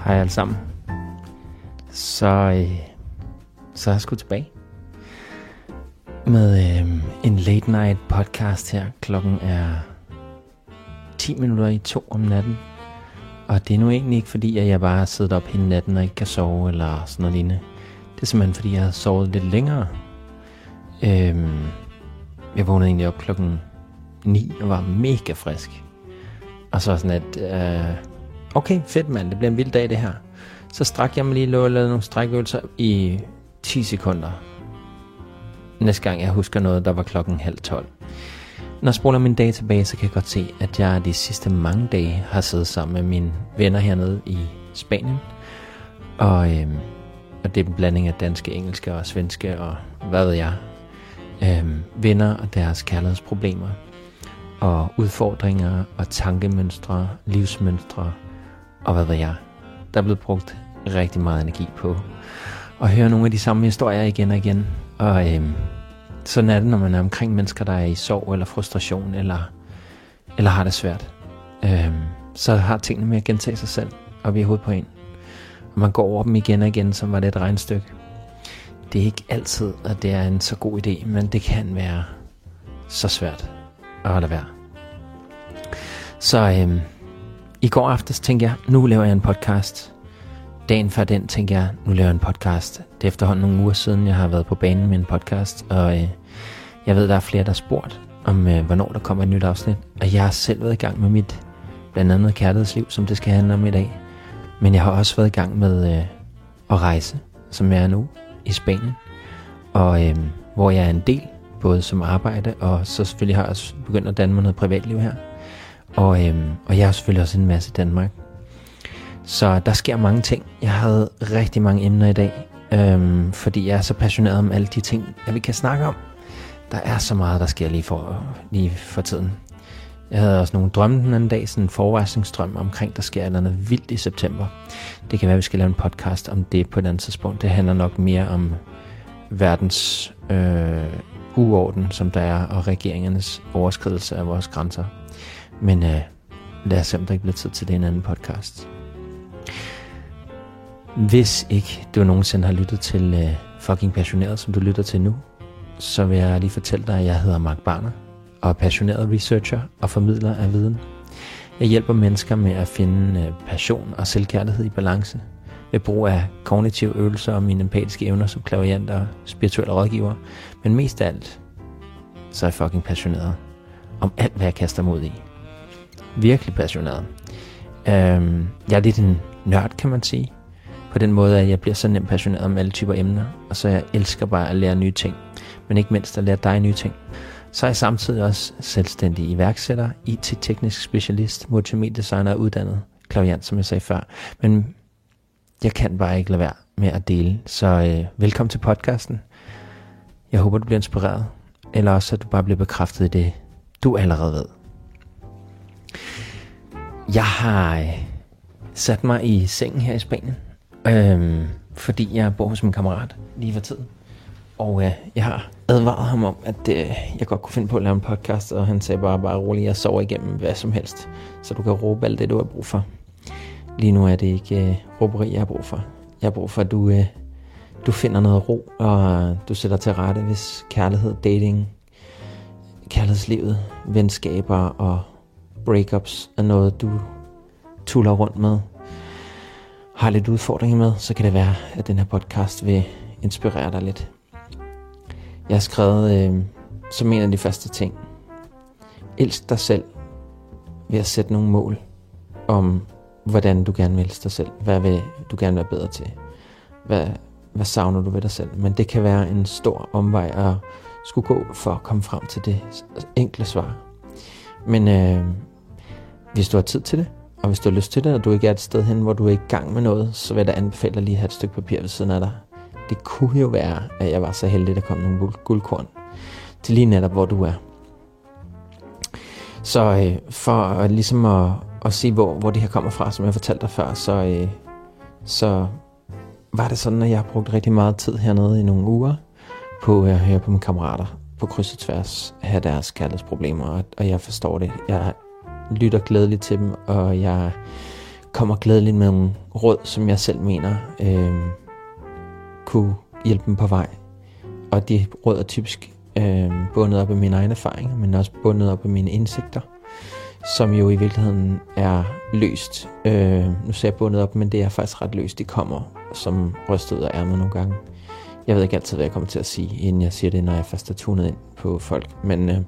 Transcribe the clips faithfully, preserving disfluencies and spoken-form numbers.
Hej alle sammen. Så, øh, så er jeg sgu tilbage med øh, en late night podcast her. Klokken er ti minutter i to om natten. Og det er nu egentlig ikke fordi, at jeg bare har siddet op hele natten og ikke kan sove eller sådan noget lignende. Det er simpelthen fordi, jeg har sovet lidt længere. Øh, jeg vågnede egentlig op klokken ni og var mega frisk. Og så sådan at... Øh, Okay, fedt mand, det bliver en vild dag det her. Så strak jeg mig lige og lavede nogle strækøvelser i ti sekunder. Næste gang jeg husker noget, der var klokken halv tolv. Når jeg spoler min dag tilbage, så kan jeg godt se, at jeg de sidste mange dage har siddet sammen med mine venner hernede i Spanien. Og, øhm, og det er en blanding af danske, engelske og svenske og hvad ved jeg. Øhm, venner og deres kærlighedsproblemer. Og udfordringer og tankemønstre, livsmønstre og hvad ved jeg. Der er blevet brugt rigtig meget energi på at høre nogle af de samme historier igen og igen. Og øhm, sådan er det, når man er omkring mennesker, der er i sorg eller frustration eller, eller har det svært. Øhm, så har tingene med at gentage sig selv op i hovedet på en. Og man går over dem igen og igen, som var det et regnstykke. Det er ikke altid, at det er en så god idé, men det kan være så svært at lade være. Så øhm, i går aftes tænkte jeg, nu laver jeg en podcast. Dagen før den tænkte jeg, nu laver jeg en podcast. Det er efterhånden nogle uger siden, jeg har været på banen med en podcast. Og øh, jeg ved, der er flere, der har spurgt om, øh, hvornår der kommer et nyt afsnit. Og jeg har selv været i gang med mit, blandt andet kærlighedsliv, som det skal handle om i dag. Men jeg har også været i gang med øh, at rejse, som jeg er nu i Spanien. Og øh, hvor jeg er en del, både som arbejde, og så selvfølgelig har jeg også begyndt at danne mig noget privatliv her. Og, øhm, og jeg har selvfølgelig også en masse i Danmark. Så der sker mange ting. Jeg havde rigtig mange emner i dag, øhm, fordi jeg er så passioneret om alle de ting, jeg vi kan snakke om. Der er så meget, der sker lige for, lige for tiden. Jeg havde også nogle drømme den anden dag, sådan en forvarslingsdrøm omkring, der sker noget vildt i september. Det kan være, at vi skal lave en podcast om det på et andet tidspunkt. Det handler nok mere om verdens øh, uorden, som der er, og regeringernes overskridelse af vores grænser. Men øh, lad os se, om der ikke bliver tid til det i en anden podcast. Hvis ikke du nogensinde har lyttet til øh, Fucking Passioneret, som du lytter til nu, så vil jeg lige fortælle dig, at jeg hedder Mark Barner, og er passioneret researcher og formidler af viden. Jeg hjælper mennesker med at finde øh, passion og selvkærlighed i balance, ved brug af kognitive øvelser og mine empatiske evner som klaverjant og spirituelle rådgiver. Men mest af alt, så er jeg fucking passioneret om alt, hvad jeg kaster mod i. Virkelig passioneret. Øhm, jeg er lidt en nørd, kan man sige. På den måde, at jeg bliver så nemt passioneret om alle typer emner. Og så jeg elsker bare at lære nye ting. Men ikke mindst at lære dig nye ting. Så er jeg samtidig også selvstændig iværksætter, I T-teknisk specialist, multimediedesigner og uddannet klaverjant, som jeg sagde før. Men jeg kan bare ikke lade være med at dele. Så øh, velkommen til podcasten. Jeg håber, du bliver inspireret. Eller også, at du bare bliver bekræftet i det, du allerede ved. Jeg har øh, sat mig i sengen her i Spanien, øh, fordi jeg bor hos min kammerat lige for tiden. Og øh, jeg har advaret ham om, at øh, jeg godt kunne finde på at lave en podcast, og han sagde bare, bare roligt, jeg sover igennem hvad som helst, så du kan råbe alt det, du har brug for. Lige nu er det ikke øh, råberi, jeg har brug for. Jeg har brug for, at du, øh, du finder noget ro, og du sætter til rette, hvis kærlighed, dating, kærlighedslivet, venskaber og breakups er noget, du tuller rundt med, har lidt udfordringer med, så kan det være, at den her podcast vil inspirere dig lidt. Jeg har skrevet øh, som en af de første ting: elsk dig selv ved at sætte nogle mål om, hvordan du gerne vil elske dig selv. Hvad vil du gerne være bedre til? Hvad, hvad savner du ved dig selv? Men det kan være en stor omvej at skulle gå for at komme frem til det enkle svar. Men øh, hvis du har tid til det, og hvis du har lyst til det, og du ikke er et sted hen, hvor du er i gang med noget, så vil jeg da anbefale dig lige at have et stykke papir ved siden af dig. Det kunne jo være, at jeg var så heldig, at der kom nogle guldkorn til lige netop, hvor du er. Så øh, for øh, ligesom at, at se, hvor, hvor det her kommer fra, som jeg fortalte dig før, så, øh, så var det sådan, at jeg har brugt rigtig meget tid hernede i nogle uger på at høre på mine kammerater på kryds og tværs have deres kærlighedsproblemer, og, og jeg forstår det. Jeg lytter glædeligt til dem, og jeg kommer glædeligt med nogle råd, som jeg selv mener øh, kunne hjælpe dem på vej. Og de råd er typisk øh, bundet op af mine egne erfaringer, men også bundet op af mine indsigter, som jo i virkeligheden er løst. Øh, nu ser jeg bundet op, men det er faktisk ret løst. De kommer som rystet ud af ærmet nogle gange. Jeg ved ikke altid, hvad jeg kommer til at sige, inden jeg siger det, når jeg først er tunet ind på folk. Men, øh,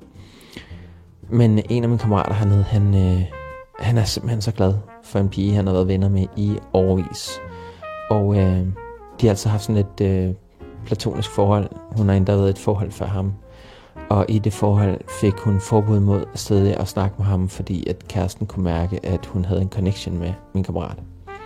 men en af mine kammerater hernede, han, øh, han er simpelthen så glad for en pige, han har været venner med i årevis. Og øh, de har altså haft sådan et øh, platonisk forhold. Hun har endda været et forhold for ham. Og i det forhold fik hun forbud mod stadig at snakke med ham, fordi at kæresten kunne mærke, at hun havde en connection med min kammerat.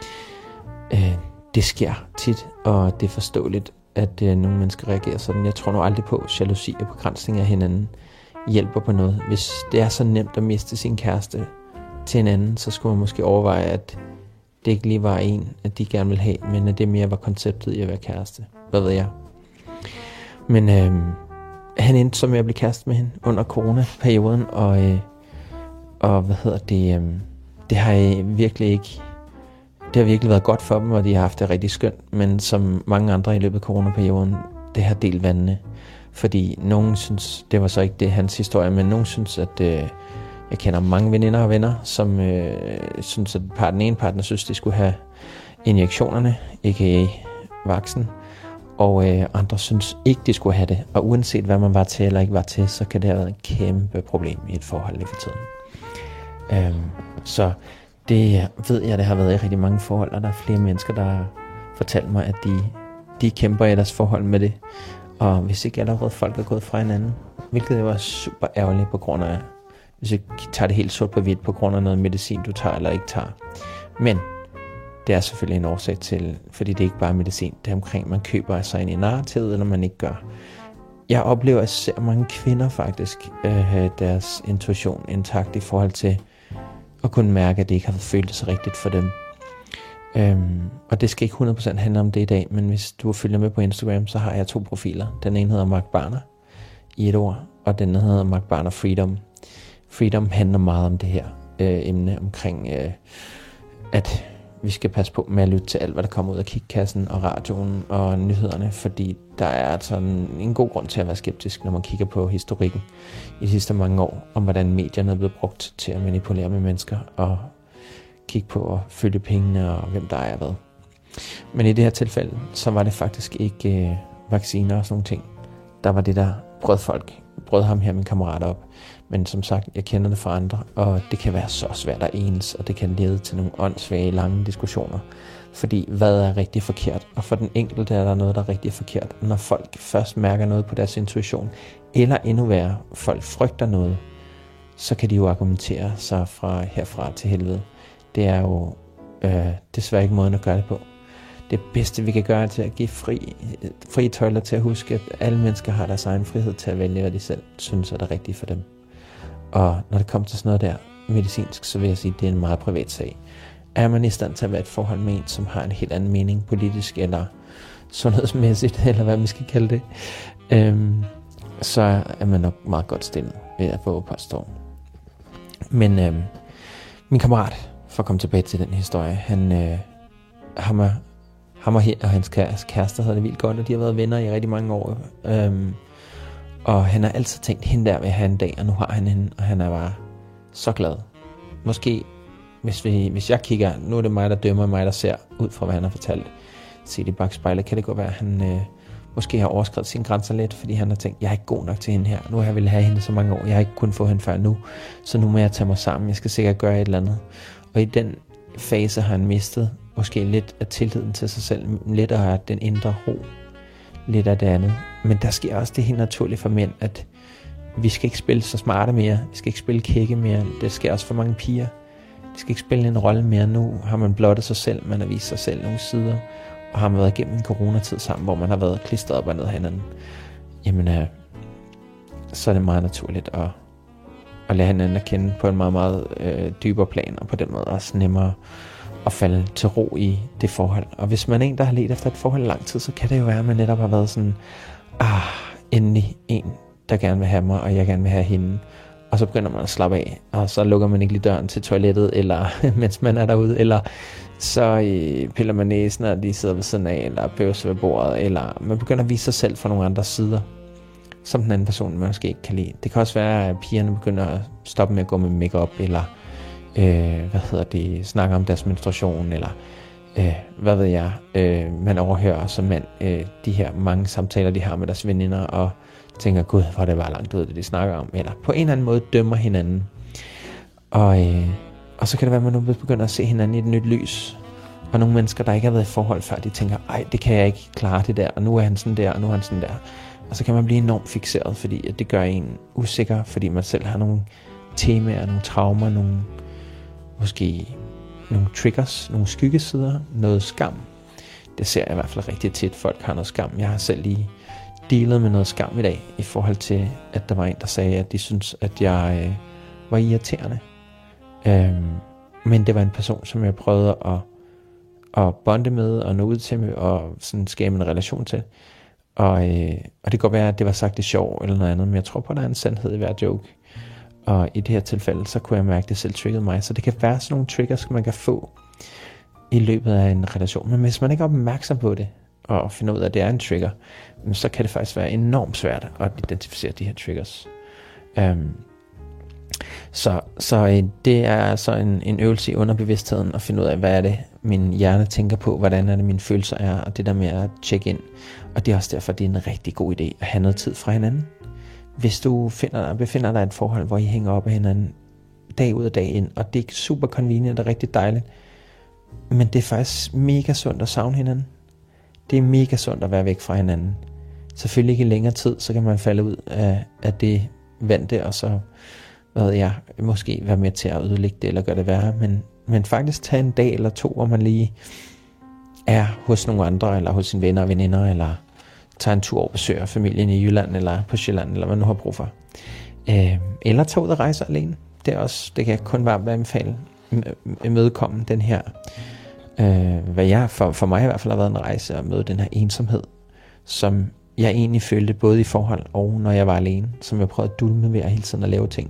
Øh, det sker tit, og det er forståeligt, at øh, nogle mennesker reagerer sådan. Jeg tror nu aldrig på, at jalousi og begrænsning af hinanden hjælper på noget. Hvis det er så nemt at miste sin kæreste til en anden, så skulle man måske overveje, at det ikke lige var en, at de gerne ville have, men at det mere var konceptet i at være kæreste. Hvad ved jeg? Men øh, han endte så med at blive kæreste med hende under coronaperioden, og, øh, og hvad hedder det, øh, det har jeg virkelig ikke, det har virkelig været godt for dem, og de har haft det rigtig skønt, men som mange andre i løbet af coronaperioden, det har delt vandene, fordi nogen synes, det var så ikke det hans historie, men nogen synes, at øh, jeg kender mange veninder og venner, som øh, synes, at par, den ene partner synes, de skulle have injektionerne, aka vaksen, og øh, andre synes ikke, de skulle have det. Og uanset hvad man var til eller ikke var til, så kan det have været et kæmpe problem i et forhold lige for tiden. Øhm, så det ved jeg, det har været i rigtig mange forhold, og der er flere mennesker, der har fortalt mig, at de, de kæmper i deres forhold med det. Og hvis ikke allerede folk er gået fra hinanden, hvilket jo er super ærgerligt på grund af, hvis jeg tager det helt sort på hvidt på grund af noget medicin, du tager eller ikke tager. Men det er selvfølgelig en årsag til, fordi det er ikke bare medicin, det er omkring, man køber sig ind i narrativet, eller man ikke gør. Jeg oplever, at ser mange kvinder faktisk øh, have deres intuition intakt i forhold til at kunne mærke, at det ikke har følt sig rigtigt for dem. Øhm, og det skal ikke hundrede procent handle om det i dag, men hvis du følger med på Instagram, så har jeg to profiler. Den ene hedder Mark Barner i et ord, og den hedder Mark Barner Freedom. Freedom handler meget om det her øh, emne omkring, øh, at vi skal passe på med at lytte til alt, hvad der kommer ud af kigkassen og radioen og nyhederne, fordi der er altså en, en god grund til at være skeptisk, når man kigger på historikken i de sidste mange år, om hvordan medierne er blevet brugt til at manipulere med mennesker og kigge på og følge pengene og hvem der er hvad. Men i det her tilfælde, så var det faktisk ikke øh, vacciner og sådan nogle ting. Der var det, der brød folk, brød ham her, min kammerat, op. Men som sagt, jeg kender det fra andre, og det kan være så svært at ens, og det kan lede til nogle åndssvage, lange diskussioner. Fordi hvad er rigtig forkert? Og for den enkelte er der noget, der er rigtig forkert. Når folk først mærker noget på deres intuition, eller endnu værre, folk frygter noget, så kan de jo argumentere sig fra herfra til helvede. Det er jo øh, desværre ikke måden at gøre det på. Det bedste, vi kan gøre, er til at give fri, fri tøjler til at huske, at alle mennesker har deres egen frihed til at vælge, hvad de selv synes er det rigtige for dem. Og når det kommer til sådan noget der medicinsk, så vil jeg sige, at det er en meget privat sag. Er man i stand til at være et forhold med en, som har en helt anden mening, politisk eller sundhedsmæssigt, eller hvad man skal kalde det, øhm, så er man nok meget godt stillet ved at få påstå. Men øhm, min kammerat, for at komme tilbage til den historie, han, øh, ham, og, ham og, og hans kæreste havde det vildt godt, og de har været venner i rigtig mange år. Øhm, Og han har altid tænkt, hende der vil have en dag, og nu har han hende, og han er bare så glad. Måske, hvis, vi, hvis jeg kigger, nu er det mig, der dømmer, mig, der ser ud fra, hvad han har fortalt, set i bagspejlet, kan det godt være, at han øh, måske har overskredet sine grænser lidt, fordi han har tænkt, jeg er ikke god nok til hende her. Nu har jeg ville have hende så mange år, jeg har ikke kunnet få hende før nu, så nu må jeg tage mig sammen, jeg skal sikkert gøre et eller andet. Og i den fase har han mistet måske lidt af tilliden til sig selv, lidt af den indre ro, lidt af det andet. Men der sker også det helt naturligt for mænd, at vi skal ikke spille så smarte mere, vi skal ikke spille kække mere, det sker også for mange piger. De skal ikke spille en rolle mere. Nu har man blottet sig selv, man har vist sig selv nogle sider, og har man været igennem en coronatid sammen, hvor man har været klistret op og ned af hinanden, jamen øh, så er det meget naturligt at, at lade hinanden at kende på en meget, meget øh, dybere plan, og på den måde også nemmere at falde til ro i det forhold. Og hvis man er en, der har ledt efter et forhold i lang tid, så kan det jo være, at man netop har været sådan, ah, endelig en, der gerne vil have mig, og jeg gerne vil have hende. og så begynder man at slappe af, og så lukker man ikke lige døren til toilettet, eller mens man er derude, eller så øh, piller man næsen, og de sidder ved siden af, eller bøvser ved bordet, eller man begynder at vise sig selv fra nogle andre sider, som den anden person måske ikke kan lide. Det kan også være, at pigerne begynder at stoppe med at gå med makeup, eller øh, hvad hedder det, snakke om deres menstruation, eller øh, hvad ved jeg, øh, man overhører som mand øh, de her mange samtaler, de har med deres veninder, og tænker, gud, hvor det var langt ud, det de snakker om, eller på en eller anden måde dømmer hinanden. Og, øh, og så kan det være, at man nu begynder at se hinanden i et nyt lys. Og nogle mennesker, der ikke har været i forhold før, de tænker, ej, det kan jeg ikke klare det der, og nu er han sådan der, og nu er han sådan der. Og så kan man blive enormt fikseret, fordi at det gør en usikker, fordi man selv har nogle temaer, nogle traumer, nogle måske nogle triggers, nogle skyggesider, noget skam. Det ser jeg i hvert fald rigtig tit, folk har noget skam. Jeg har selv lige dealet med noget skam i dag, i forhold til, at der var en, der sagde, at de synes, at jeg øh, var irriterende. Øhm, men det var en person, som jeg prøvede at, at bonde med, og nå ud til med, og sådan skabe en relation til. Og, øh, og det kan godt være, at det var sagt i sjov, eller noget andet, men jeg tror på, at der er en sandhed i hver joke. Og i det her tilfælde, så kunne jeg mærke, at det selv triggede mig. Så det kan være sådan nogle triggers, man kan få i løbet af en relation. Men hvis man ikke er opmærksom på det, og finder ud af, at det er en trigger, så kan det faktisk være enormt svært at identificere de her triggers. Um, så så det er så en, en øvelse i underbevidstheden at finde ud af, hvad er det, min hjerne tænker på, hvordan er det, mine følelser er, og det der med at tjekke ind. Og det er også derfor, det er en rigtig god idé at have noget tid fra hinanden. Hvis du finder, befinder dig i et forhold, hvor I hænger op af hinanden dag ud og dag ind, og det er super convenient og rigtig dejligt, men det er faktisk mega sundt at savne hinanden. Det er mega sundt at være væk fra hinanden. Selvfølgelig ikke i længere tid, så kan man falde ud af, af det vante, og så hvad ved jeg, måske være med til at ødelægge det, eller gøre det værre, men, men faktisk tage en dag eller to, hvor man lige er hos nogle andre, eller hos sine venner og veninder, eller tager en tur og besøger familien i Jylland, eller på Sjælland, eller hvad man nu har brug for. Øh, eller tage ud og rejse alene. Det er også, det kan jeg kun varmt anbefale, imødekomme den her, øh, hvad jeg, for, for mig i hvert fald har været en rejse, at møde den her ensomhed, som jeg egentlig følte, både i forhold og når jeg var alene, som jeg prøvede at dulme ved at hele tiden at lave ting.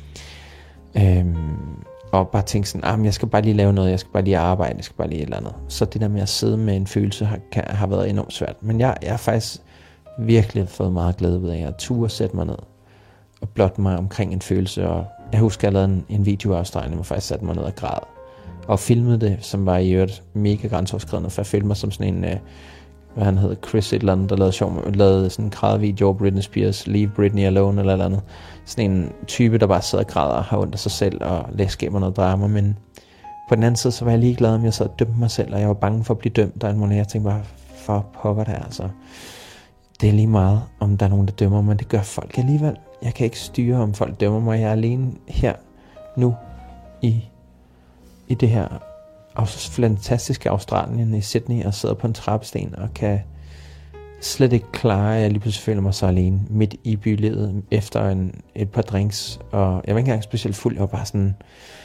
Øh, og bare tænke sådan, ah, men jeg skal bare lige lave noget, jeg skal bare lige arbejde, jeg skal bare lige et eller andet. Så det der med at sidde med en følelse har, kan, har været enormt svært. Men jeg, jeg har faktisk virkelig fået meget glæde ved af at ture sætte mig ned og blotte mig omkring en følelse. Og jeg husker, at jeg lavede en, en video af Australien, hvor jeg faktisk satte mig ned og græd. Og filmede det, som var i øvrigt mega grænseoverskridende, for jeg følte mig som sådan en, uh, hvad han hed, Chris et eller andet, der lavede, sjov, lavede sådan en grædvideo af Britney Spears, Leave Britney Alone eller eller andet. Sådan en type, der bare sidder og græder og har ondt af sig selv og skaber noget drama, men på den anden side, så var jeg ligeglad, om jeg sad og dømte mig selv, og jeg var bange for at blive dømt, og en måned, jeg tænkte bare, for pokker det altså. Det er lige meget, om der er nogen, der dømmer mig, det gør folk alligevel. Jeg kan ikke styre, om folk dømmer mig. Jeg er alene her, nu, i, i det her fantastiske Australien i Sydney, og sidder på en trappesten, og kan slet ikke klare, at jeg lige pludselig føler mig så alene, midt i bylivet, efter en, et par drinks, og jeg var ikke engang specielt fuld, jeg var bare sådan,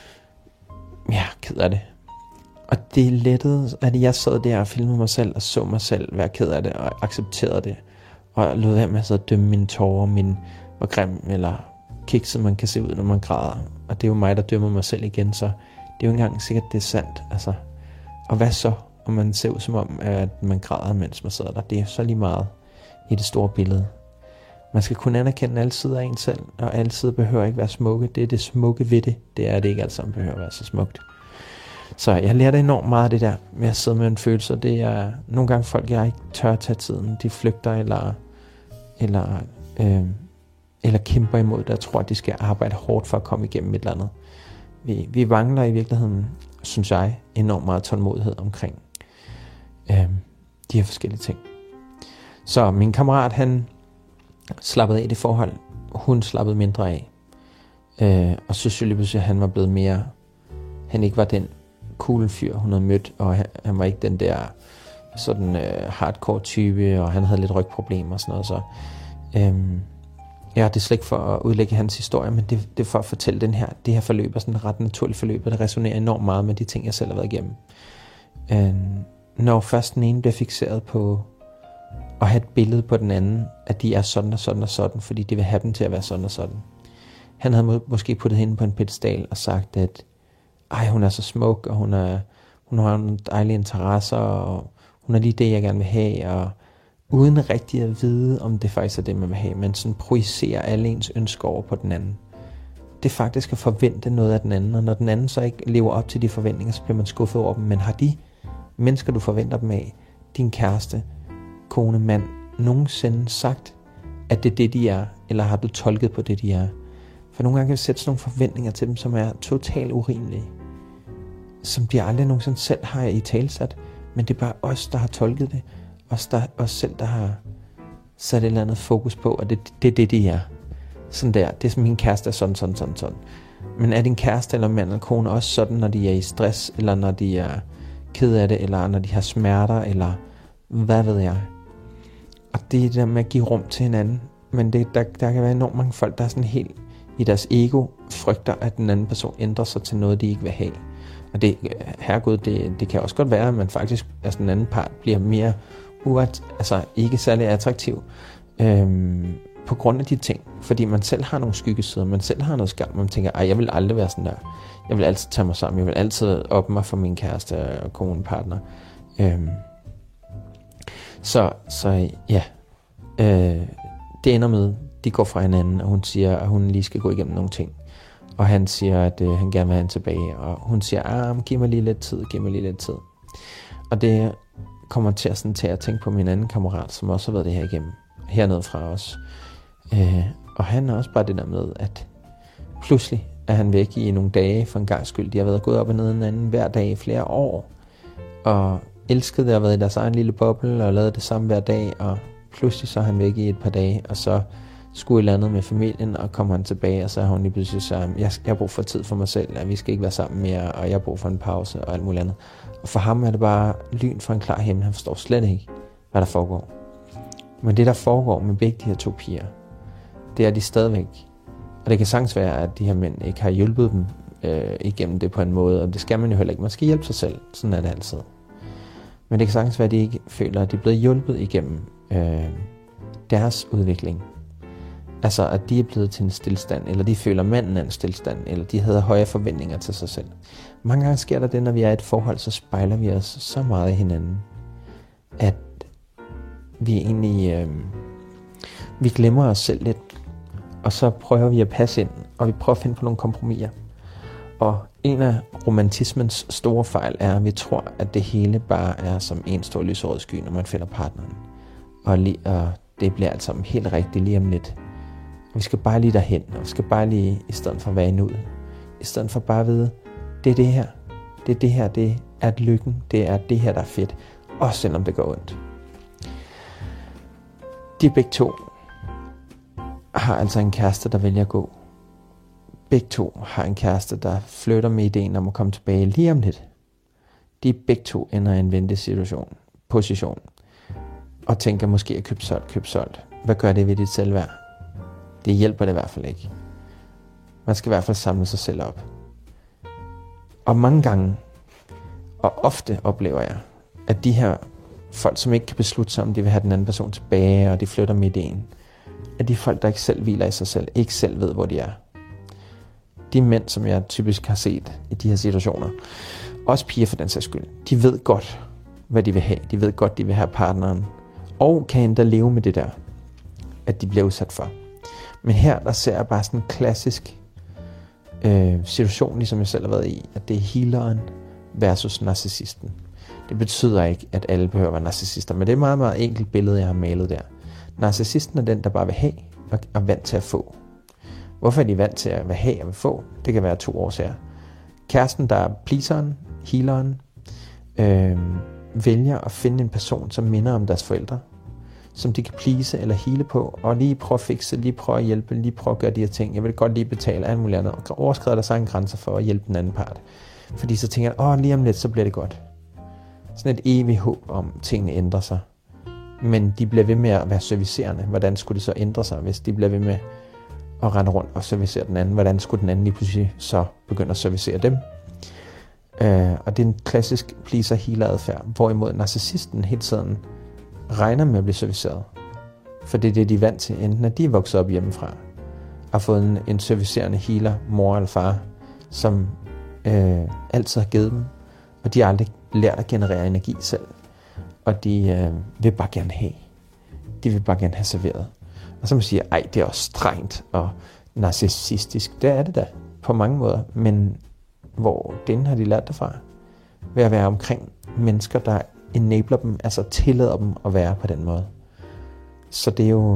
ja, ked af det. Og det lettede, at jeg sad der og filmede mig selv, og så mig selv være ked af det, og accepterede det, og lod være med at sidde og dømme mine tårer, min, hvor grim eller kikset man kan se ud, når man græder. Og det er jo mig, der dømmer mig selv igen, så det er jo ikke engang sikkert, det er sandt. Altså, og hvad så, om man ser ud som om, at man græder, mens man sidder der? Det er så lige meget i det store billede. Man skal kun anerkende alle sider af en selv, og alle sider behøver ikke være smukke. Det er det smukke ved det. Det er det ikke alt sammen behøver at være så smukt. Så jeg lærte enormt meget af det der med at sidde med en følelse. Det er nogle gange folk, jeg ikke tør at tage tiden. De flygter eller, eller, øh, eller kæmper imod det. Jeg tror, at de skal arbejde hårdt for at komme igennem et eller andet. Vi, vi mangler i virkeligheden, synes jeg, enormt meget tålmodighed omkring øh, de her forskellige ting. Så min kammerat, han slappede af i det forhold. Hun slappede mindre af. Øh, og så synes jeg lige at han var blevet mere... Han ikke var den cool fyr, hun havde mødt, og han, han var ikke den der sådan øh, hardcore type, og han havde lidt rygproblemer og sådan noget. Så, øhm, ja, det er slet ikke for at udlægge hans historie, men det, det er for at fortælle den her, det her forløb er sådan et ret naturligt forløb, og det resonerer enormt meget med de ting, jeg selv har været igennem. Øhm, når først den ene bliver fikseret på at have et billede på den anden, at de er sådan og sådan og sådan, fordi de vil have dem til at være sådan og sådan. Han havde må- måske puttet hende på en pedestal og sagt, at ej, hun er så smuk, og hun, er, hun har nogle dejlige interesser, og hun er lige det, jeg gerne vil have, og uden rigtig at vide, om det faktisk er det, man vil have, men sådan projicerer alle ens ønsker over på den anden. Det er faktisk at forvente noget af den anden, og når den anden så ikke lever op til de forventninger, så bliver man skuffet over dem. Men har de mennesker, du forventer dem af, din kæreste, kone, mand, nogensinde sagt, at det er det, de er, eller har du tolket på det, de er? For nogle gange kan vi sætte sådan nogle forventninger til dem, som er totalt urimelige, som de aldrig nogensinde selv har i talsat, men det er bare os, der har tolket det, os, der, os selv, der har sat et eller andet fokus på, at det, det er det, de er. Sådan der, det er som min kæreste er sådan, sådan, sådan, sådan. Men er din kæreste eller mand eller kone også sådan, når de er i stress, eller når de er ked af det, eller når de har smerter, eller hvad ved jeg? Og det er det der med at give rum til hinanden. Men det, der, der kan være enormt mange folk, der er sådan helt i deres ego, frygter, at den anden person ændrer sig til noget, de ikke vil have. Og det, herregud, det, det kan også godt være, at man faktisk, altså den anden part, bliver mere uret, altså ikke særlig attraktiv, øhm, på grund af de ting. Fordi man selv har nogle skyggesider, man selv har noget skam, man tænker, ej, jeg vil aldrig være sådan der. Jeg vil altid tage mig sammen, jeg vil altid op mig for min kæreste og kone, partner. Øhm, så, så ja, øh, det ender med, de går fra hinanden, og hun siger, at hun lige skal gå igennem nogle ting. Og han siger, at øh, han gerne vil have hende tilbage. Og hun siger, ah, giv mig lige lidt tid, giv mig lige lidt tid. Og det kommer til at, sådan, til at tænke på min anden kammerat, som også har været det her igennem. Hernede fra os. Øh, og han er også bare det der med, at pludselig er han væk i nogle dage for en gang skyld. De har været gået op og ned en anden hver dag i flere år. Og elskede det at have været i deres egen lille boble og lavet det samme hver dag. Og pludselig så er han væk i et par dage, og så skulle et eller andet med familien, og kommer han tilbage, og så har hun lige pludselig sagt, jeg, jeg har brug for tid for mig selv, og vi skal ikke være sammen mere, og jeg har brug for en pause, og alt muligt andet. Og for ham er det bare lyn fra en klar himmel. Han forstår slet ikke, hvad der foregår. Men det, der foregår med begge de her to piger, det er de stadigvæk. Og det kan sagtens være, at de her mænd ikke har hjulpet dem øh, igennem det på en måde, og det skal man jo heller ikke. Man skal hjælpe sig selv. Sådan er det altid. Men det kan sagtens være, at de ikke føler, at de er blevet hjulpet igennem øh, deres udvikling. Altså, at de er blevet til en stillstand, eller de føler manden er en stillstand, eller de havde høje forventninger til sig selv. Mange gange sker der det, når vi er i et forhold, så spejler vi os så meget i hinanden, at vi egentlig, øh, vi glemmer os selv lidt, og så prøver vi at passe ind, og vi prøver at finde på nogle kompromiser. Og en af romantismens store fejl er, at vi tror, at det hele bare er som en stor lyserød sky, når man finder partneren. Og, li- og det bliver alt sammen helt rigtigt lige om lidt. Vi skal bare lige derhen, og vi skal bare lige, i stedet for at være i nuet, i stedet for bare at vide, det er det her, det er det her, det er lykken, det er det her, der er fedt, også selvom det går ondt. De begge to har altså en kæreste, der vælger at gå. Begge to har en kæreste, der flytter med ideen om at komme tilbage lige om lidt. De begge to ender i en ventet situation, position, og tænker måske at købe solgt, købe solgt. Hvad gør det ved dit selvværd? Det hjælper det i hvert fald ikke. Man skal i hvert fald samle sig selv op. Og mange gange, og ofte oplever jeg, at de her folk, som ikke kan beslutte sig, om de vil have den anden person tilbage, og de flytter med ideen, at de folk, der ikke selv hviler i sig selv, ikke selv ved, hvor de er. De mænd, som jeg typisk har set i de her situationer, også piger for den sags skyld, de ved godt, hvad de vil have. De ved godt, de vil have partneren, og kan endda leve med det der, at de bliver udsat for. Men her, der ser jeg bare sådan en klassisk øh, situation, ligesom jeg selv har været i, at det er healeren versus narcissisten. Det betyder ikke, at alle behøver at være narcissister, men det er et meget, meget enkelt billede, jeg har malet der. Narcissisten er den, der bare vil have og er vant til at få. Hvorfor er de vant til at vil have og vil få? Det kan være to årsager. Kæresten, der er pleaseren, healeren, øh, vælger at finde en person, som minder om deres forældre, som de kan please eller heale på, og lige prøve at fikse, lige prøve at hjælpe, lige prøve at gøre de her ting. Jeg vil godt lige betale alt muligt andet, og overskrider der så en grænse for at hjælpe den anden part. Fordi så tænker jeg, åh, lige om lidt, så bliver det godt. Sådan et evigt håb om, tingene ændrer sig. Men de bliver ved med at være servicerende. Hvordan skulle det så ændre sig, hvis de bliver ved med at rende rundt og servicere den anden? Hvordan skulle den anden lige pludselig så begynde at servicere dem? Uh, og det er en klassisk pleaser-healer-adfærd, hvorimod narcissisten hele tiden regner med at blive serviceret. For det er det, de er vant til, enten at de er vokset op hjemmefra, har fået en, en servicerende healer, mor eller far, som øh, altid har givet dem, og de har aldrig lært at generere energi selv, og de øh, vil bare gerne have. De vil bare gerne have serveret. Og så man siger, ej, det er også strengt og narcissistisk. Det er det da, på mange måder, men hvor den har de lært det fra? Ved at være omkring mennesker, der enabler dem, altså tillader dem at være på den måde. Så det er jo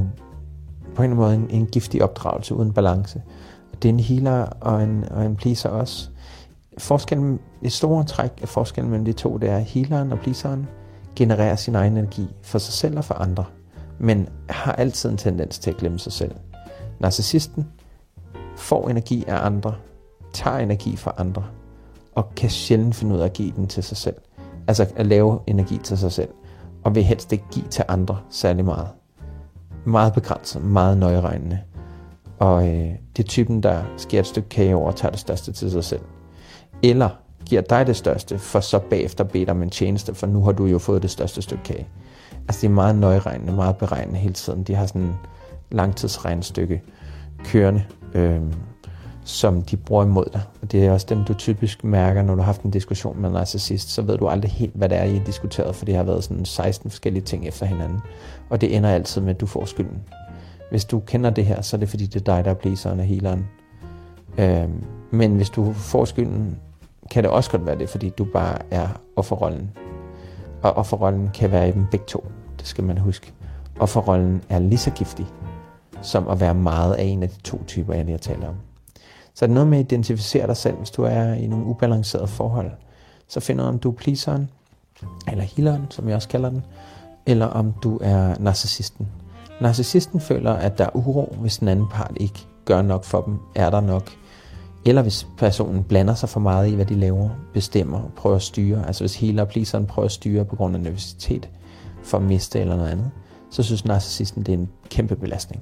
på en måde en, en giftig opdragelse uden balance. Det er en healer og en, og en pleaser også. Forskellen, et stort træk af forskellen mellem de to, det er, at healeren og pleaseren genererer sin egen energi for sig selv og for andre, men har altid en tendens til at glemme sig selv. Narcissisten får energi af andre, tager energi fra andre, og kan sjældent finde ud af at give den til sig selv. Altså at lave energi til sig selv, og vil helst ikke give til andre særlig meget. Meget begrænset, meget nøjeregnende. Og øh, det er typen, der sker et stykke kage over og tager det største til sig selv. Eller giver dig det største, for så bagefter beder dig om en tjeneste, for nu har du jo fået det største stykke kage. Altså det er meget nøjeregnende, meget beregnende hele tiden. De har sådan en langtidsregnestykke kørende, øh, som de bruger imod dig. Og det er også dem, du typisk mærker, når du har haft en diskussion med en narcissist, så ved du aldrig helt, hvad det er, I har diskuteret, for det har været sådan seksten forskellige ting efter hinanden. Og det ender altid med, at du får skylden. Hvis du kender det her, så er det fordi, det er dig, der er pleaseren og healeren. Øh, men hvis du får skylden, kan det også godt være det, fordi du bare er offerrollen. Og offerrollen kan være i dem begge to. Det skal man huske. Offerrollen er lige så giftig, som at være meget af en af de to typer, jeg lige har talt om. Så er det noget med at identificere dig selv, hvis du er i nogle ubalancerede forhold. Så finder du, om du er pleaseren, eller healeren, som jeg også kalder den, eller om du er narcissisten. Narcissisten føler, at der er uro, hvis den anden part ikke gør nok for dem, er der nok. Eller hvis personen blander sig for meget i, hvad de laver, bestemmer, prøver at styre. Altså hvis healer og pleaseren prøver at styre på grund af nervøsitet, for at miste eller noget andet, så synes narcissisten, det er en kæmpe belastning.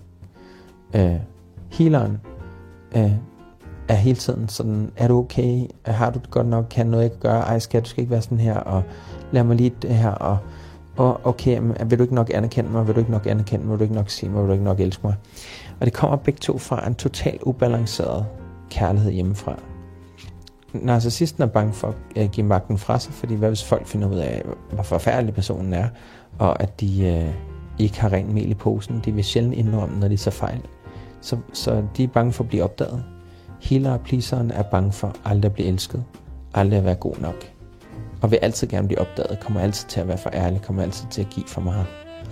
Øh, healeren øh, er hele tiden sådan, er du okay? Har du det godt nok? Kan noget ikke gøre? Ej skat, du skal ikke være sådan her, og lad mig lige det her, og, og okay, men vil du ikke nok anerkende mig? Vil du ikke nok anerkende mig? Vil du ikke nok sige mig? Vil du ikke nok elske mig? Og det kommer begge to fra en totalt ubalanceret kærlighed hjemmefra. Narcissisten er bange for at give magten fra sig, fordi hvad hvis folk finder ud af, hvor forfærdelig personen er, og at de øh, ikke har rent mel i posen. De vil sjældent indrømme, når de tager fejl. Så, så de er bange for at blive opdaget. Healer og pleaseren er bange for aldrig at blive elsket, aldrig at være god nok, og vil altid gerne blive opdaget, kommer altid til at være for ærlig, kommer altid til at give for meget.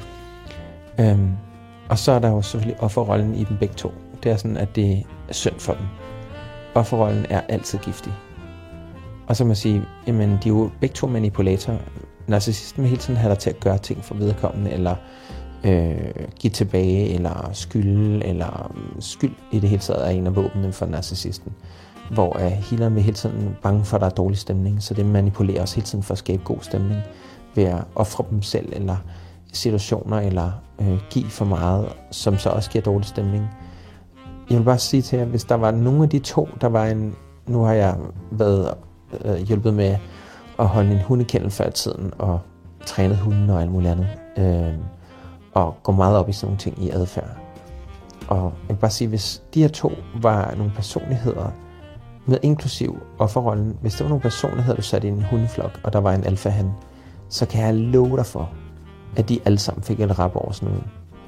Øhm, og så er der jo selvfølgelig offerrollen i dem begge to. Det er sådan, at det er synd for dem. Offerrollen er altid giftig. Og så må man sige, jamen de er jo begge to manipulatorer. Narcissisten vil hele tiden have dig til at gøre ting for vedkommende, eller øh, give tilbage, eller skylde, eller skyld i det hele taget er en af våbnene for narcissisten. Hvor uh, healeren vil hele tiden bange for, at der er dårlig stemning, så det manipulerer os hele tiden for at skabe god stemning, ved at ofre dem selv, eller situationer, eller øh, give for meget, som så også giver dårlig stemning. Jeg vil bare sige til jer, hvis der var nogle af de to, der var en, nu har jeg været øh, hjulpet med at holde en hundekendel før i tiden, og trænet hunden og alt muligt andet, øh, og gå meget op i sådan nogle ting i adfærd. Og jeg vil bare sige, hvis de her to var nogle personligheder, med inklusiv offerrollen, hvis det var nogle personligheder, du satte i en hundeflok, og der var en alfahan, så kan jeg love dig for, at de alle sammen fik et rap over snuden.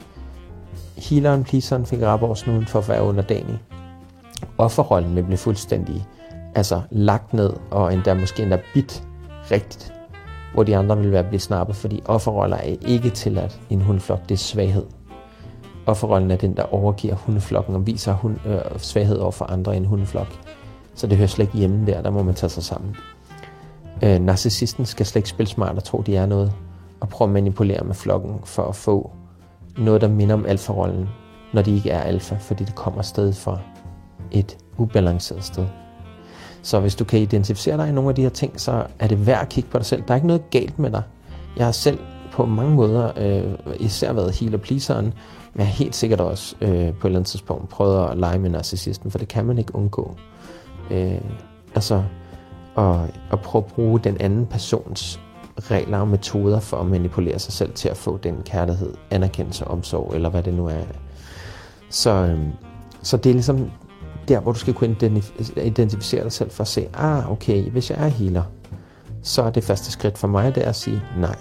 Healeren, pleaseren fik rap over snuden for at være underdanig. Offerrollen vil blive fuldstændig altså lagt ned, og endda måske endda bit rigtigt, hvor de andre vil være blive snappet, fordi offerroller er ikke tilladt i en hundeflok. Det er svaghed. Offerrollen er den, der overgiver hundeflokken og viser hund, øh, svaghed over for andre i en hundeflok. Så det hører slet ikke hjemme der, der må man tage sig sammen. Øh, narcissisten skal slet ikke spille smart og tro, de er noget, og prøve at manipulere med flokken for at få noget, der minder om alfa-rollen, når de ikke er alfa, fordi det kommer stadig fra et ubalanceret sted. Så hvis du kan identificere dig i nogle af de her ting, så er det værd at kigge på dig selv. Der er ikke noget galt med dig. Jeg har selv på mange måder øh, især været healer pleaseren, men jeg har helt sikkert også øh, på et eller andet tidspunkt prøvet at lege med narcissisten, for det kan man ikke undgå. Øh, altså at, at prøve at bruge den anden persons regler og metoder for at manipulere sig selv til at få den kærlighed, anerkendelse, omsorg, eller hvad det nu er. Så, øh, Så det er ligesom der, hvor du skal kunne identificere dig selv for at se, ah, okay, hvis jeg er healer, så er det første skridt for mig, det er at sige nej.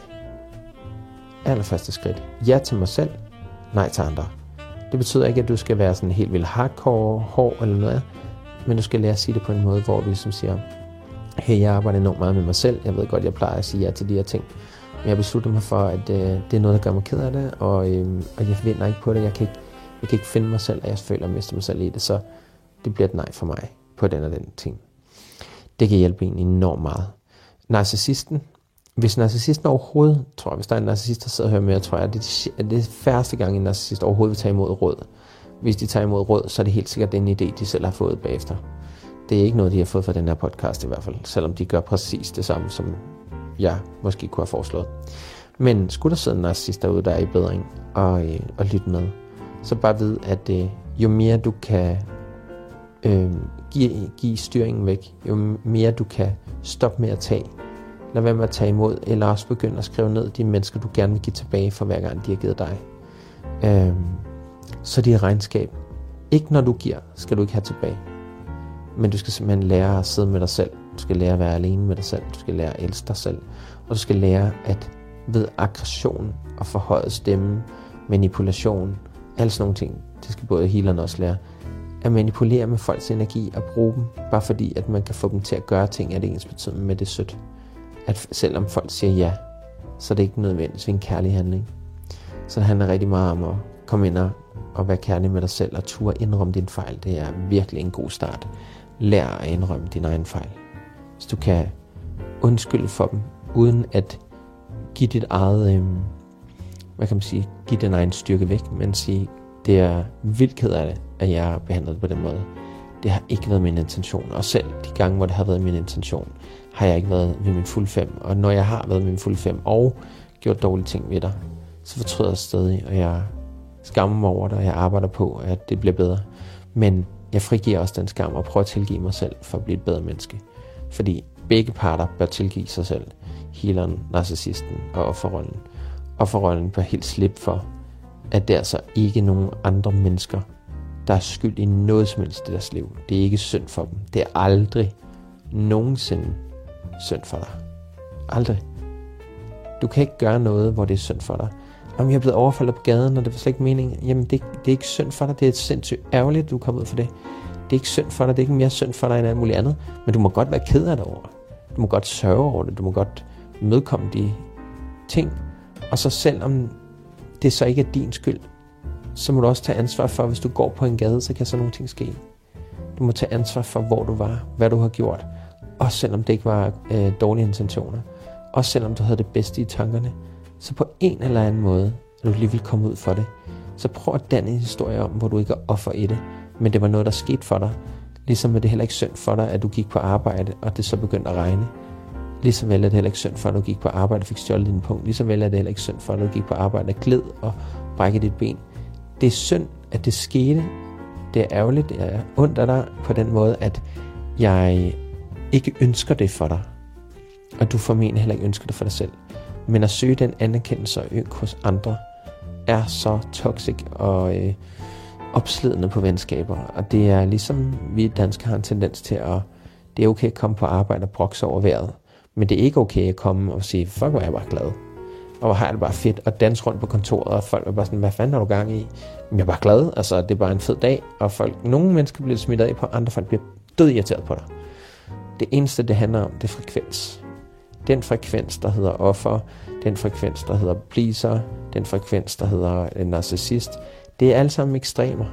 Allerførste skridt. Ja til mig selv, nej til andre. Det betyder ikke, at du skal være sådan helt vildt hardcore, hård eller noget, men du skal lære at sige det på en måde, hvor du ligesom siger, hey, jeg arbejder enormt meget med mig selv, jeg ved godt, jeg plejer at sige ja til de her ting, men jeg beslutter mig for, at øh, det er noget, der gør mig ked af det, og, øh, og jeg vinder ikke på det, jeg kan ikke, jeg kan ikke finde mig selv, og jeg føler, at jeg mister mig selv i det, så det bliver et nej for mig på den og den ting. Det kan hjælpe en enormt meget. Narcissisten, hvis narcissisten overhovedet, tror jeg, hvis der er en narcissist, der sidder og hører med, tror jeg, at det er det første gang, en narcissist overhovedet vil tage imod råd. Hvis de tager imod råd, så er det helt sikkert den idé, de selv har fået bagefter. Det er ikke noget, de har fået fra den her podcast i hvert fald, selvom de gør præcis det samme, som jeg måske kunne have foreslået. Men skulle der sidde en narcissist derude, der er i bedring, og, øh, og lytte med, så bare vid, at øh, jo mere du kan øh, give, give styringen væk, jo mere du kan stoppe med at tage, lad være med at tage imod, eller også begynde at skrive ned de mennesker, du gerne vil give tilbage for hver gang, de har givet dig. Øh, så det er regnskab. Ikke når du giver, skal du ikke have tilbage. Men du skal simpelthen lære at sidde med dig selv. Du skal lære at være alene med dig selv. Du skal lære at elske dig selv. Og du skal lære at ved aggression og forhøjet stemme, manipulation, alle sådan nogle ting, det skal både healerne også lære, at manipulere med folks energi og bruge dem, bare fordi at man kan få dem til at gøre ting, at det ens betydning med det sødt. At selvom folk siger ja, så er det ikke nødvendigvis en kærlig handling. Så det handler rigtig meget om at komme ind og, og være kærlig med dig selv og turde indrømme din fejl. Det er virkelig en god start. Lær at indrømme din egen fejl. Hvis du kan undskylde for dem, uden at give dit eget, øh, hvad kan man sige, give din egen styrke væk, men sige, det er vildt ked af det, at jeg har behandlet det på den måde. Det har ikke været min intention, og selv de gange, hvor det har været min intention, har jeg ikke været ved min fuld fem, og når jeg har været ved min fuld fem, og gjort dårlige ting ved dig, så fortryder jeg stadig, og jeg skammer mig over det, og jeg arbejder på, at det bliver bedre. Men jeg frigiver også den skam, og prøver at tilgive mig selv, for at blive et bedre menneske. Fordi begge parter bør tilgive sig selv. Healeren, narcissisten og offerrollen. Offerrollen bør helt slippe for, at der er så ikke nogen andre mennesker, der er skyld i noget som helst i deres liv. Det er ikke synd for dem. Det er aldrig nogensinde synd for dig. Aldrig. Du kan ikke gøre noget, hvor det er synd for dig. Om jeg er blevet overfaldet på gaden, og det var slet ikke meningen. Jamen, det, det er ikke synd for dig. Det er sindssygt ærgerligt, at du er kommet ud for det. Det er ikke synd for dig. Det er ikke mere synd for dig end alt muligt andet. Men du må godt være ked af det over. Du må godt sørge over det. Du må godt medkomme de ting. Og så selvom det så ikke er din skyld, så må du også tage ansvar for, hvis du går på en gade, så kan sådan nogle ting ske. Du må tage ansvar for, hvor du var, hvad du har gjort. Også selvom det ikke var øh, dårlige intentioner. Også selvom du havde det bedste i tankerne. Så på en eller anden måde, når du lige vil komme ud for det, så prøv at danne en historie om, hvor du ikke er offer i det, men det var noget, der skete for dig. Ligesom er det heller ikke synd for dig, at du gik på arbejde, og det så begyndte at regne. Ligesom vel er det heller ikke synd for dig, at du gik på arbejde og fik stjålet din punkt. Ligesom vel er det heller ikke synd for dig, at du gik på arbejde og gled og brækkede dit ben. Det er synd, at det skete. Det er ærgerligt, det er ondt af dig på den måde, at jeg ikke ønsker det for dig. Og du formentlig heller ikke ønsker det for dig selv. Men at søge den anerkendelse og ønske hos andre, er så toxic og øh, opslidende på venskaber. Og det er ligesom vi danskere har en tendens til at, det er okay at komme på arbejde og brokse over vejret. Men det er ikke okay at komme og sige, fuck hvor er jeg bare glad. Og hvor har jeg det bare fedt at danse rundt på kontoret, og folk er bare sådan, hvad fanden har du gang i? Men jeg er bare glad, altså det er bare en fed dag, og folk, nogle mennesker bliver smittet af på, andre folk bliver død irriteret på dig. Det eneste det handler om, det er frekvens. Den frekvens, der hedder offer, den frekvens, der hedder pleaser, den frekvens, der hedder en narcissist, det er alle sammen ekstremer.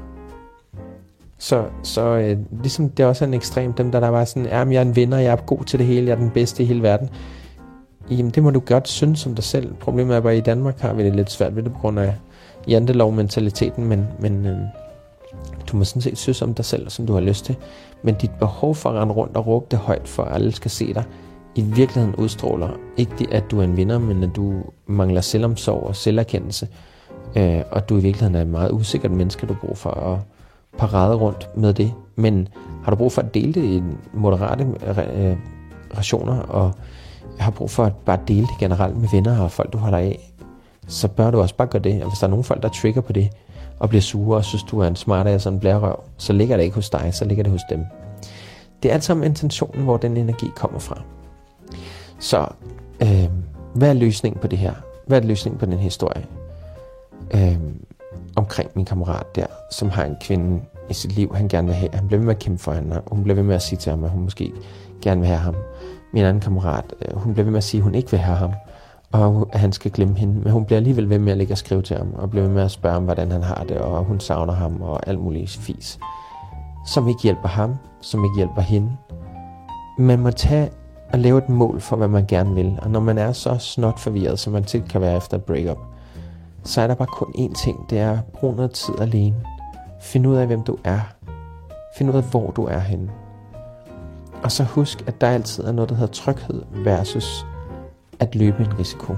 Så, så øh, ligesom det er også en ekstrem, dem der der var sådan, ja, jeg er en vinder, jeg er god til det hele, jeg er den bedste i hele verden. Jamen det må du godt synes om dig selv. Problemet er bare, i Danmark har vi det lidt svært ved det, på grund af jantelov-mentaliteten, men, men øh, du må sådan set synes om dig selv, som du har lyst til. Men dit behov for at rende rundt og råbe det højt, for at alle skal se dig, i virkeligheden udstråler ikke det, at du er en vinder, men at du mangler selvomsorg og selverkendelse, øh, og du i virkeligheden er et meget usikkert menneske, du bruger for at parade rundt med det. Men har du brug for at dele det i moderate øh, rationer, og har brug for at bare dele det generelt med venner og folk, du holder af, så bør du også bare gøre det. Og hvis der er nogle folk, der trigger på det, og bliver sure og synes, du er en smart og sådan en blærerøv, så ligger det ikke hos dig, så ligger det hos dem. Det er alt sammen intentionen, hvor den energi kommer fra. Så øh, hvad er løsningen på det her? Hvad er løsningen på den historie? Øh, omkring min kammerat der, som har en kvinde i sit liv, han gerne vil have. Han bliver ved med at kæmpe for hende, og hun bliver ved med at sige til ham, at hun måske gerne vil have ham. Min anden kammerat, øh, hun bliver ved med at sige, at hun ikke vil have ham, og at han skal glemme hende. Men hun bliver alligevel ved med at ligge og skrive til ham, og bliver ved med at spørge ham, hvordan han har det, og hun savner ham, og alt muligt fis. Som ikke hjælper ham, som ikke hjælper hende. Man må tage og lave et mål for, hvad man gerne vil. Og når man er så snot forvirret, som man tit kan være efter et breakup, så er der bare kun én ting, det er at bruge noget tid alene. Find ud af, hvem du er. Find ud af, hvor du er henne. Og så husk, at der altid er noget, der hedder tryghed versus at løbe en risiko.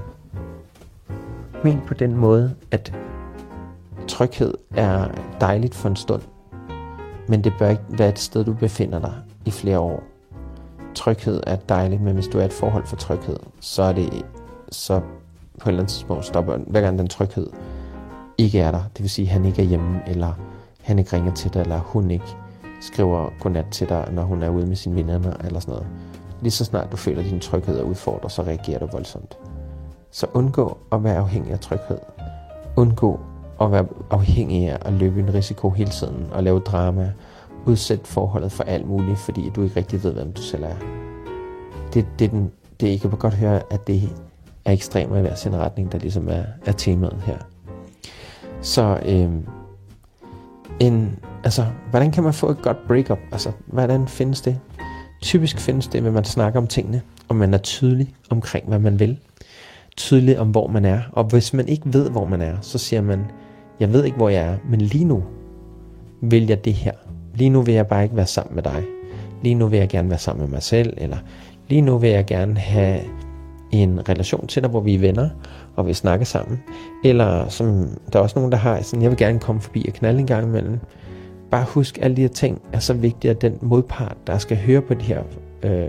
Men på den måde, at tryghed er dejligt for en stund, men det bør ikke være et sted, du befinder dig i flere år. Tryghed er dejligt, men hvis du er et forhold for tryghed, så er det så på et eller andet tidspunkt stopper, hver gang den tryghed ikke er der. Det vil sige, at han ikke er hjemme, eller han ikke ringer til dig, eller hun ikke skriver godnat til dig, når hun er ude med sine veninder, eller sådan noget. Lige så snart du føler, at din tryghed er udfordret, så reagerer du voldsomt. Så undgå at være afhængig af tryghed. Undgå at være afhængig af at løbe en risiko hele tiden, og lave drama. Udsæt forholdet for alt muligt, fordi du ikke rigtig ved, hvem du selv er. Det, det, den, det I kan godt høre, at det er ekstremer i hver sin retning, der ligesom er, er temaet her. Så øhm, en, altså, hvordan kan man få et godt breakup? Altså, hvordan findes det? Typisk findes det, at man snakker om tingene, og man er tydelig omkring, hvad man vil. Tydelig om, hvor man er. Og hvis man ikke ved, hvor man er, så siger man, jeg ved ikke, hvor jeg er, men lige nu vil jeg det her. Lige nu vil jeg bare ikke være sammen med dig. Lige nu vil jeg gerne være sammen med mig selv. Eller lige nu vil jeg gerne have en relation til dig, hvor vi er venner, og vi snakker sammen. Eller som der er også nogen, der har sådan, jeg vil gerne komme forbi og knalde en gang imellem. Bare husk, alle de her ting er så vigtige, at den modpart, der skal høre på de her, øh,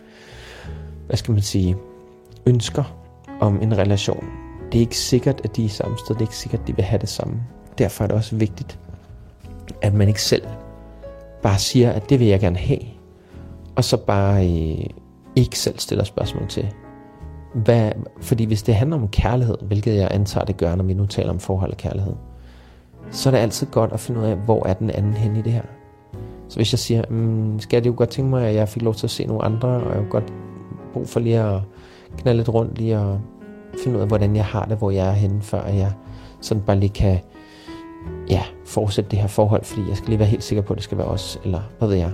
hvad skal man sige, ønsker om en relation. Det er ikke sikkert, at de er i samme sted. Det er ikke sikkert, at de vil have det samme. Derfor er det også vigtigt, at man ikke selv bare siger, at det vil jeg gerne have, og så bare øh, ikke selv stiller spørgsmål til. Hvad, fordi hvis det handler om kærlighed, hvilket jeg antager, det gør, når vi nu taler om forhold og kærlighed, så er det altid godt at finde ud af, hvor er den anden henne i det her. Så hvis jeg siger, mm, skal jeg jo godt tænke mig, at jeg fik lov til at se nogle andre, og jeg har godt brug for lige at knalde lidt rundt, lige at finde ud af, hvordan jeg har det, hvor jeg er henne, før jeg sådan bare lige kan ja, fortsætte det her forhold, fordi jeg skal lige være helt sikker på, at det skal være os, eller hvad ved jeg.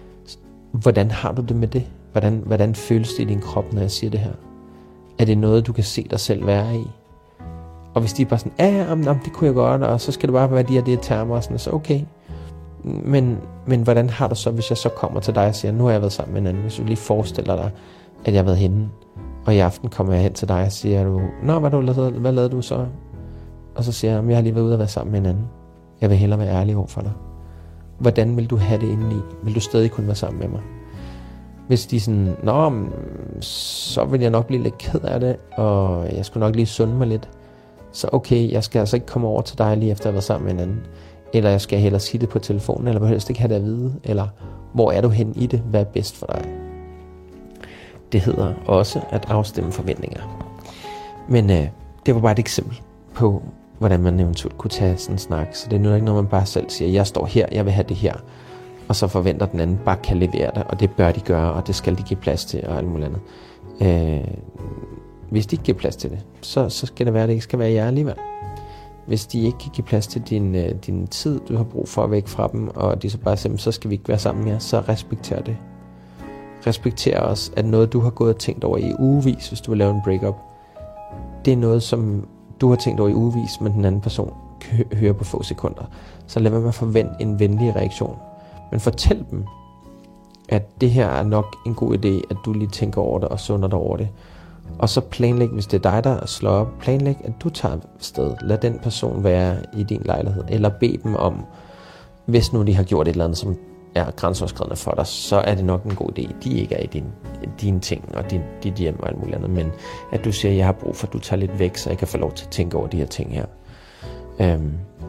Hvordan har du det med det? Hvordan, hvordan føles det i din krop, når jeg siger det her? Er det noget, du kan se dig selv være i? Og hvis de er bare sådan, ja, ja, jamen, det kunne jeg godt, og så skal det bare være de her, de her termer, og sådan, så okay. Men, men hvordan har du så, hvis jeg så kommer til dig og siger, nu har jeg været sammen med en anden, hvis du lige forestiller dig, at jeg har været henne, og i aften kommer jeg hen til dig og siger, du, nå, hvad, du lavede, hvad lavede du så? Og så siger jeg, jeg har lige været ude og være sammen med en anden. Jeg vil hellere være ærlig over for dig. Hvordan vil du have det indeni? Vil du stadig kunne være sammen med mig? Hvis de er sådan, nå, så vil jeg nok blive lidt ked af det, og jeg skulle nok lige sunde mig lidt. Så okay, jeg skal altså ikke komme over til dig lige efter at have været sammen med en anden. Eller jeg skal hellere sige det på telefonen, eller helst ikke have det at vide. Eller hvor er du hen i det? Hvad er bedst for dig? Det hedder også at afstemme forventninger. Men øh, det var bare et eksempel på, hvordan man eventuelt kunne tage sådan en snak. Så det er nu ikke noget, man bare selv siger, jeg står her, jeg vil have det her. Og så forventer den anden bare kan levere det, og det bør de gøre, og det skal de give plads til, og alt muligt andet. Øh, hvis de ikke giver plads til det, så, så skal det være, at det ikke skal være jer alligevel. Hvis de ikke kan give plads til din, øh, din tid, du har brug for at væk fra dem, og de så bare siger, så skal vi ikke være sammen mere, så respekter det. Respekter også, at noget du har gået og tænkt over i ugevis, hvis du vil lave en breakup, det er noget, som du har tænkt over i ugevis, men den anden person hører på få sekunder. Så lad være med at forvente en venlig reaktion. Men fortæl dem, at det her er nok en god idé, at du lige tænker over det og sunder dig over det. Og så planlæg, hvis det er dig, der slår op, planlæg, at du tager sted. Lad den person være i din lejlighed. Eller bed dem om, hvis nu de har gjort et eller andet, som er grænseoverskridende for dig, så er det nok en god idé. De ikke er i din, dine ting og din, dit hjem og alt muligt andet. Men at du siger, at jeg har brug for, at du tager lidt væk, så jeg kan få lov til at tænke over de her ting her. Øhm,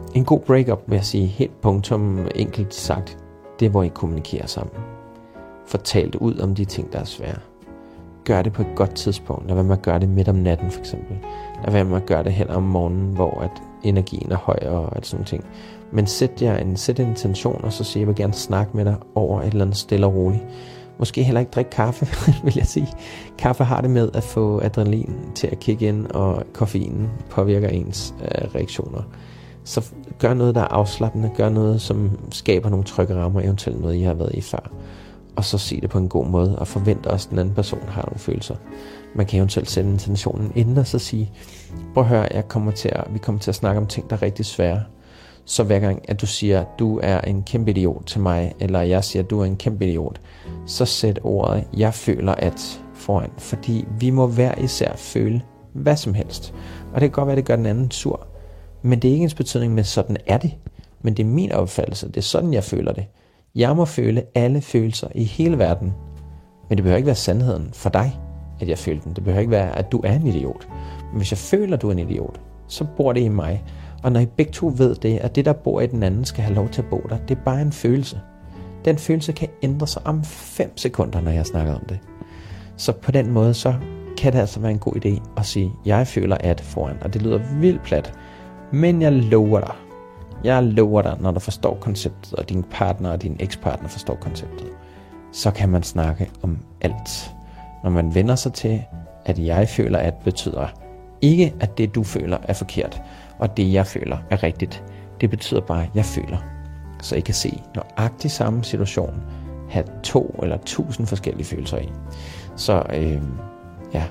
En god breakup, vil jeg sige, helt punktum enkelt sagt, det er, hvor I kommunikerer sammen. Fortæl det ud om de ting, der er svære. Gør det på et godt tidspunkt. Lad være med at gøre det midt om natten, for eksempel. Lad være med at gøre det hen om morgenen, hvor at energien er høj og alt sådan ting. Men sæt jer en, sæt en intention, og så siger jeg, vil gerne snakke med dig over et eller andet stille og roligt. Måske heller ikke drikke kaffe, vil jeg sige. Kaffe har det med at få adrenalin til at kigge ind, og koffeinen påvirker ens øh, reaktioner. Så gør noget, der er afslappende. Gør noget, som skaber nogle trygge rammer, eventuelt noget, I har været i før. Og så sig det på en god måde, og forvente også, at den anden person har nogle følelser. Man kan eventuelt sætte intentionen inden, og så sige, prøv at høre, jeg kommer til at, vi kommer til at snakke om ting, der er rigtig svære. Så hver gang, at du siger, du er en kæmpe idiot til mig, eller jeg siger, du er en kæmpe idiot, så sæt ordet, jeg føler at foran. Fordi vi må hver især føle hvad som helst. Og det kan godt være, at det gør den anden sur. Men det er ikke ens betydning med, sådan er det. Men det er min opfattelse. Det er sådan, jeg føler det. Jeg må føle alle følelser i hele verden. Men det behøver ikke være sandheden for dig, at jeg føler den. Det behøver ikke være, at du er en idiot. Men hvis jeg føler, at du er en idiot, så bor det i mig. Og når I begge to ved det, at det, der bor i den anden, skal have lov til at bo der, det er bare en følelse. Den følelse kan ændre sig om fem sekunder, når jeg snakker om det. Så på den måde, så kan det altså være en god idé at sige, jeg føler at foran. Og det lyder vildt plat. Men jeg lover dig. Jeg lover dig, når du forstår konceptet, og din partner og din ekspartner forstår konceptet, så kan man snakke om alt. Når man vender sig til, at jeg føler at betyder ikke, at det du føler er forkert, og det jeg føler er rigtigt. Det betyder bare, at jeg føler. Så I kan se, nøjagtig samme situation, have to eller tusind forskellige følelser i. Så øh, ja.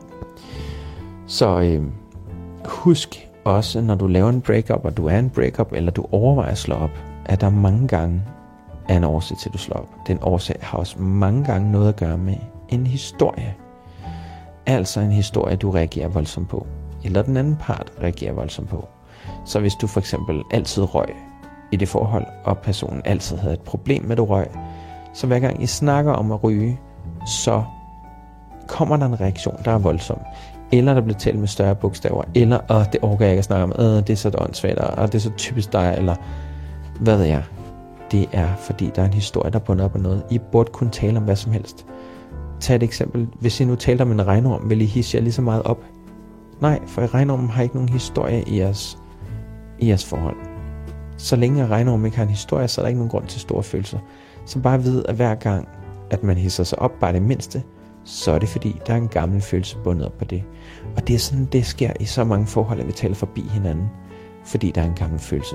Så øh, husk også, når du laver en breakup, og du er en breakup, eller du overvejer at slå op, at der mange gange er en årsag til, at du slår op. Den årsag har også mange gange noget at gøre med en historie. Altså en historie, du reagerer voldsomt på. Eller den anden part reagerer voldsomt på. Så hvis du for eksempel altid røg i det forhold, og personen altid havde et problem med, at du røg, så hver gang I snakker om at ryge, så kommer der en reaktion, der er voldsom. Eller der bliver talt med større bogstaver, eller åh, det orker jeg ikke at snakke om, øh, det er så åndssvagt, og det er så typisk dig, eller hvad ved jeg. Det er, fordi der er en historie, der bunder op af noget. I burde kunne tale om hvad som helst. Tag et eksempel. Hvis I nu talte om en regnorm, vil I hisse jer lige så meget op? Nej, for regnormen har ikke nogen historie i jeres, i jeres forhold. Så længe regnormen ikke har en historie, så er der ikke nogen grund til store følelser. Så bare vide, at hver gang, at man hisser sig op, bare det mindste, så er det fordi, der er en gammel følelse bundet op på det. Og det er sådan, det sker i så mange forhold, at vi taler forbi hinanden, fordi der er en gammel følelse.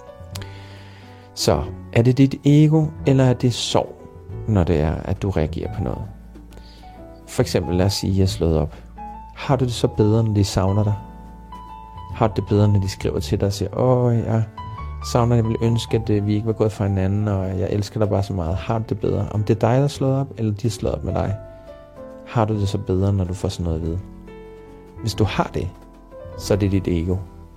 Så er det dit ego, eller er det sorg, når det er, at du reagerer på noget? For eksempel, lad os sige, at jeg er slået op. Har du det så bedre, når de savner dig? Har du det bedre, når de skriver til dig og siger, åh, jeg savner, jeg vil ønske, at vi ikke var gået fra hinanden, og jeg elsker dig bare så meget. Har du det bedre? Om det er dig, der er slået op, eller de er slået op med dig? Har du det så bedre, når du får sådan noget at vide? Hvis du har det, så er det dit ego.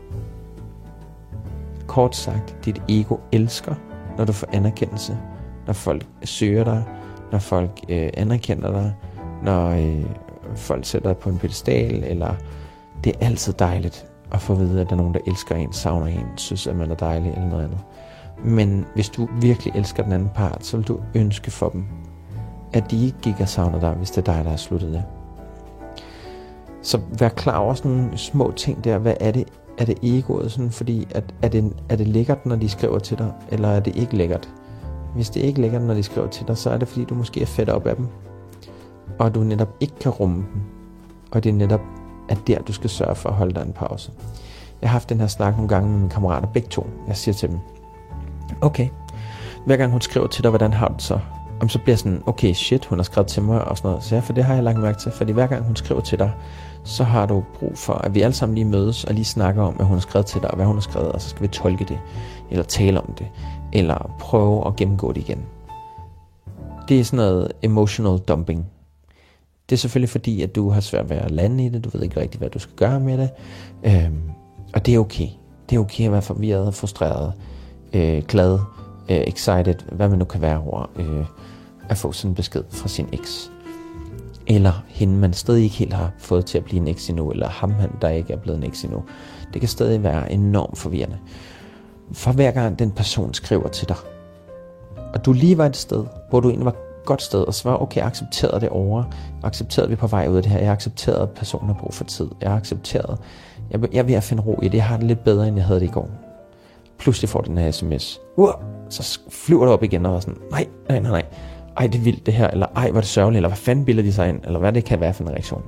Kort sagt, dit ego elsker, når du får anerkendelse, når folk søger dig, når folk øh, anerkender dig, når øh, folk sætter dig på en pedestal, eller det er altid dejligt at få at vide, at der er nogen, der elsker en, savner en, synes, at man er dejlig, eller noget andet. Men hvis du virkelig elsker den anden part, så vil du ønske for dem, at de ikke gik og savner dig, hvis det er dig, der har sluttet det. Så vær klar over sådan nogle små ting der. Hvad er det? Er det egoet? Sådan, fordi at, er, det, er det lækkert, når de skriver til dig, eller er det ikke lækkert? Hvis det ikke er lækkert, når de skriver til dig, så er det fordi, du måske er fedt op af dem, og du netop ikke kan rumme dem. Og det er netop at der, du skal sørge for at holde dig en pause. Jeg har haft den her snak nogle gange med mine kammerater, begge to. Jeg siger til dem, okay, hver gang hun skriver til dig, hvordan har du det så? Om så bliver sådan, okay, shit, hun har skrevet til mig og sådan noget. Så ja, for det har jeg lagt mærke til. Fordi hver gang hun skriver til dig, så har du brug for, at vi alle sammen lige mødes og lige snakker om, hvad hun har skrevet til dig, og hvad hun har skrevet, og så skal vi tolke det, eller tale om det, eller prøve at gennemgå det igen. Det er sådan noget emotional dumping. Det er selvfølgelig fordi, at du har svært ved at lande i det, du ved ikke rigtig, hvad du skal gøre med det, øhm, og det er okay. Det er okay at være forvirret, frustreret, øh, glad, øh, excited, hvad man nu kan være over øh, at få sådan en besked fra sin eks. Eller hende, man stadig ikke helt har fået til at blive en eks endnu, eller ham, der ikke er blevet en eks endnu. Det kan stadig være enormt forvirrende. for hver gang den person skriver til dig, og du lige var et sted, hvor du egentlig var et godt sted, og så var okay, jeg accepterede det over, accepterede vi på vej ud af det her, jeg accepterede, at personen har brug for tid, jeg accepterede, jeg, jeg er ved at finde ro i det, jeg har det lidt bedre, end jeg havde det i går. Pludselig får den her sms, uh, så flyver du op igen, og er sådan, nej, nej, nej, nej, ej, det er vildt det her, eller ej, hvor er det sørgeligt, eller hvad fanden bilder de sig ind, eller hvad det kan være for en reaktion.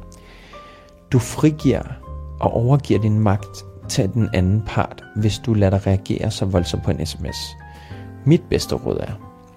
Du frigiver og overgiver din magt til den anden part, hvis du lader dig reagere så voldsomt på en sms. Mit bedste råd er,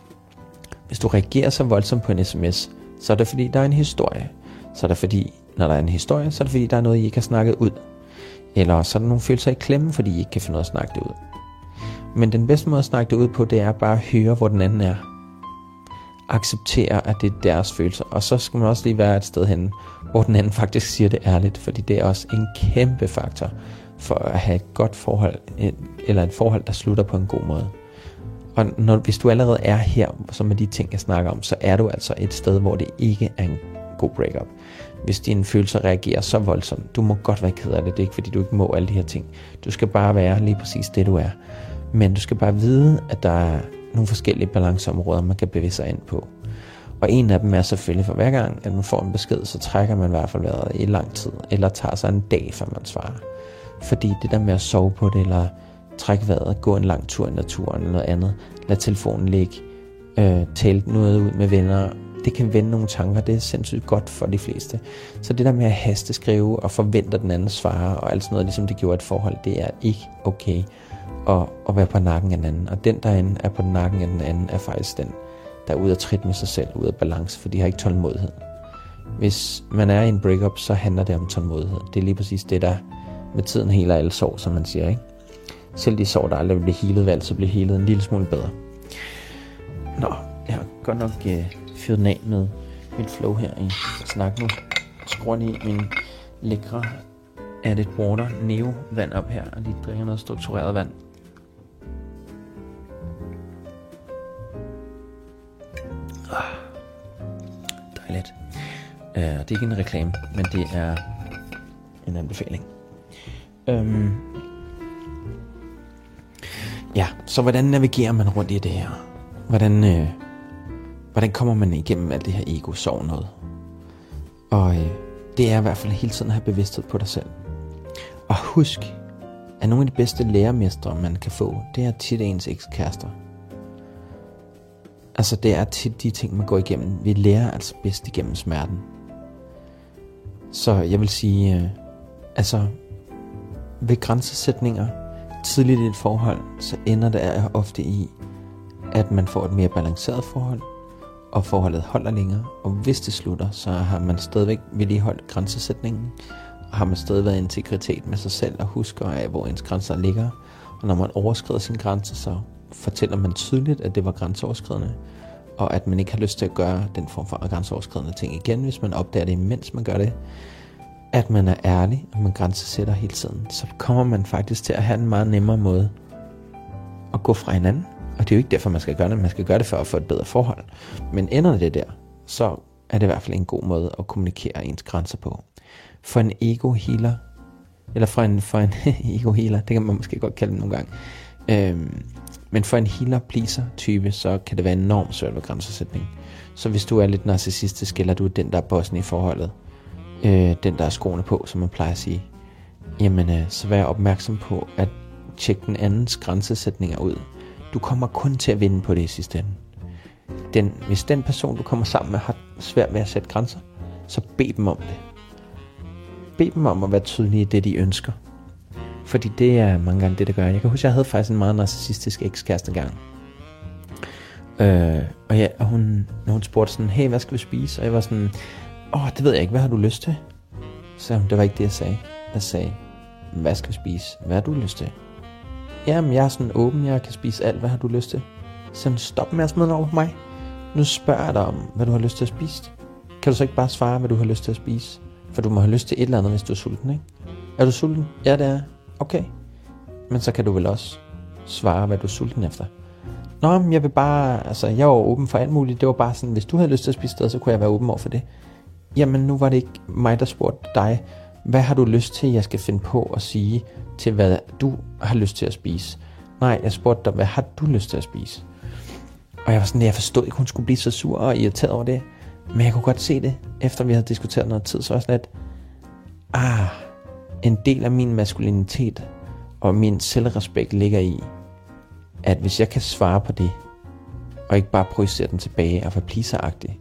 hvis du reagerer så voldsomt på en sms, så er det fordi, der er en historie. Så er det fordi, når der er en historie, så er det fordi, der er noget, I ikke har snakket ud. Eller så er der nogle følelser i klemme, fordi I ikke kan finde noget at snakke det ud. Men den bedste måde at snakke det ud på, det er bare at høre, hvor den anden er. Acceptere, at det er deres følelser. Og så skal man også lige være et sted henne, hvor den anden faktisk siger det ærligt, fordi det er også en kæmpe faktor for at have et godt forhold, eller et forhold, der slutter på en god måde. Og når, hvis du allerede er her, som med de ting, jeg snakker om, så er du altså et sted, hvor det ikke er en god breakup. Hvis dine følelser reagerer så voldsomt, du må godt være ked af det, det er ikke fordi, du ikke må alle de her ting. Du skal bare være lige præcis det, du er. Men du skal bare vide, at der er nogle forskellige balanceområder, man kan bevæge sig ind på. Og en af dem er selvfølgelig, for hver gang, at man får en besked, så trækker man i hvert fald vejret i lang tid, eller tager sig en dag, før man svarer. Fordi det der med at sove på det, eller trække vejret, gå en lang tur i naturen, eller noget andet, lad telefonen ligge, øh, tale noget ud med venner, det kan vende nogle tanker, det er sindssygt godt for de fleste. Så det der med at haste skrive, og forvente den anden svarer, og alt sådan noget, ligesom det gjorde et forhold, det er ikke okay at, at være på nakken af den anden. Og den derinde er på nakken af den anden, er faktisk den, der er ude af trit med sig selv, ude af balance, for de har ikke tålmodighed. Hvis man er i en breakup, så handler det om tålmodighed. Det er lige præcis det, der med tiden heler alle sår, som man siger, ikke? Selv de sår, der aldrig vil blive healet, vil altså blive healet en lille smule bedre. Nå, jeg har godt nok øh, fyret den af med mit flow her i snak nu. Skruer lige min lækre Added Water Neo vand op her, og lige drikker noget struktureret vand. Ah, dejligt. Uh, det er ikke en reklame, men det er en anbefaling. Um, ja, så hvordan navigerer man rundt i det her? Hvordan, øh, hvordan kommer man igennem alt det her ego-sorg noget? Og øh, det er i hvert fald hele tiden at have bevidsthed på dig selv. Og husk, at nogle af de bedste lærermestre, man kan få, det er tit ens ekskærester. Altså det er tit de ting, man går igennem. Vi lærer altså bedst igennem smerten. Så jeg vil sige, øh, altså ved grænsesætninger tidligt i et forhold, så ender det ofte i, at man får et mere balanceret forhold, og forholdet holder længere, og hvis det slutter, så har man stadigvæk vedligeholdt grænsesætningen, og har man stadig været i integritet med sig selv, og husker af, hvor ens grænser ligger, og når man overskrider sin grænse, så fortæller man tydeligt, at det var grænseoverskridende, og at man ikke har lyst til at gøre den form for grænseoverskridende ting igen, hvis man opdager det, mens man gør det. At man er ærlig, og man grænsesætter hele tiden, så kommer man faktisk til at have en meget nemmere måde at gå fra hinanden. Og det er jo ikke derfor, man skal gøre det. Man skal gøre det for at få et bedre forhold. Men ender det der, så er det i hvert fald en god måde at kommunikere ens grænser på. For en ego-healer, eller for en, for en ego-healer, det kan man måske godt kalde det nogle gange. Øhm, men for en healer-pleaser-type, så kan det være enormt svært ved grænsesætning. Så hvis du er lidt narcissistisk, eller du er den, der er bossen i forholdet, øh, den, der er skoene på, som man plejer at sige, jamen øh, så vær opmærksom på at tjekke den andens grænsesætninger ud. Du kommer kun til at vinde på det i sidste ende. Den, hvis den person, du kommer sammen med, har svært ved at sætte grænser, så bed dem om det. Bed dem om at være tydelige i det, de ønsker. Fordi det er mange gange det, der gør. Jeg kan huske, jeg havde faktisk en meget narcissistisk ekskæreste engang. Øh, og, ja, og hun, når hun spurgte sådan, hey, hvad skal vi spise? Og jeg var sådan, åh, det ved jeg ikke, hvad har du lyst til? Så det var ikke det, jeg sagde. Jeg sagde, hvad skal vi spise? Hvad har du lyst til? Jamen, jeg er sådan åben, jeg kan spise alt, hvad har du lyst til? Så stop med at smide over på mig. Nu spørger jeg dig om, hvad du har lyst til at spise. Kan du så ikke bare svare, hvad du har lyst til at spise? For du må have lyst til et eller andet, hvis du er sulten, ikke? Er du sulten? Ja, det er. Okay. Men så kan du vel også svare, hvad du er sulten efter. Nå, men jeg vil bare, altså, jeg var åben for alt muligt. Det var bare sådan, hvis du havde lyst til at spise sted, så kunne jeg være åben over for det. Jamen, nu var det ikke mig, der spurgte dig. Hvad har du lyst til, jeg skal finde på at sige til, hvad du har lyst til at spise? Nej, jeg spurgte dig, hvad har du lyst til at spise? Og jeg var sådan, jeg forstod ikke, hun skulle blive så sur og irriteret over det. Men jeg kunne godt se det, efter vi havde diskuteret noget tid, så også lidt, ah, en del af min maskulinitet og min selvrespekt ligger i, at hvis jeg kan svare på det, og ikke bare projicere den tilbage og være pleaseragtig,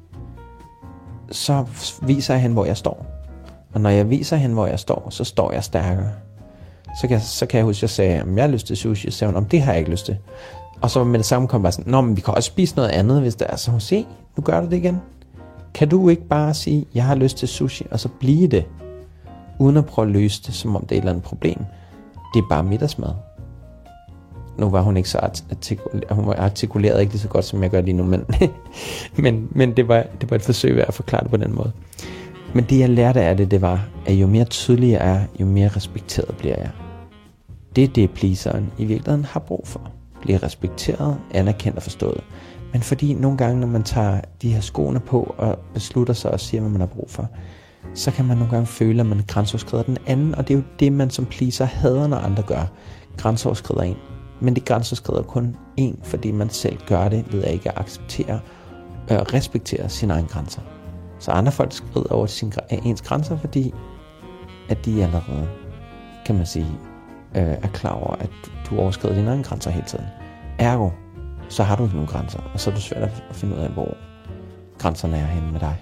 så viser jeg hende, hvor jeg står. Og når jeg viser hende, hvor jeg står, så står jeg stærkere. Så kan, så kan jeg huske, at jeg sagde, om jeg har lyst til sushi, så sagde hun, om det har jeg ikke lyst til. Og så med det samme kom bare sådan, nå, men vi kan også spise noget andet, hvis det er. Så hun siger, nu gør du det igen. Kan du ikke bare sige, jeg har lyst til sushi, og så blive det, uden at prøve at løse det, som om det er et eller andet problem. Det er bare middagsmad. Nu var hun ikke så artikuleret, hun var artikuleret ikke lige så godt, som jeg gør lige nu, men, men, men det, var, det var et forsøg ved at forklare det på den måde. Men det jeg lærte af det, det var, at jo mere tydelig jeg er, jo mere respekteret bliver jeg. Det er det, pleaseren i virkeligheden har brug for. Blive respekteret, anerkendt og forstået. Men fordi nogle gange, når man tager de her skoene på og beslutter sig og siger, hvad man har brug for, så kan man nogle gange føle, at man grænseoverskrider den anden, og det er jo det, man som pleaser hader, når andre gør. Grænseoverskrider en. Men det grænseoverskrider kun en, fordi man selv gør det ved at ikke acceptere og respektere sine egne grænser. Så andre folk skrider over sin, ens grænser, fordi at de allerede, kan man sige, øh, er klar over, at du overskrider dine egne grænser hele tiden. Ergo, så har du ikke nogen grænser, og så er det svært at finde ud af, hvor grænserne er henne med dig.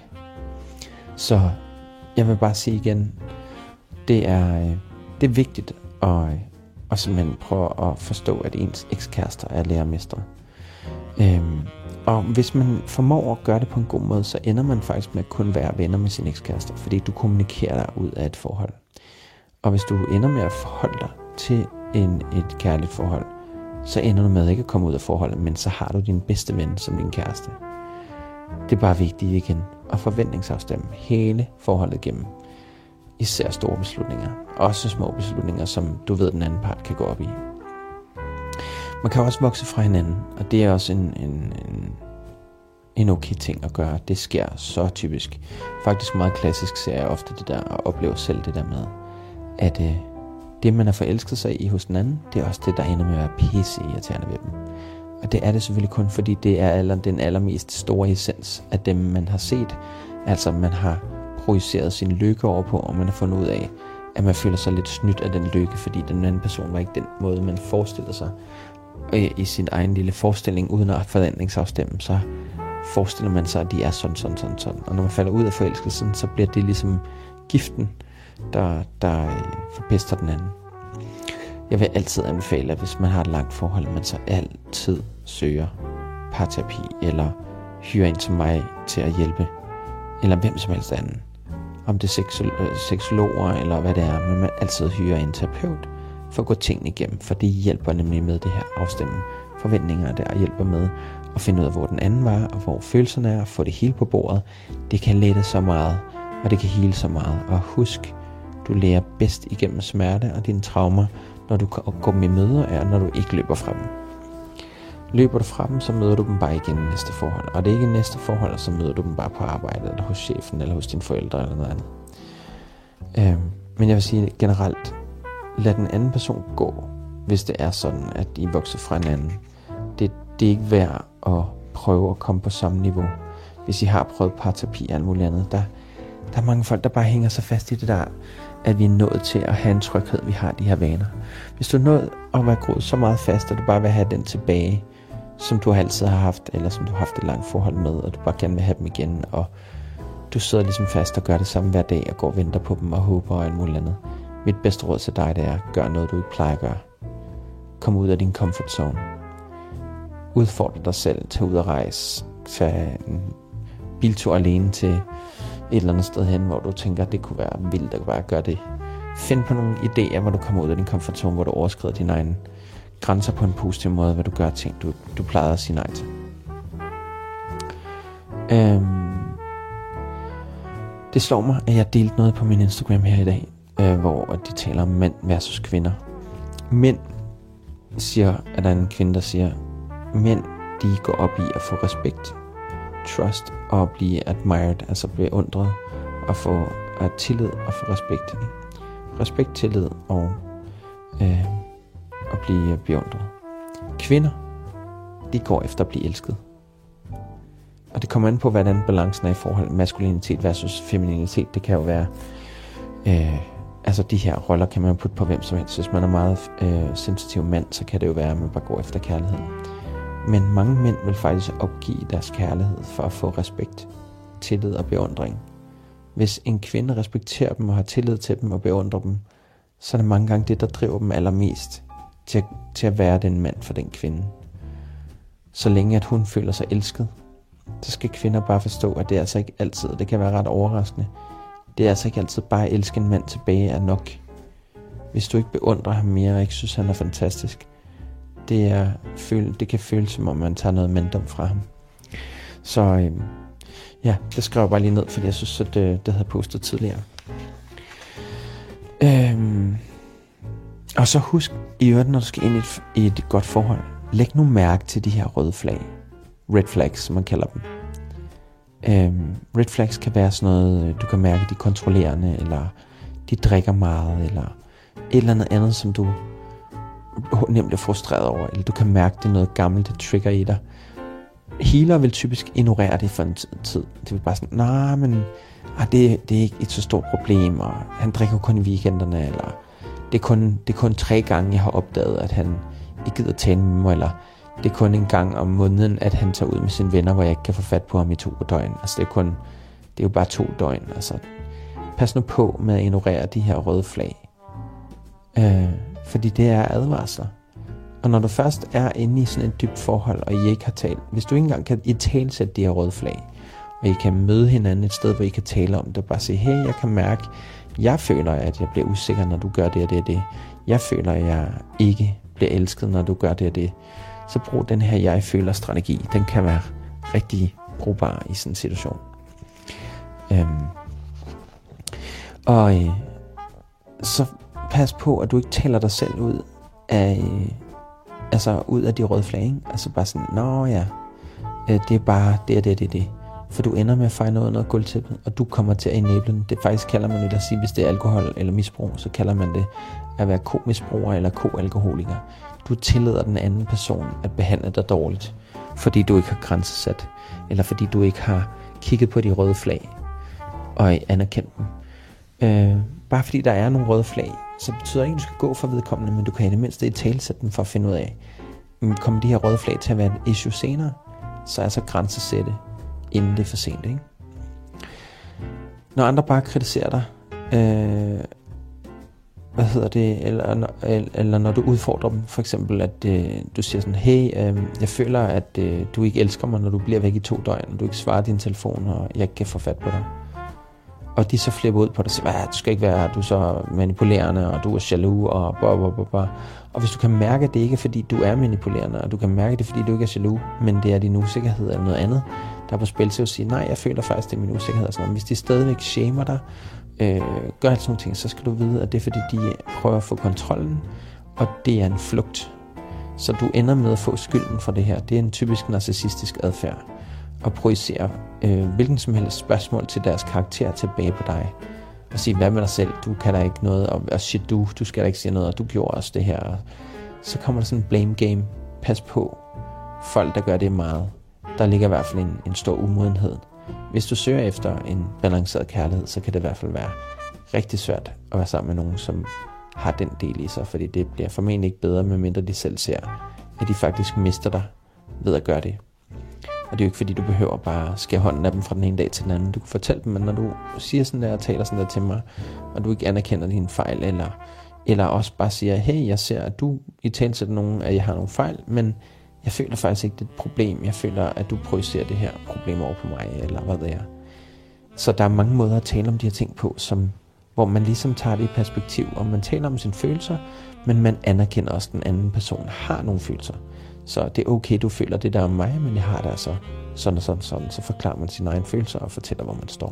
Så jeg vil bare sige igen, det er, det er vigtigt at, at simpelthen prøve at forstå, at ens ekskærester er lærermestre. Øhm, og hvis man formår at gøre det på en god måde, så ender man faktisk med at kun være venner med sin ekskærester, fordi du kommunikerer dig ud af et forhold. Og hvis du ender med at forholde dig til en, et kærligt forhold, så ender du med ikke at komme ud af forholdet, men så har du din bedste ven som din kæreste. Det er bare vigtigt igen at forventningsafstemme hele forholdet igennem. Især store beslutninger. Også små beslutninger, som du ved, den anden part kan gå op i. Man kan også vokse fra hinanden, og det er også en, en, en, en okay ting at gøre. Det sker så typisk. Faktisk meget klassisk ser jeg ofte det der, og oplever selv det der med, at øh, det man har forelsket sig i hos den anden, det er også det, der ender med at være pisse irriterende ved dem. Og det er det selvfølgelig kun, fordi det er aller, den allermest store essens af dem, man har set. Altså, man har projiceret sin lykke over på, og man har fundet ud af, at man føler sig lidt snydt af den lykke, fordi den anden person var ikke den måde, man forestiller sig. Og i sin egen lille forestilling, uden at forventningsafstemme, så forestiller man sig, at de er sådan, sådan, sådan, sådan. Og når man falder ud af forelskelsen, så bliver det ligesom giften, der, der forpester den anden. Jeg vil altid anbefale, at hvis man har et langt forhold, man så altid søger parterapi, eller hyrer en som mig til at hjælpe, eller hvem som helst anden. Om det er seksu- seksologer, eller hvad det er, men man altid hyrer en terapeut, for at gå tingene igennem, for det hjælper nemlig med det her afstemme forventninger, der hjælper med at finde ud af, hvor den anden var, og hvor følelserne er, og få det hele på bordet. Det kan lette så meget, og det kan hele så meget. Og husk, du lærer bedst igennem smerte og dine traumer, når du går dem i møde, og når du ikke løber fra dem. Løber du fra dem, så møder du dem bare igen i næste forhold. Og det er ikke i næste forhold, så møder du dem bare på arbejdet, eller hos chefen, eller hos dine forældre, eller noget andet. Øhm, men jeg vil sige generelt, lad den anden person gå, hvis det er sådan, at I vokser fra hinanden. Det, det er ikke værd at prøve at komme på samme niveau. Hvis I har prøvet parterapi og alt muligt andet, der, der er mange folk, der bare hænger sig fast i det der, at vi er nået til at have en tryghed, vi har de her vaner. Hvis du er nået at være groet så meget fast, at du bare vil have den tilbage, som du altid har haft, eller som du har haft et langt forhold med, og du bare gerne vil have dem igen, og du sidder ligesom fast og gør det samme hver dag, og går og venter på dem, og håber og alt muligt andet. Mit bedste råd til dig, det er, gør noget, du ikke plejer at gøre. Kom ud af din comfort zone. Udfordre dig selv til ud at rejse. Tag en biltur alene til et eller andet sted hen, hvor du tænker, det kunne være vildt at bare gøre det. Find på nogle idéer, hvor du kommer ud af din comfort zone, hvor du overskrider dine egne grænser på en positiv måde, hvor du gør ting, du, du plejede at sige nej til. Øhm, det slår mig, at jeg delte noget på min Instagram her i dag, øh, hvor de taler om mænd versus kvinder. Mænd siger, at der er en kvinde, der siger, mænd, de går op i at få respekt, trust og blive admired, altså blive undret og få uh, tillid og få respekt. Respekt, tillid og øh, at blive beundret. Kvinder, de går efter at blive elsket. Og det kommer an på, hvordan balancen er i forhold maskulinitet versus femininitet. Det kan jo være, øh, altså de her roller kan man putte på hvem som helst. Hvis man er meget øh, sensitiv mand, så kan det jo være, at man bare går efter kærligheden. Men mange mænd vil faktisk opgive deres kærlighed for at få respekt, tillid og beundring. Hvis en kvinde respekterer dem og har tillid til dem og beundrer dem, så er det mange gange det, der driver dem allermest til at, til at være den mand for den kvinde. Så længe at hun føler sig elsket, så skal kvinder bare forstå, at det er altså ikke altid, og det kan være ret overraskende, det er altså ikke altid bare at elske en mand tilbage er nok. Hvis du ikke beundrer ham mere og ikke synes, han er fantastisk, det, er, det kan føles som om, man tager noget manddom fra ham. Så øh, ja, det skrev jeg bare lige ned, fordi jeg synes, at det, det havde jeg postet tidligere. Øhm, og så husk i øvrigt, når du skal ind i et, i et godt forhold, læg nu mærke til de her røde flag. Red flags, som man kalder dem. Øhm, red flags kan være sådan noget, du kan mærke, de er kontrollerende, eller de drikker meget, eller et eller andet andet, som du nemt er frustreret over, eller du kan mærke, det er noget gammelt, det trigger i dig. Healer vil typisk ignorere det for en tid. Det vil bare sådan, nej, men ah, det, det er ikke et så stort problem, og han drikker kun i weekenderne, eller det er kun, det er kun tre gange, jeg har opdaget, at han ikke gider tale med mig, eller det er kun en gang om måneden, at han tager ud med sine venner, hvor jeg ikke kan få fat på ham i to døgn. Altså det er kun, det er jo bare to døgn. Altså pas nu på med at ignorere de her røde flag. Øh, fordi det er advarsler. Og når du først er inde i sådan et dybt forhold, og I ikke har talt, hvis du ikke engang kan italesætte de her røde flag, og I kan møde hinanden et sted, hvor I kan tale om det, og bare sige, hey, jeg kan mærke, jeg føler, at jeg bliver usikker, når du gør det og det og det. Jeg føler, at jeg ikke bliver elsket, når du gør det og det. Så brug den her jeg-føler-strategi. Den kan være rigtig brugbar i sådan en situation. Øhm. Og øh, så pas på, at du ikke taler dig selv ud af, øh, altså ud af de røde flag, ikke? Altså bare sådan, nå ja, øh, det er bare det og det og det, det. For du ender med at fejre noget, noget gulvtæppet, og du kommer til at enable den. Det faktisk kalder man det at sige, hvis det er alkohol eller misbrug, så kalder man det at være ko-misbruger eller ko-alkoholiker. Du tillader den anden person at behandle dig dårligt, fordi du ikke har grænsesat, eller fordi du ikke har kigget på de røde flag og anerkendt dem. Øh, bare fordi der er nogle røde flag, så betyder det ikke, at du skal gå for vedkommende, men du kan i det mindste i talesætte dem for at finde ud af, kommer de her røde flag til at være et issue senere, så altså grænsesætte, inden det er for sent, ikke? Når andre bare kritiserer dig, øh, hvad hedder det, eller, eller når du udfordrer dem, for eksempel at øh, du siger sådan, hey, øh, jeg føler at øh, du ikke elsker mig, når du bliver væk i to døgn, og du ikke svarer din telefon, og jeg ikke kan få fat på dig. Og de så flipper ud på dig og siger, du skal ikke være her, du er så manipulerende, og du er jaloux, og blah, blah, blah, blah. Og hvis du kan mærke, at det ikke er fordi du er manipulerende, og du kan mærke, at det er fordi du ikke er jaloux, men det er din usikkerhed eller noget andet, der er på spil til at sige, nej, jeg føler faktisk, det er min usikkerhed og sådan noget. Hvis de stadigvæk shamer dig, øh, gør alt sådan nogle ting, så skal du vide, at det er fordi, de prøver at få kontrollen, og det er en flugt. Så du ender med at få skylden for det her. Det er en typisk narcissistisk adfærd. Og projicere øh, hvilken som helst spørgsmål til deres karakter tilbage på dig. Og sige, hvad med dig selv? Du kan da ikke noget, og, og shit, du, du skal da ikke sige noget, og du gjorde også det her. Så kommer der sådan en blame game. Pas på. Folk, der gør det meget. Der ligger i hvert fald en, en stor umodenhed. Hvis du søger efter en balanceret kærlighed, så kan det i hvert fald være rigtig svært at være sammen med nogen, som har den del i sig. Fordi det bliver formentlig ikke bedre, medmindre de selv ser, at de faktisk mister dig ved at gøre det. Og det er jo ikke fordi, du behøver bare at skære hånden af dem fra den ene dag til den anden. Du kan fortælle dem, at når du siger sådan der og taler sådan der til mig, og du ikke anerkender dine fejl, eller, eller også bare siger, hey, jeg ser, at du i tale til nogen, at jeg har nogle fejl, men jeg føler faktisk ikke, det er et problem. Jeg føler, at du projicerer det her problem over på mig, eller hvad det er. Så der er mange måder at tale om de her ting på, som, hvor man ligesom tager det i perspektiv, og man taler om sine følelser, men man anerkender også, at den anden person har nogle følelser. Så det er okay, du føler det der om mig, men jeg har det altså sådan og sådan, sådan. Så forklarer man sine egne følelser og fortæller, hvor man står.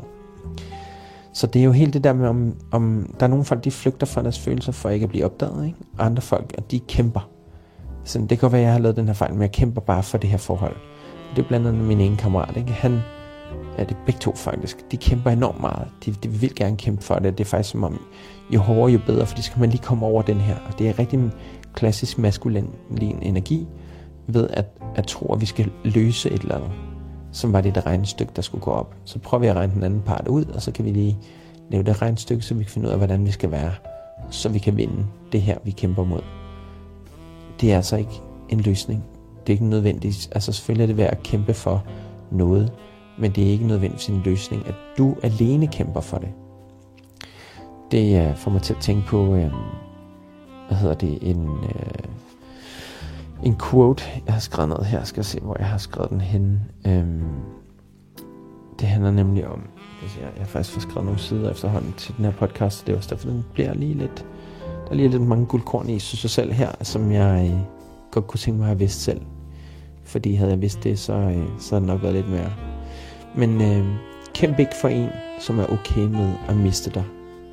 Så det er jo helt det der med, om, om der er nogle folk, de flygter fra deres følelser for ikke at blive opdaget, ikke? Og andre folk, at de kæmper. Så det kan være, at jeg har lavet den her fejl, men jeg kæmper bare for det her forhold. Det er blandt andet min ene kammerat, ikke? Han, ja, det er begge to faktisk, de kæmper enormt meget. De, de vil gerne kæmpe for det. Det er faktisk som om, jo hårdere, jo bedre, for så skal man lige komme over den her. Og det er rigtig klassisk maskulin energi, ved at, at tro, at vi skal løse et eller andet, som var det der regnestykke, der skulle gå op. Så prøver vi at regne den anden part ud, og så kan vi lige lave det regnestykke, så vi kan finde ud af, hvordan vi skal være, så vi kan vinde det her, vi kæmper mod. Det er altså ikke en løsning. Det er ikke nødvendigt. Altså selvfølgelig er det værd at kæmpe for noget, men det er ikke nødvendigvis en løsning, at du alene kæmper for det. Det får mig til at tænke på, øh, hvad hedder det, en, øh, en quote, jeg har skrevet ned her. Jeg skal se, hvor jeg har skrevet den henne. Øhm, det handler nemlig om, jeg, jeg har faktisk fået skrevet nogle sider efterhånden til den her podcast, det er også derfor, den bliver lige lidt, der er lige lidt mange guldkorn i, synes jeg selv her, som jeg øh, godt kunne tænke mig at have vidst selv. Fordi havde jeg vidst det, så, øh, så havde det nok været lidt mere. Men øh, kæmp ikke for en, som er okay med at miste dig.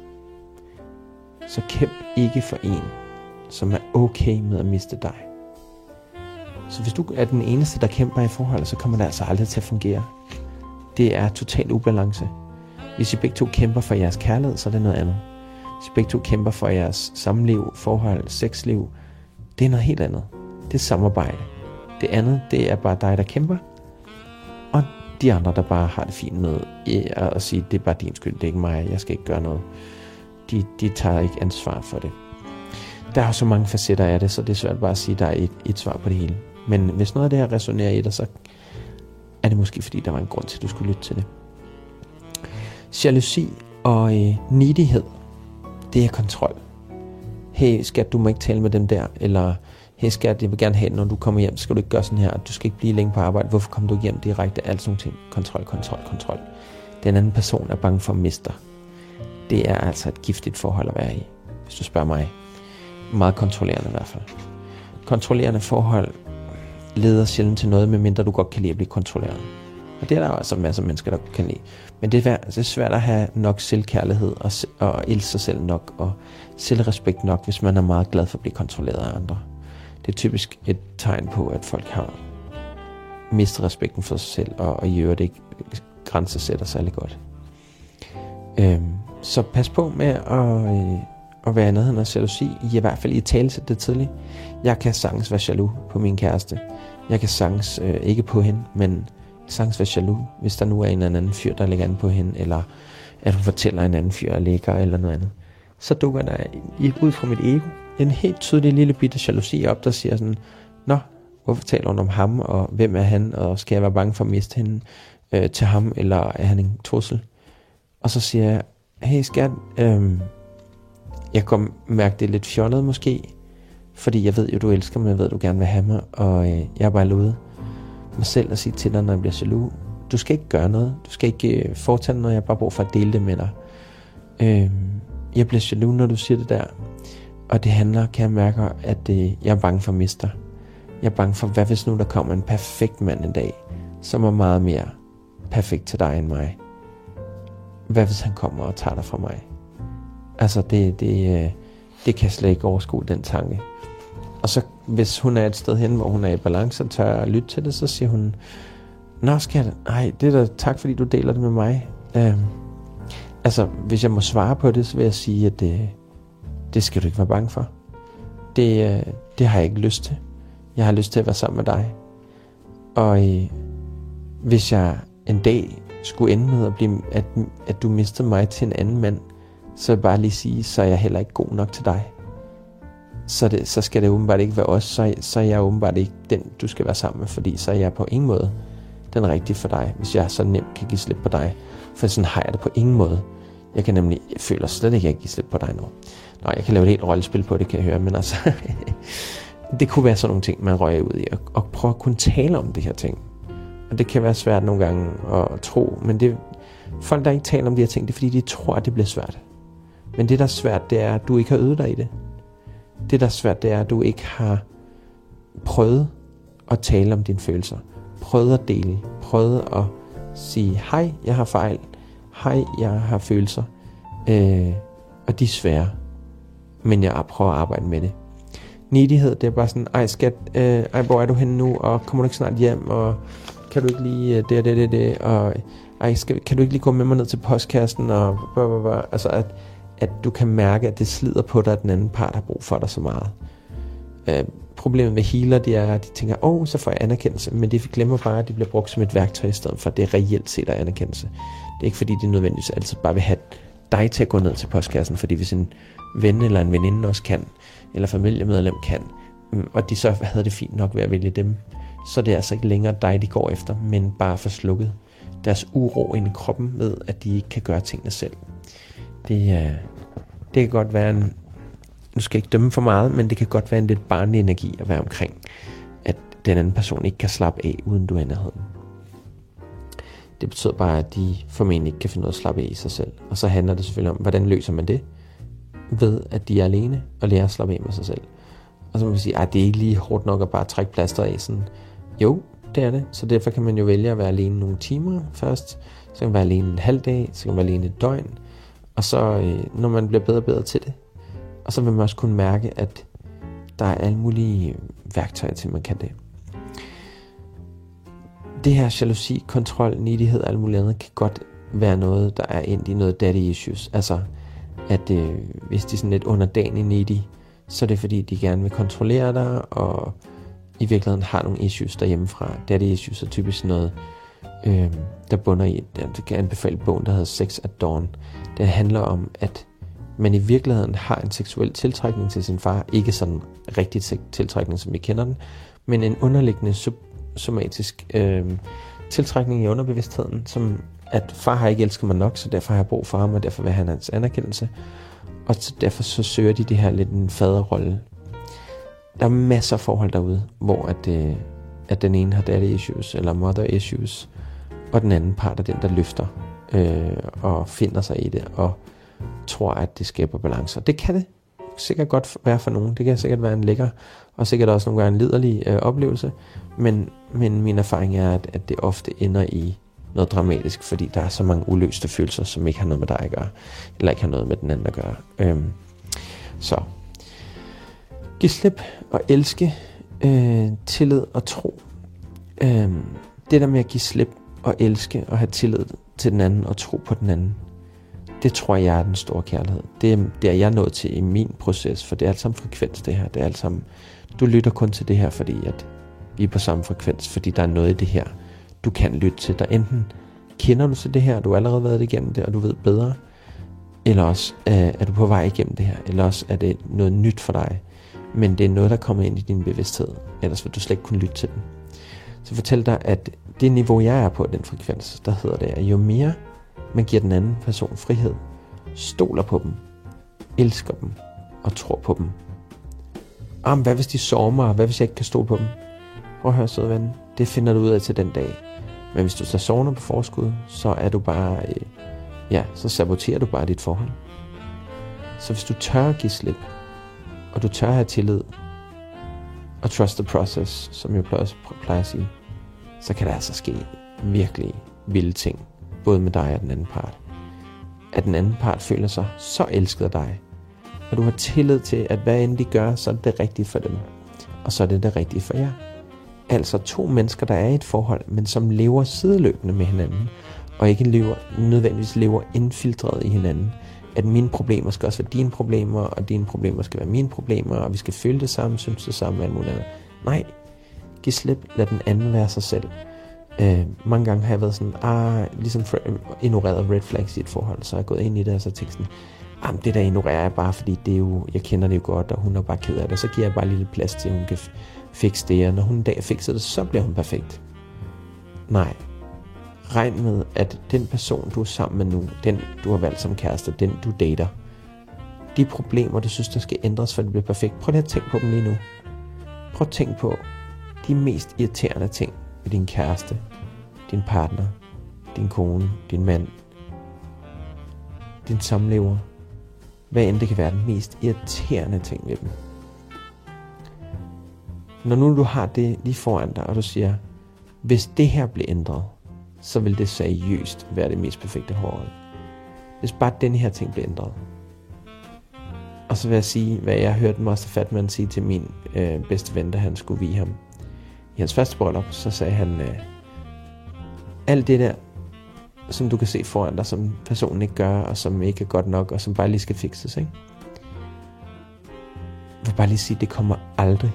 Så kæmp ikke for en, som er okay med at miste dig. Så hvis du er den eneste, der kæmper i forholdet, så kommer det altså aldrig til at fungere. Det er total ubalance. Hvis I begge to kæmper for jeres kærlighed, så er det noget andet. Hvis I begge to kæmper for jeres samliv, forhold, sexliv, det er noget helt andet. Det er samarbejde. Det andet, det er bare dig, der kæmper. Og de andre, der bare har det fint med at sige, det er bare din skyld, det er ikke mig, jeg skal ikke gøre noget. De, de tager ikke ansvar for det. Der er jo så mange facetter af det, så det er svært bare at sige, at der er et, et svar på det hele. Men hvis noget af det her resonerer i dig, så er det måske fordi, der var en grund til, at du skulle lytte til det. Jalousi og øh, needighed, det er kontrol. Hey skat, du må ikke tale med dem der, eller hey skat, jeg vil gerne have det, når du kommer hjem, skal du ikke gøre sådan her, du skal ikke blive længe på arbejde, hvorfor kommer du hjem direkte, alt sådan nogle ting. Kontrol, kontrol, kontrol. Den anden person er bange for at miste dig. Det er altså et giftigt forhold at være i, hvis du spørger mig. Meget kontrollerende i hvert fald. Kontrollerende forhold leder sjældent til noget, medmindre du godt kan lide at blive kontrolleret. Og det er der jo altså masser af mennesker, der kan lide. Men det er, det er svært at have nok selvkærlighed og, og elske sig selv nok og selvrespekt nok, hvis man er meget glad for at blive kontrolleret af andre. Det er typisk et tegn på, at folk har mistet respekten for sig selv og, og i øvrigt ikke grænsesætter særlig godt. Øhm, så pas på med at, øh, at være nærheden af jalousi, i hvert fald i talesæt det tidligt. Jeg kan sagtens være jaloux på min kæreste. Jeg kan sagtens, øh, ikke på hende, men sagtens være jaloux, hvis der nu er en eller anden fyr, der ligger an på hende, eller at hun fortæller en anden fyr, der ligger, eller noget andet. Så dukker der ud fra mit ego en helt tydelig lille bitte jalousi op, der siger sådan, nå, hvorfor taler hun om ham, og hvem er han, og skal jeg være bange for at miste hende øh, til ham, eller er han en trussel? Og så siger jeg, hey skat, øhm, jeg kan mærke, det er lidt fjollet måske, fordi jeg ved jo, du elsker mig, jeg ved, du gerne vil have mig, og øh, jeg har bare lovet mig selv at sige til dig, når jeg bliver jaloux, du skal ikke gøre noget, du skal ikke øh, foretage noget, jeg har bare brug for at dele det med dig. Øh, jeg bliver jaloux, når du siger det der, og det handler, kan jeg mærke, at øh, jeg er bange for at miste dig. Jeg er bange for, hvad hvis nu der kommer en perfekt mand en dag, som er meget mere perfekt til dig end mig. Hvad hvis han kommer og tager dig fra mig? Altså, det, det, øh, det kan jeg slet ikke overskue, den tanke. Og så, hvis hun er et sted hen, hvor hun er i balance og tør at lytte til det, så siger hun, nå skat, ej, det er da tak, fordi du deler det med mig. Øhm, altså, hvis jeg må svare på det, så vil jeg sige, at det, det skal du ikke være bange for. Det, øh, det har jeg ikke lyst til. Jeg har lyst til at være sammen med dig. Og øh, hvis jeg en dag skulle ende med at, blive, at, at du mistede mig til en anden mand, så vil jeg bare lige sige, så er jeg heller ikke god nok til dig. Så, det, så skal det åbenbart ikke være os, så, så er jeg åbenbart ikke den, du skal være sammen med, fordi så er jeg på ingen måde den rigtige for dig, hvis jeg så nemt kan give slip på dig. For sådan har jeg det på ingen måde. Jeg kan nemlig, jeg føler slet ikke, at jeg kan give slip på dig nu. Nå, jeg kan lave et helt rollespil på det, kan jeg høre, men altså, det kunne være sådan nogle ting, man røger ud i, og, og prøve at kunne tale om det her ting. Og det kan være svært nogle gange at tro, men det, folk, der ikke taler om de her ting, det er fordi, de tror, at det bliver svært. Men det, der er svært, det er, at du ikke har øvet dig i det. Det, der er svært, det er, at du ikke har prøvet at tale om dine følelser. Prøvet at dele. Prøvet at sige, hej, jeg har fejl. Hej, jeg har følelser. Øh, og de er svære. Men jeg prøver at arbejde med det. Needighed, det er bare sådan, ej skat, øh, ej, hvor er du henne nu? Og kommer du ikke snart hjem? Og kan du ikke lige det og det, det, det? Og ej, skal, kan du ikke lige gå med mig ned til postkassen? Og blah, blah, blah. Altså, at at du kan mærke, at det slider på dig, at den anden part har brug for dig så meget. Øh, problemet med healer, det er, at de tænker, åh, oh, så får jeg anerkendelse, men de glemmer bare, at de bliver brugt som et værktøj i stedet for, at det er reelt set af anerkendelse. Det er ikke fordi, de nødvendigvis altid bare vil have dig til at gå ned til postkassen, fordi hvis en ven eller en veninde også kan, eller familiemedlem kan, og de så havde det fint nok ved at vælge dem, så det er altså ikke længere dig, de går efter, men bare for slukket deres uro ind i kroppen ved, at de ikke kan gøre tingene selv. Det, uh, det kan godt være en, nu skal jeg ikke dømme for meget, men det kan godt være en lidt barnlig energi at være omkring, at den anden person ikke kan slappe af, uden du er i nærheden. Det betyder bare, at de formentlig ikke kan finde noget at slappe af i sig selv. Og så handler det selvfølgelig om, hvordan løser man det? Ved, at de er alene og lærer at slappe af med sig selv. Og så må man sige, at det er ikke lige hårdt nok at bare trække plaster af sådan. Jo, det er det. Så derfor kan man jo vælge at være alene nogle timer først. Så kan man være alene en halv dag, så kan man være alene et døgn. Og så, øh, når man bliver bedre og bedre til det, og så vil man også kunne mærke, at der er alle mulige værktøjer til, man kan det. Det her jalousi, kontrol, needighed og alt muligt andet, kan godt være noget, der er endt i noget daddy issues. Altså, at øh, hvis de er sådan lidt underdanig needy, så er det fordi, de gerne vil kontrollere dig, og i virkeligheden har nogle issues derhjemmefra. Daddy issues er typisk noget, øh, der bunder i, det kan anbefale bogen, der hedder Sex at Dawn. Det handler om, at man i virkeligheden har en seksuel tiltrækning til sin far. Ikke sådan rigtig tiltrækning, som vi kender den, men en underliggende sub- somatisk øh, tiltrækning i underbevidstheden, som at far har ikke elsket mig nok, så derfor har jeg brug for ham, og derfor vil han hans anerkendelse. Og så derfor så søger de det her lidt en faderrolle. Der er masser af forhold derude, hvor at, øh, at den ene har daddy issues, eller mother issues, og den anden part er den, der løfter øh, og finder sig i det, og tror, at det skaber balance. Og det kan det sikkert godt være for nogen. Det kan sikkert være en lækker, og sikkert også nogle gange en liderlig øh, oplevelse. Men, men min erfaring er, at, at det ofte ender i noget dramatisk, fordi der er så mange uløste følelser, som ikke har noget med dig at gøre, eller ikke har noget med den anden at gøre. Øhm, så giv slip og elske, øh, tillid og tro. Øhm, det der med at give slip og elske og have tillid til den anden og tro på den anden, det tror jeg er den store kærlighed. Det er, det er jeg nået til i min proces, for det er alt sammen frekvens det her. Det er alt sammen, du lytter kun til det her, fordi at vi er på samme frekvens, fordi der er noget i det her, du kan lytte til. Der enten kender du til det her, du har allerede været igennem det, og du ved bedre, eller også øh, er du på vej igennem det her, eller også er det noget nyt for dig, men det er noget, der kommer ind i din bevidsthed, ellers vil du slet ikke kunne lytte til den. Så fortæl dig, at det niveau, jeg er på, den frekvens, der hedder det, at jo mere man giver den anden person frihed, stoler på dem, elsker dem og tror på dem. Ah, hvad hvis de sover mig? Hvad hvis jeg ikke kan stole på dem? Prøv at høre, søde ven. Det finder du ud af til den dag. Men hvis du så sovner på forskud, så er du bare, øh, ja, så saboterer du bare dit forhold. Så hvis du tør at give slip, og du tør at have tillid, og trust the process, som jeg plejer, plejer at sige, så kan der altså ske virkelig vilde ting, både med dig og den anden part. At den anden part føler sig så elsket af dig, og du har tillid til, at hvad end de gør, så er det det rigtige for dem, og så er det det rigtige for jer. Altså to mennesker, der er i et forhold, men som lever sideløbende med hinanden, og ikke lever, nødvendigvis lever indfiltreret i hinanden. At mine problemer skal også være dine problemer, og dine problemer skal være mine problemer, og vi skal føle det samme, synes det samme, alt muligt andet. Nej, giv slip, lad den anden være sig selv. Øh, mange gange har jeg været sådan, ah, ligesom for, øh, ignoreret red flags i et forhold, så har jeg gået ind i det, og så tænkt sådan, ah, det der ignorerer jeg bare, fordi det er jo, jeg kender det jo godt, og hun er bare ked af det, så giver jeg bare lidt plads til, at hun kan fikse det, og når hun en dag fikser det, så bliver hun perfekt. Nej. Regn med, at den person, du er sammen med nu, den du har valgt som kæreste, den du dater, de problemer, du synes, der skal ændres, for at det bliver perfekt, prøv lige at tænke på dem lige nu. Prøv at tænke på de mest irriterende ting ved din kæreste, din partner, din kone, din mand, din samlever. Hvad end det kan være den mest irriterende ting ved dem. Når nu du har det lige foran dig, og du siger, hvis det her bliver ændret, så vil det seriøst være det mest perfekte forhold. Hvis bare denne her ting bliver ændret. Og så vil jeg sige, hvad jeg hørte Master Fatman sige til min øh, bedste ven, da han skulle vie ham. I hans første bryllup, så sagde han, øh, alt det der, som du kan se foran dig, som personen ikke gør, og som ikke er godt nok, og som bare lige skal fikses, ikke? Jeg vil bare lige sige, det kommer aldrig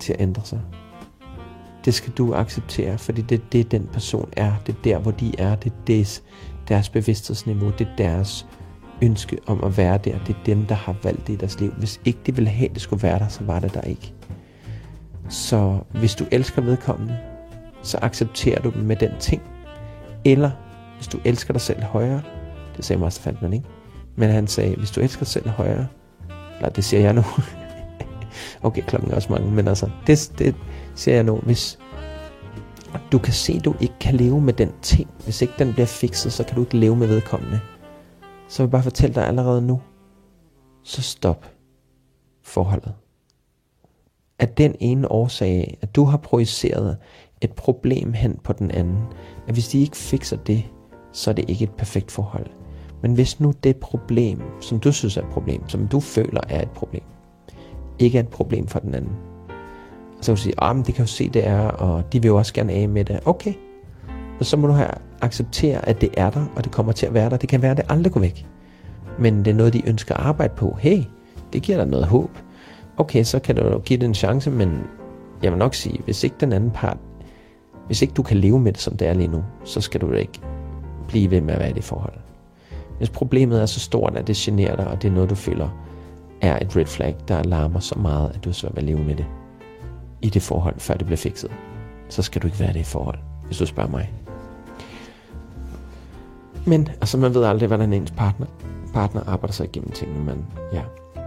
til at ændre sig. Det skal du acceptere, fordi det er det, den person er. Det er der, hvor de er. Det er deres, deres bevidsthedsniveau. Det er deres ønske om at være der. Det er dem, der har valgt det i deres liv. Hvis ikke de ville have, at det skulle være der, så var det der ikke. Så hvis du elsker vedkommende, så accepterer du dem med den ting. Eller hvis du elsker dig selv højere, det sagde Master Fatman, ikke? Men han sagde, hvis du elsker dig selv højere, eller det siger jeg nu. Okay, klokken er også mange, men altså, det, det siger jeg nu. Hvis du kan se, at du ikke kan leve med den ting, hvis ikke den bliver fikset, så kan du ikke leve med vedkommende. Så vil jeg bare fortælle dig allerede nu, så stop forholdet. Af den ene årsag, at du har projiceret et problem hen på den anden, at hvis de ikke fikser det, så er det ikke et perfekt forhold. Men hvis nu det problem, som du synes er et problem, som du føler er et problem, ikke er et problem for den anden, så kan du sige, ah, men det kan jo se, det er, og de vil jo også gerne af med det. Okay, og så må du have acceptere, at det er der, og det kommer til at være der. Det kan være, at det aldrig går væk. Men det er noget, de ønsker at arbejde på. Hey, det giver dig noget håb. Okay, så kan du give det en chance, men jeg vil nok sige, hvis ikke den anden part, hvis ikke du kan leve med det, som det er lige nu, så skal du ikke blive ved med at være i det forhold. Hvis problemet er så stort, at det generer dig, og det er noget, du føler er et red flag, der alarmer så meget, at du er svært ved at leve med det i det forhold, før det bliver fikset, så skal du ikke være i det forhold, hvis du spørger mig. Men altså, man ved aldrig, hvordan ens partner, partner arbejder sig igennem tingene, men ja.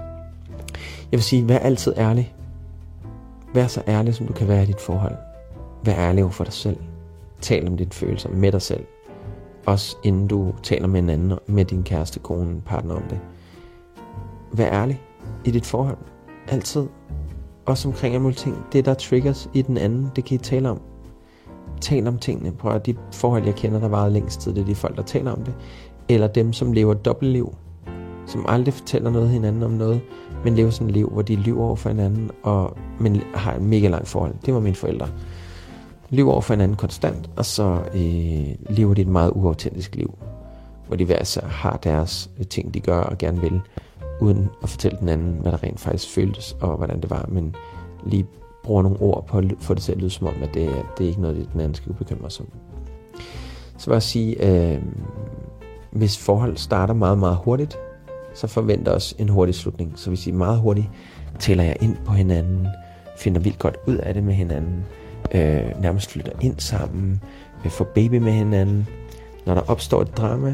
Jeg vil sige, vær altid ærlig. Vær så ærlig, som du kan være i dit forhold. Vær ærlig over for dig selv. Tal om dine følelser med dig selv. Også inden du taler med en anden, med din kæreste, kone, partner om det. Vær ærlig i dit forhold. Altid. Også omkring alle mulige ting. Det, der triggers i den anden, det kan I tale om. Tal om tingene. Prøv at de forhold, jeg kender, der varede længst tid, det er de folk, der taler om det. Eller dem, som lever dobbeltliv. Som aldrig fortæller noget hinanden om noget, men lever sådan et liv, hvor de lyver over for hinanden, og, men har et mega langt forhold. Det var mine forældre. Lyver over for hinanden konstant, og så øh, lever de et meget uautentisk liv, hvor de hver især har deres ting, de gør og gerne vil, uden at fortælle den anden, hvad der rent faktisk føltes, og hvordan det var, men lige bruger nogle ord på at få det til at lyde som om, at det, det er ikke noget, den anden skal bekymre sig om. Så vil jeg sige, øh, hvis forhold starter meget, meget hurtigt, så forventer os en hurtig slutning. Så hvis I meget hurtigt tæller jer ind på hinanden, finder vildt godt ud af det med hinanden, øh, nærmest flytter ind sammen, øh, får baby med hinanden, når der opstår et drama,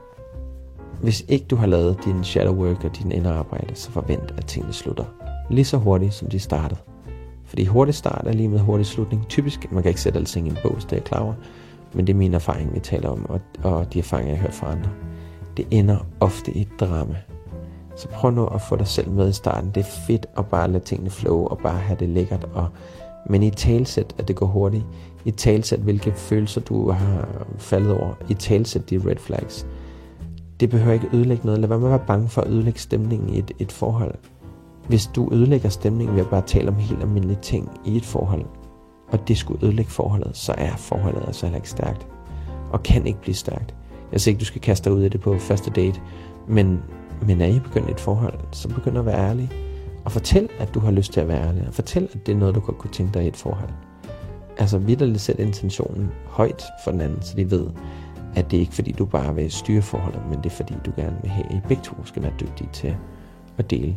hvis ikke du har lavet din shadow work og din indre arbejde, så forvent, at tingene slutter lige så hurtigt, som de startede. Fordi hurtig start er lige med hurtig slutning. Typisk, man kan ikke sætte alting i en bog, det er jeg klar over, men det er min erfaring, vi taler om, og, og de erfaringer, jeg hører fra andre. Det ender ofte i et drama. Så prøv nu at få dig selv med i starten. Det er fedt at bare lade tingene flow og bare have det lækkert. Og, men i talsæt, at det går hurtigt. I talsæt, hvilke følelser du har faldet over. I talsæt, de red flags. Det behøver ikke ødelægge noget. Lad være med at være bange for at ødelægge stemningen i et, et forhold. Hvis du ødelægger stemningen ved at bare tale om helt almindelige ting i et forhold, og det skulle ødelægge forholdet, så er forholdet altså heller ikke stærkt. Og kan ikke blive stærkt. Jeg siger ikke, du skal kaste dig ud af det på første date, men, men er I begyndt et forhold, så begynd at være ærlig. Og fortæl, at du har lyst til at være ærlig. Og fortæl, at det er noget, du godt kunne tænke dig i et forhold. Altså vitterligt sæt intentionen højt for den anden, så de ved, at det ikke er fordi, du bare vil styre forholdet, men det er fordi, du gerne vil have, at I begge to skal være dygtige til at dele.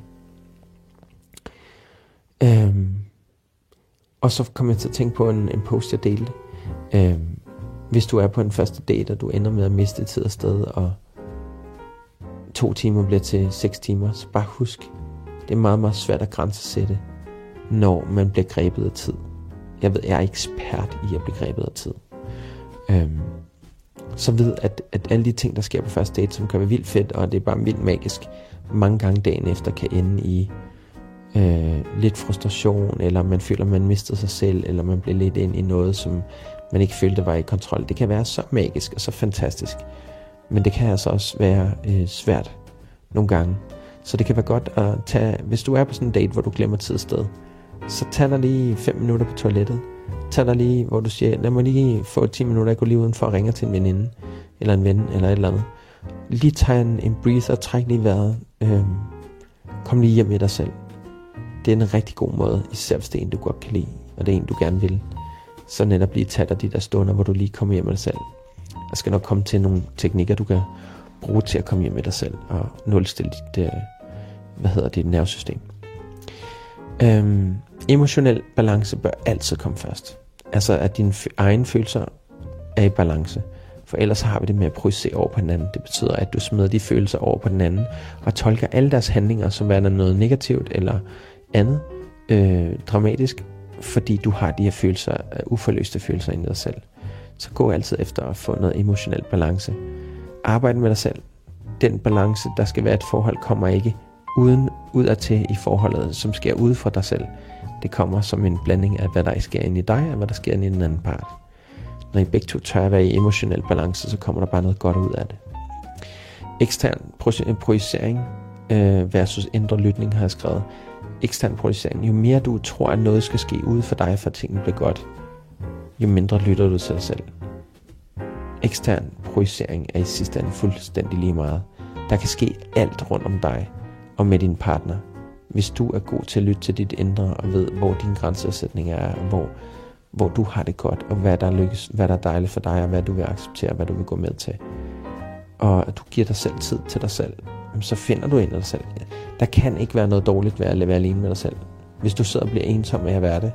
Øhm, og så kommer jeg til at tænke på en, en post, jeg delte. Øhm, Hvis du er på en første date, og du ender med at miste tid og sted, og to timer bliver til seks timer, så bare husk, det er meget, meget svært at grænsesætte, når man bliver grebet af tid. Jeg ved, jeg er ekspert i at blive grebet af tid. Øhm, så ved, at, at alle de ting, der sker på første date, som kan være vildt fedt, og det er bare vildt magisk, mange gange dagen efter kan ende i øh, lidt frustration, eller man føler, man mister sig selv, eller man bliver lidt ind i noget, som man ikke følte var i kontrol. Det kan være så magisk og så fantastisk, men det kan altså også være øh, svært nogle gange. Så det kan være godt at tage, hvis du er på sådan en date, hvor du glemmer tid og sted, så tag dig lige fem minutter på toilettet. Tag dig lige, hvor du siger, lad mig lige få ti minutter, jeg går lige udenfor og ringer til en veninde, eller en ven, eller et eller andet. Lige tag en, en breather, træk lige vejret. Øhm, kom lige hjem i dig selv. det er en rigtig god måde, især hvis det er en, du godt kan lide, og det er en, du gerne vil. Så netop lige tage dig de der stunder, hvor du lige kommer hjem med dig selv. Jeg skal nok komme til nogle teknikker, du kan bruge til at komme hjem med dig selv, og nulstille dit, hvad hedder det, nervesystem. Øhm, emotionel balance bør altid komme først. Altså at dine f- egne følelser er i balance. For ellers har vi det med at projicere over på den anden. Det betyder, at du smider de følelser over på den anden, og tolker alle deres handlinger som værende noget negativt eller andet øh, dramatisk, fordi du har de her følelser, uforløste følelser inde i dig selv. Så gå altid efter at få noget emotionel balance. Arbejde med dig selv. Den balance, der skal være et forhold, kommer ikke uden udadtil i forholdet, som sker ude fra dig selv. Det kommer som en blanding af, hvad der sker inde i dig, og hvad der sker inde i den anden part. Når I begge to tør at være i emotionel balance, så kommer der bare noget godt ud af det. Ekstern projicering øh, versus indre lytning har jeg skrevet. Ekstern projicering. Jo mere du tror, at noget skal ske ude for dig, for at tingene bliver godt, jo mindre lytter du til dig selv. Ekstern projicering er i sidste ende fuldstændig lige meget. Der kan ske alt rundt om dig og med din partner. Hvis du er god til at lytte til dit indre og ved, hvor dine grænsesætninger er, og hvor, hvor du har det godt, og hvad der, lykkes, hvad der er dejligt for dig, og hvad du vil acceptere, og hvad du vil gå med til. Og at du giver dig selv tid til dig selv, så finder du ind i dig selv. Der kan ikke være noget dårligt ved at være alene med dig selv. Hvis du sidder og bliver ensom af at være det,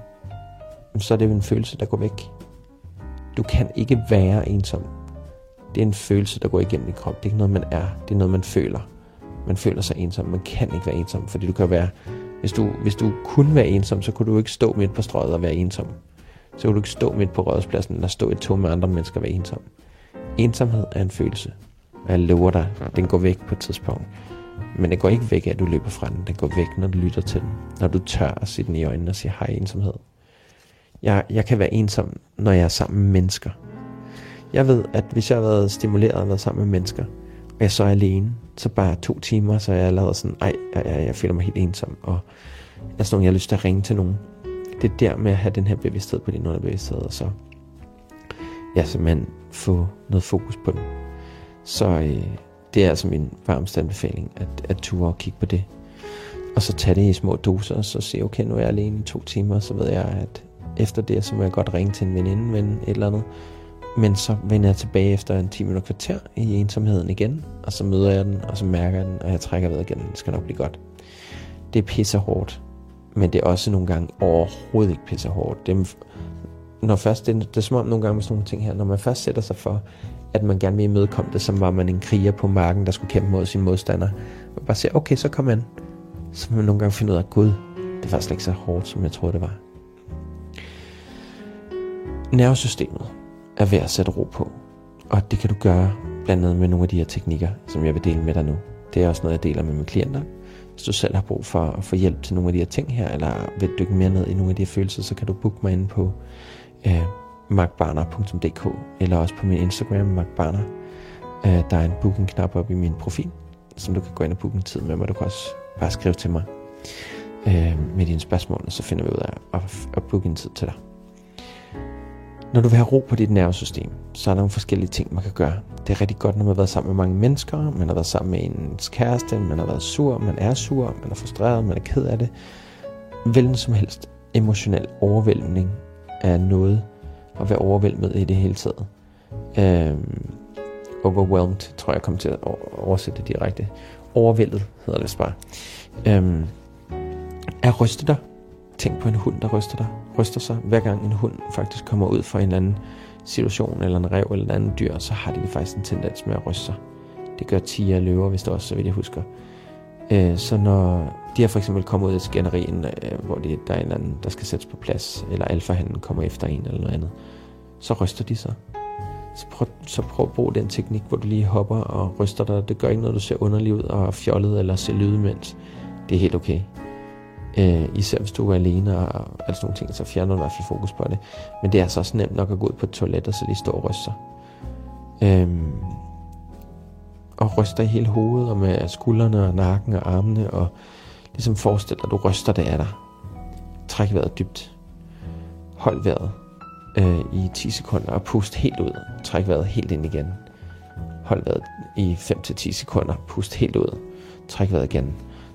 så er det jo en følelse, der går væk. Du kan ikke være ensom. Det er en følelse, der går igennem din krop. Det er ikke noget, man er. Det er noget, man føler. Man føler sig ensom. Man kan ikke være ensom, fordi du kan være... Hvis du, hvis du kunne være ensom, så kunne du ikke stå midt på strøget og være ensom. Så kunne du ikke stå midt på Rådhuspladsen eller stå i et tog med andre mennesker og være ensom. Ensomhed er en følelse. Og jeg lover dig, den går væk på et tidspunkt. Men det går ikke væk af, at du løber fra den. Den går væk, når du lytter til den. Når du tør at se den i øjnene og sige, hej ensomhed. Jeg, jeg kan være ensom, når jeg er sammen med mennesker. Jeg ved, at hvis jeg har været stimuleret og været sammen med mennesker, og jeg så er alene, så bare to timer, så er jeg allerede sådan, ej, jeg, jeg, jeg føler mig helt ensom, og jeg er sådan nogen, jeg har lyst til at ringe til nogen. Det er der med at have den her bevidsthed på din underbevidsthed, og så ja, simpelthen få noget fokus på den. Så øh, det er altså min varmeste anbefaling, at, at ture og kigge på det. Og så tage det i små doser, og så sige, okay, nu er jeg alene i to timer, så ved jeg, at efter det, så må jeg godt ringe til en veninde, ven, et eller andet. Men så vender jeg tilbage efter en ti minutter kvarter i ensomheden igen, og så møder jeg den, og så mærker jeg den, og jeg trækker ved igen. Det skal nok blive godt. Det er pisse hårdt, men det er også nogle gange overhovedet ikke pisse hårdt. Det er, når først, det, det er som om nogle gange med sådan nogle ting her, når man først sætter sig for, at man gerne vil imødekomme det, som var man en kriger på marken, der skulle kæmpe mod sin modstander, og bare siger, okay, så kom an. Så man nogle gange finder ud af, gud, det er faktisk ikke så hårdt, som jeg troede det var. Nervesystemet er ved at sætte ro på, og det kan du gøre blandt andet med nogle af de her teknikker, som jeg vil dele med dig nu. Det er også noget, jeg deler med mine klienter. Hvis du selv har brug for at få hjælp til nogle af de her ting her, eller vil dykke mere ned i nogle af de her følelser, så kan du booke mig inde på øh, mark barner punktum d k, eller også på min Instagram, markbarner. Øh, der er en booking-knap oppe i min profil, som du kan gå ind og booke en tid med mig. Du kan også bare skrive til mig øh, med dine spørgsmål, og så finder vi ud af at, at booke en tid til dig. Når du vil have ro på dit nervesystem, så er der nogle forskellige ting, man kan gøre. Det er rigtig godt, når man har været sammen med mange mennesker, man har været sammen med ens kæreste, man har været sur, man er sur, man er frustreret, man er ked af det. Hvilken som helst emotionel overvældning er noget at være overvældet i det hele taget. Um, overwhelmed, tror jeg, jeg kommer til at oversætte det direkte. Overvældet hedder det bare. Um, er ryste dig. Tænk på en hund, der ryster dig. Ryster sig. Hver gang en hund faktisk kommer ud fra en eller anden situation, eller en rev, eller en anden dyr, så har de faktisk en tendens med at ryste sig. Det gør tiger og løver, hvis det også, så vidt jeg husker. Øh, så når de har for eksempel kommet ud af skænderien, øh, hvor de, der er en eller anden, der skal sættes på plads, eller alfahanden kommer efter en, eller noget andet, så ryster de sig. Så prøv, så prøv at bruge den teknik, hvor du lige hopper og ryster dig. Det gør ikke noget, du ser underlig ud og fjollet, eller ser lydemænds. Det er helt okay. Øh, især hvis du er alene og alle sådan nogle ting, så fjerner du i hvert fald fokus på det. Men det er så også nemt nok at gå ud på et toilet og så lige stå og ryste sig. Øhm, og ryster i hele hovedet og med skuldrene og nakken og armene, og ligesom forestil dig, at du ryster det af dig. Træk vejret dybt. Hold vejret øh, i ti sekunder og pust helt ud. Træk vejret helt ind igen. Hold vejret i fem til ti sekunder. Pust helt ud. Træk vejret igen.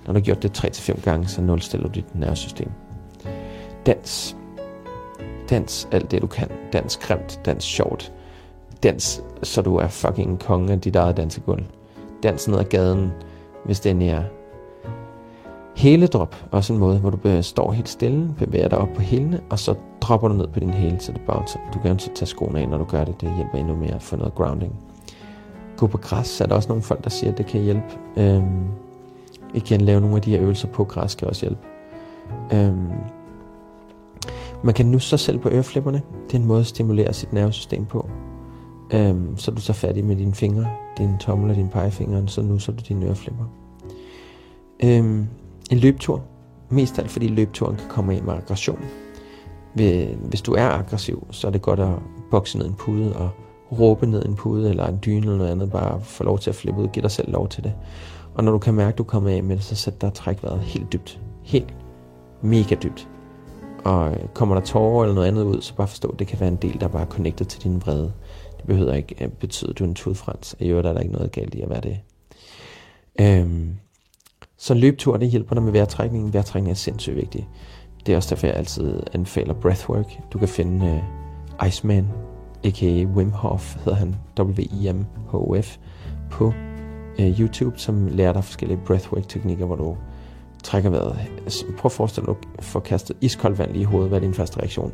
Når du har gjort det tre til fem gange, så nulstiller du dit nervesystem. Dans. Dans alt det du kan. Dans grimt, dans sjovt. Dans, så du er fucking konge af dit eget dansegulv. Dans ned ad gaden, hvis den er. Hæledrop, også en måde, hvor du står helt stille, bevæger dig op på hælene, og så dropper du ned på din hæle, så det bouncer. Du kan også tage skoene af, når du gør det. Det hjælper endnu mere at få noget grounding. Gå på græs, så er der også nogle folk, der siger, at det kan hjælpe. Øhm, igen, lave nogle af de her øvelser på græs kan også hjælpe. Øhm, man kan nusse sig selv på øreflipperne. Det er en måde at stimulere sit nervesystem på. Øhm, så du tager fat i med dine fingre, dine tommel og dine pegefinger, så nusser du dine øreflipper. Øhm, en løbetur. Mest alt fordi løbeturen kan komme ind med aggression. Hvis du er aggressiv, så er det godt at bokse ned en pude og råbe ned en pude eller en dyne eller noget andet. Bare få lov til at flippe ud. Giv dig selv lov til det. Og når du kan mærke, at du kommer af med det, så sæt dig og træk vejret helt dybt. Helt mega dybt. Og kommer der tårer eller noget andet ud, så bare forstå, at det kan være en del, der bare er connected til din vrede. Det behøver ikke betyde, at du er en tudfrans. I øvrigt er der ikke noget galt i at være det. Øhm, så en løbetur, det hjælper dig med vejrtrækningen. Vejrtrækning er sindssygt vigtig. Det er også derfor, jeg altid anbefaler breathwork. Du kan finde uh, Iceman, a k a. Wim Hof, hedder han, W I M H O F, på uh, YouTube, som lærer dig forskellige breathwork-teknikker, hvor du trækker vejret. Prøv at forestille dig, at du får kastet iskoldt vand lige i hovedet. Hvad er din første reaktion?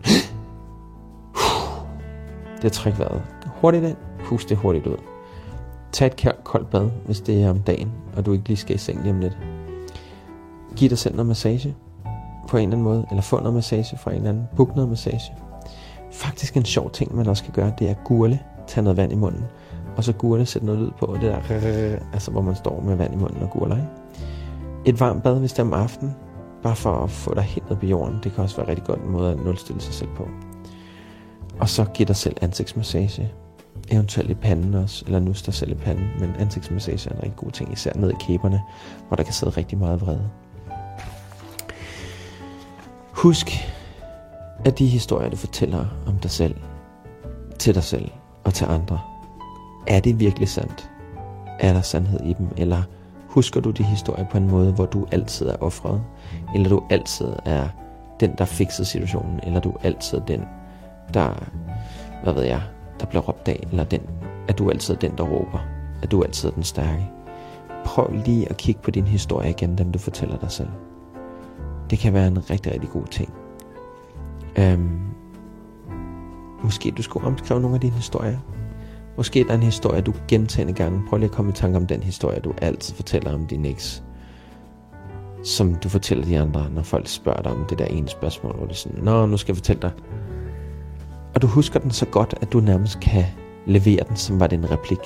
Det er træk vejret hurtigt ind, pust det hurtigt ud. Tag et koldt bad, hvis det er om dagen, og du ikke lige skal i seng lige om lidt. Giv dig selv noget massage på en eller anden måde, eller få noget massage fra en eller anden. Book noget massage. Faktisk en sjov ting, man også kan gøre, det er gurle. Tag noget vand i munden, og så gurle, sæt noget lyd på, det der, altså hvor man står med vand i munden og gurler, ikke? Et varmt bad, hvis det er om aftenen, bare for at få dig helt ned på jorden. Det kan også være rigtig godt en måde at nulstille sig selv på. Og så giv dig selv ansigtsmassage. Eventuelt i panden også, eller nus dig selv i panden. Men ansigtsmassage er en rigtig god ting, især ned i kæberne, hvor der kan sidde rigtig meget vrede. Husk, at de historier, du fortæller om dig selv, til dig selv og til andre, er det virkelig sandt? Er der sandhed i dem? Eller husker du de historier på en måde, hvor du altid er offret? Eller du altid er den, der fikser situationen? Eller du altid er den, der, hvad ved jeg, der bliver råbt af? Eller den, at du altid er den, der råber? At du altid er den stærke? Prøv lige at kigge på din historie igen, dem du fortæller dig selv. Det kan være en rigtig, rigtig god ting. Øhm, måske du skulle omskrive nogle af dine historier. Måske der er en historie, du gentagende gange. Prøv lige at komme i tanke om den historie, du altid fortæller om din eks. Som du fortæller de andre, når folk spørger dig om det der ene spørgsmål, hvor det er sådan, nå, nu skal jeg fortælle dig. Og du husker den så godt, at du nærmest kan levere den, som var det en replik.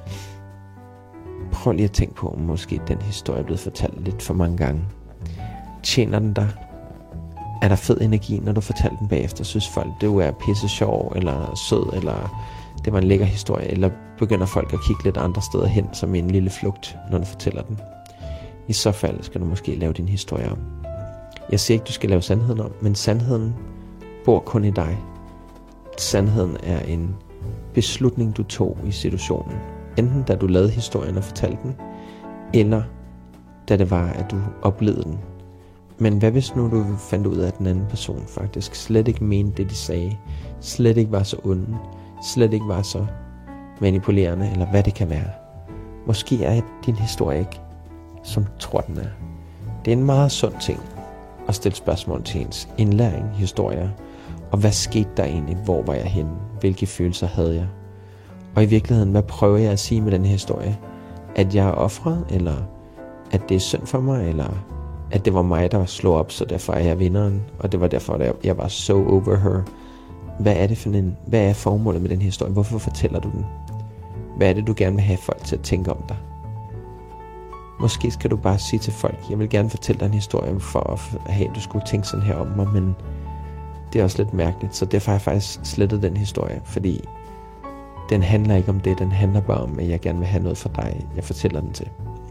Prøv lige at tænke på, om måske den historie er blevet fortalt lidt for mange gange. Tjener den dig? Er der fed energi, når du fortæller den bagefter? Synes folk, du er pisse sjov, eller sød, eller det var en lækker historie? Eller begynder folk at kigge lidt andre steder hen, som en lille flugt, når du fortæller den? I så fald skal du måske lave din historie om. Jeg siger ikke, du skal lave sandheden om, men sandheden bor kun i dig. Sandheden er en beslutning, du tog i situationen. Enten da du lavede historien og fortalte den, eller da det var, at du oplevede den. Men hvad hvis nu du fandt ud af, at den anden person faktisk slet ikke mente det, de sagde, slet ikke var så onde, slet ikke var så manipulerende, eller hvad det kan være. Måske er din historie ikke, som du tror den er. Det er en meget sund ting at stille spørgsmål til ens indlæring, historier, og hvad skete der egentlig, hvor var jeg henne, hvilke følelser havde jeg. Og i virkeligheden, hvad prøver jeg at sige med den her historie? At jeg er offret, eller at det er synd for mig, eller at det var mig, der slog op, så derfor er jeg vinderen, og det var derfor, at jeg var so over her. Hvad er det for en, hvad er formålet med den her historie? Hvorfor fortæller du den? Hvad er det, du gerne vil have folk til at tænke om dig? Måske skal du bare sige til folk, jeg vil gerne fortælle dig en historie, for at have, at du skulle tænke sådan her om mig, men det er også lidt mærkeligt, så derfor har jeg faktisk slettet den historie, fordi den handler ikke om det, den handler bare om, at jeg gerne vil have noget fra dig, jeg fortæller den til.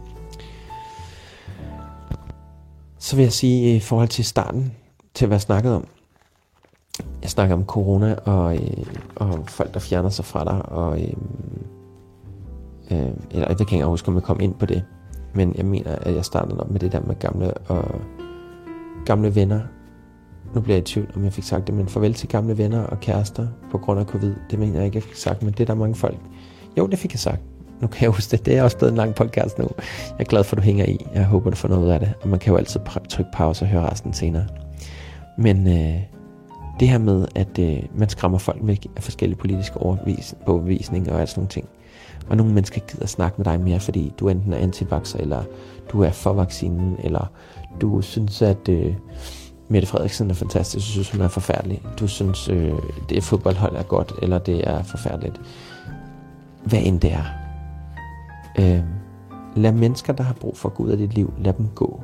Så vil jeg sige i forhold til starten, til hvad jeg snakkede om. Jeg snakker om corona, og, øh, og folk, der fjerner sig fra dig, og øh, øh, eller jeg kan ikke huske, om jeg kom ind på det. Men jeg mener, at jeg startede op med det der med gamle, og gamle venner. Nu bliver jeg i tvivl, om jeg fik sagt det, men farvel til gamle venner og kærester på grund af covid. Det mener jeg ikke, jeg fik sagt, men det er der mange folk. Jo, det fik jeg sagt. Nu kan jeg huske det. Det er også blevet en lang podcast nu. Jeg er glad for, at du hænger i. Jeg håber, du får noget ud af det. Og man kan jo altid trykke pause og høre resten senere. Men øh, det her med, at øh, man skræmmer folk væk af forskellige politiske overbevisninger og alt sådan nogle ting. Og nogle mennesker gider snakke med dig mere, fordi du enten er antivakser, eller du er for vaccinen, eller du synes, at øh, Mette Frederiksen er fantastisk, du synes, hun er forfærdelig. Du synes, øh, det fodboldhold er godt, eller det er forfærdeligt. Hvad end det er. Øh, lad mennesker, der har brug for at gå ud af dit liv, lad dem gå.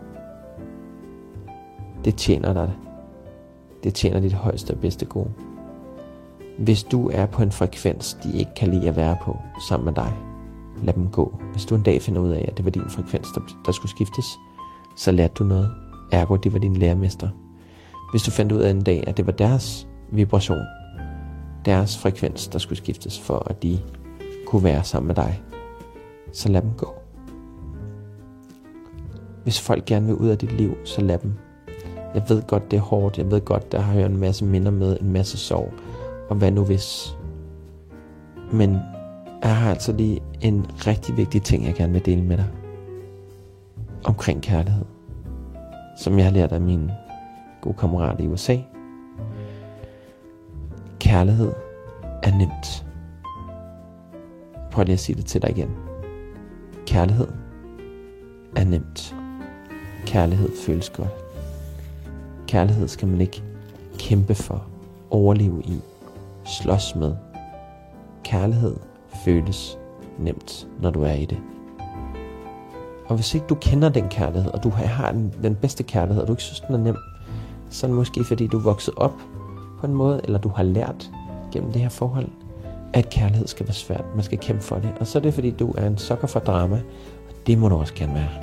Det tjener dig. Det tjener dit højeste og bedste gode. Hvis du er på en frekvens, de ikke kan lide at være på sammen med dig, lad dem gå. Hvis du en dag finder ud af, at det var din frekvens, der, der skulle skiftes, så lærte du noget. Ergo, det var din lærermester. Hvis du fandt ud af en dag, at det var deres vibration, deres frekvens, der skulle skiftes, for at de kunne være sammen med dig, så lad dem gå. Hvis folk gerne vil ud af dit liv, så lad dem. Jeg ved godt, det er hårdt. Jeg ved godt, der har jeg en masse minder med, en masse sorg. Og hvad nu hvis? Men jeg har altså lige en rigtig vigtig ting, jeg gerne vil dele med dig. Omkring kærlighed. Som jeg har lært af min gode kammerat i U S A. Kærlighed er nemt. Prøv lige at sige det til dig igen. Kærlighed er nemt. Kærlighed føles godt. Kærlighed skal man ikke kæmpe for, overleve i, slås med. Kærlighed føles nemt, når du er i det. Og hvis ikke du kender den kærlighed, og du har den, den bedste kærlighed, og du ikke synes, den er nem, så er det måske fordi, du er vokset op på en måde, eller du har lært gennem det her forhold, at kærlighed skal være svært. Man skal kæmpe for det. Og så er det fordi, du er en sukker for drama, og det må du også gerne være.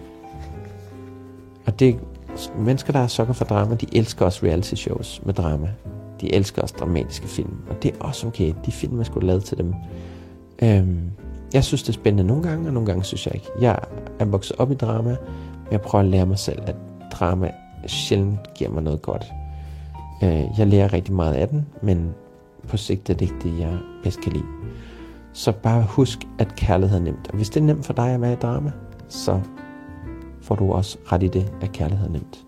Og det mennesker, der er sukker for drama, de elsker også reality shows med drama. De elsker også dramatiske film. Og det er også okay. De film er sgu lavet til dem. Øhm, jeg synes, det er spændende nogle gange, og nogle gange synes jeg ikke. Jeg er vokset op i drama, men jeg prøver at lære mig selv, at drama sjældent giver mig noget godt. Øh, jeg lærer rigtig meget af den, men på sigt er det ikke det, jeg bedst kan lide. Så bare husk, at kærlighed er nemt. Og hvis det er nemt for dig at være i drama, så får du også ret i det, at kærlighed er nemt.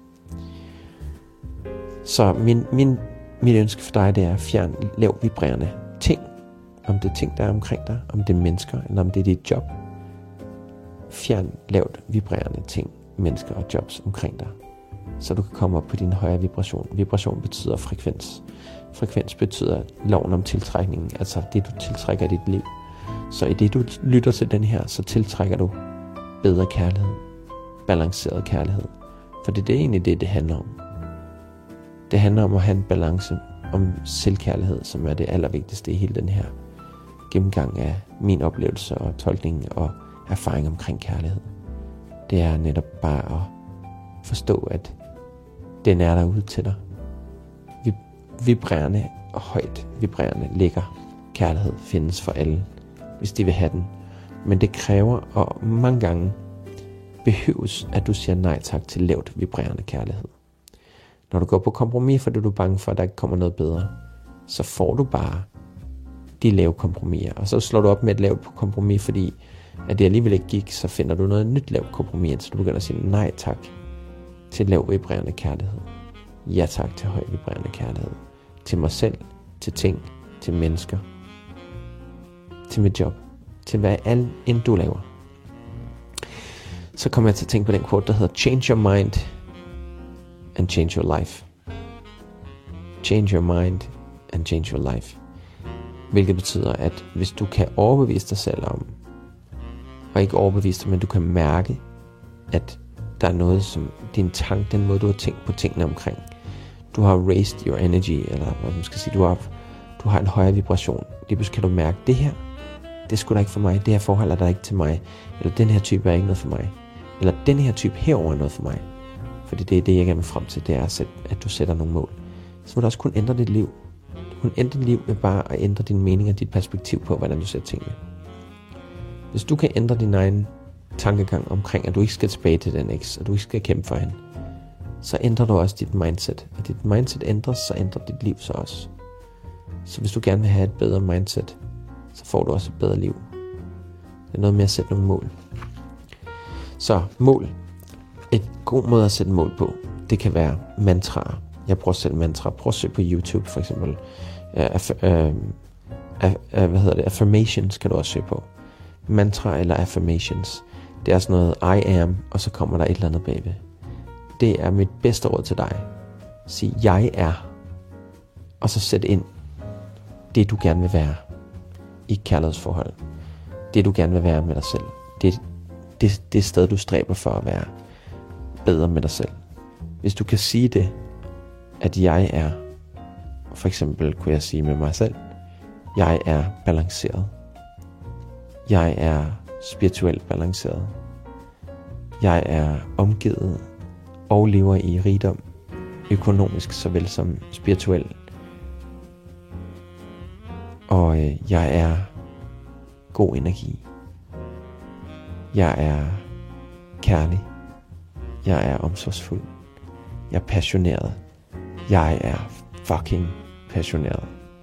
Så min, min, mit ønske for dig, det er at fjerne lav vibrerende ting. Om det er ting, der er omkring dig, om det er mennesker, eller om det er dit job. Fjern lavt vibrerende ting, mennesker og jobs omkring dig, så du kan komme op på din højere vibration. Vibration betyder frekvens. Frekvens betyder loven om tiltrækningen, altså det, du tiltrækker i dit liv. Så i det, du lytter til den her, så tiltrækker du bedre kærlighed, balanceret kærlighed. For det, det er egentlig det, det handler om. Det handler om at have en balance, om selvkærlighed, som er det allervigtigste i hele den her gennemgang af min oplevelse og tolkning og erfaring omkring kærlighed. Det er netop bare at forstå, at den er derude til dig. Vibrerende og højt vibrerende lækker kærlighed findes for alle, hvis de vil have den. Men det kræver, og mange gange behøves, at du siger nej tak til lavt vibrerende kærlighed. Når du går på kompromis, fordi du er bange for, at der ikke kommer noget bedre, så får du bare de lave kompromiser. Og så slår du op med et lavt kompromis, fordi at det alligevel ikke gik, så finder du noget nyt lavt kompromis, så du begynder at sige nej tak til lav vibrerende kærlighed. Ja tak til høj vibrerende kærlighed. Til mig selv, til ting, til mennesker, til mit job, til hvad alt end du laver. Så kommer jeg til at tænke på den quote, der hedder Change your mind and change your life. Change your mind and change your life. Hvilket betyder, at hvis du kan overbevise dig selv om, og ikke overbevise dig, men du kan mærke, at der er noget, som din tanke, den måde du har tænkt på tingene omkring, du har raised your energy, eller hvad man skal sige, du har, du har en højere vibration. Lige pludselig kan du mærke, det her, det er sgu da ikke for mig, det her forhold er der ikke til mig, eller den her type er ikke noget for mig, eller den her type herover er noget for mig. Fordi det er det, jeg gerne vil frem til, det er, at du sætter nogle mål. Så må du også kunne ændre dit liv. Du kan ændre dit liv med bare at ændre din mening og dit perspektiv på, hvordan du ser tingene. Hvis du kan ændre din egen tankegang omkring, at du ikke skal tilbage til den eks, og du ikke skal kæmpe for hende, så ændrer du også dit mindset. Og dit mindset ændres, så ændrer dit liv så også. Så hvis du gerne vil have et bedre mindset, så får du også et bedre liv. Det er noget med at sætte nogle mål. Så mål. Et god måde at sætte mål på, det kan være mantraer. Jeg bruger selv mantraer. Prøv at søge på YouTube for eksempel. Uh, aff- uh, uh, uh, hvad hedder det? Affirmations kan du også søge på. Mantra eller affirmations. Det er sådan noget I am, og så kommer der et eller andet bagved. Det er mit bedste råd til dig. Sig jeg er. Og så sæt ind det du gerne vil være i et kærlighedsforhold. Det du gerne vil være med dig selv. Det, det, det sted du stræber for at være bedre med dig selv. Hvis du kan sige det, at jeg er, for eksempel kunne jeg sige med mig selv, jeg er balanceret. Jeg er spirituelt balanceret. Jeg er omgivet og lever i rigdom, økonomisk såvel som spirituelt. Og øh, jeg er god energi. Jeg er kærlig. Jeg er omsorgsfuld. Jeg er passioneret. Jeg er fucking passioneret.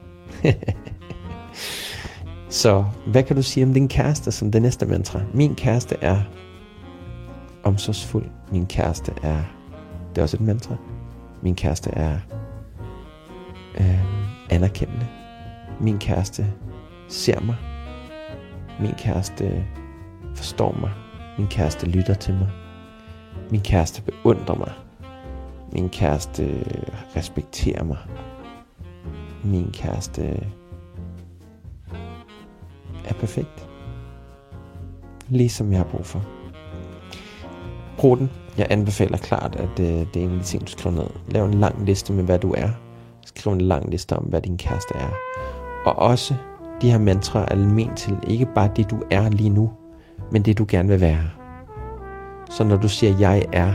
Så hvad kan du sige om din kæreste som det næste mantra? Min kæreste er omsorgsfuld. Min kæreste er, det er også et mantra. Min kæreste er øh, anerkendende. Min kæreste ser mig. Min kæreste forstår mig. Min kæreste lytter til mig. Min kæreste beundrer mig. Min kæreste respekterer mig. Min kæreste er perfekt. Ligesom jeg har brug for. Brug den. Jeg anbefaler klart, at øh, det er en af de ting, du skriver ned. Lav en lang liste med, hvad du er. Skriv en lang liste om, hvad din kæreste er. Og også de her mantraer er ment til ikke bare det, du er lige nu, men det, du gerne vil være. Så når du siger, jeg er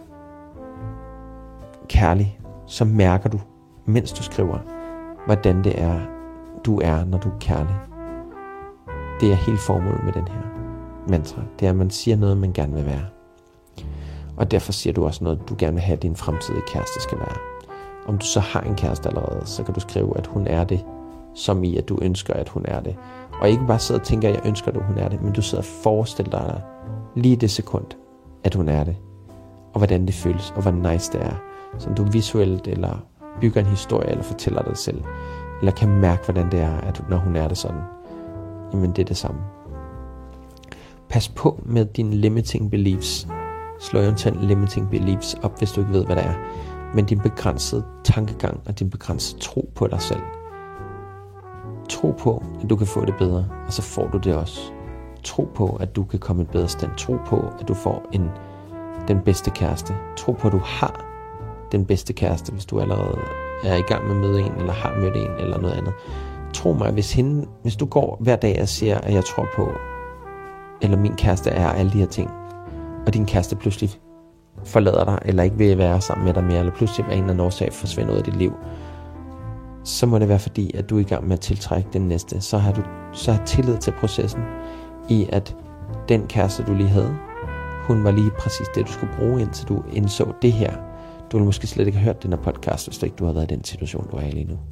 kærlig, så mærker du, mens du skriver, hvordan det er, du er, når du er kærlig. Det er helt formålet med den her mantra. Det er, at man siger noget, man gerne vil være. Og derfor siger du også noget, du gerne vil have, at din fremtidige kæreste skal være. Om du så har en kæreste allerede, så kan du skrive, at hun er det, som i, at du ønsker, at hun er det. Og ikke bare sidde og tænke, at jeg ønsker, at hun er det, men du sidder og forestiller dig lige det sekund, at hun er det. Og hvordan det føles, og hvor nice det er. Som du visuelt, eller bygger en historie, eller fortæller dig selv. Eller kan mærke, hvordan det er, at når hun er det sådan. Jamen det er det samme. Pas på med dine limiting beliefs. Slå eventuelt limiting beliefs op, hvis du ikke ved, hvad det er. Men din begrænsede tankegang, og din begrænsede tro på dig selv. Tro på, at du kan få det bedre, og så får du det også. Tro på, at du kan komme et bedre stand. Tro på, at du får en, den bedste kæreste. Tro på, at du har den bedste kæreste, hvis du allerede er i gang med at møde en, eller har mødt en, eller noget andet. Tro mig, hvis, hende, hvis du går hver dag og siger, at jeg tror på, eller min kæreste er alle de her ting, og din kæreste pludselig forlader dig, eller ikke vil være sammen med dig mere, eller pludselig af en eller anden årsag forsvinder ud af dit liv, så må det være fordi, at du er i gang med at tiltrække den næste. Så har du så har tillid til processen i, at den kæreste, du lige havde, hun var lige præcis det, du skulle bruge, indtil du indså det her. Du ville måske slet ikke have hørt den her podcast, hvis ikke du havde været i den situation, du er i lige nu.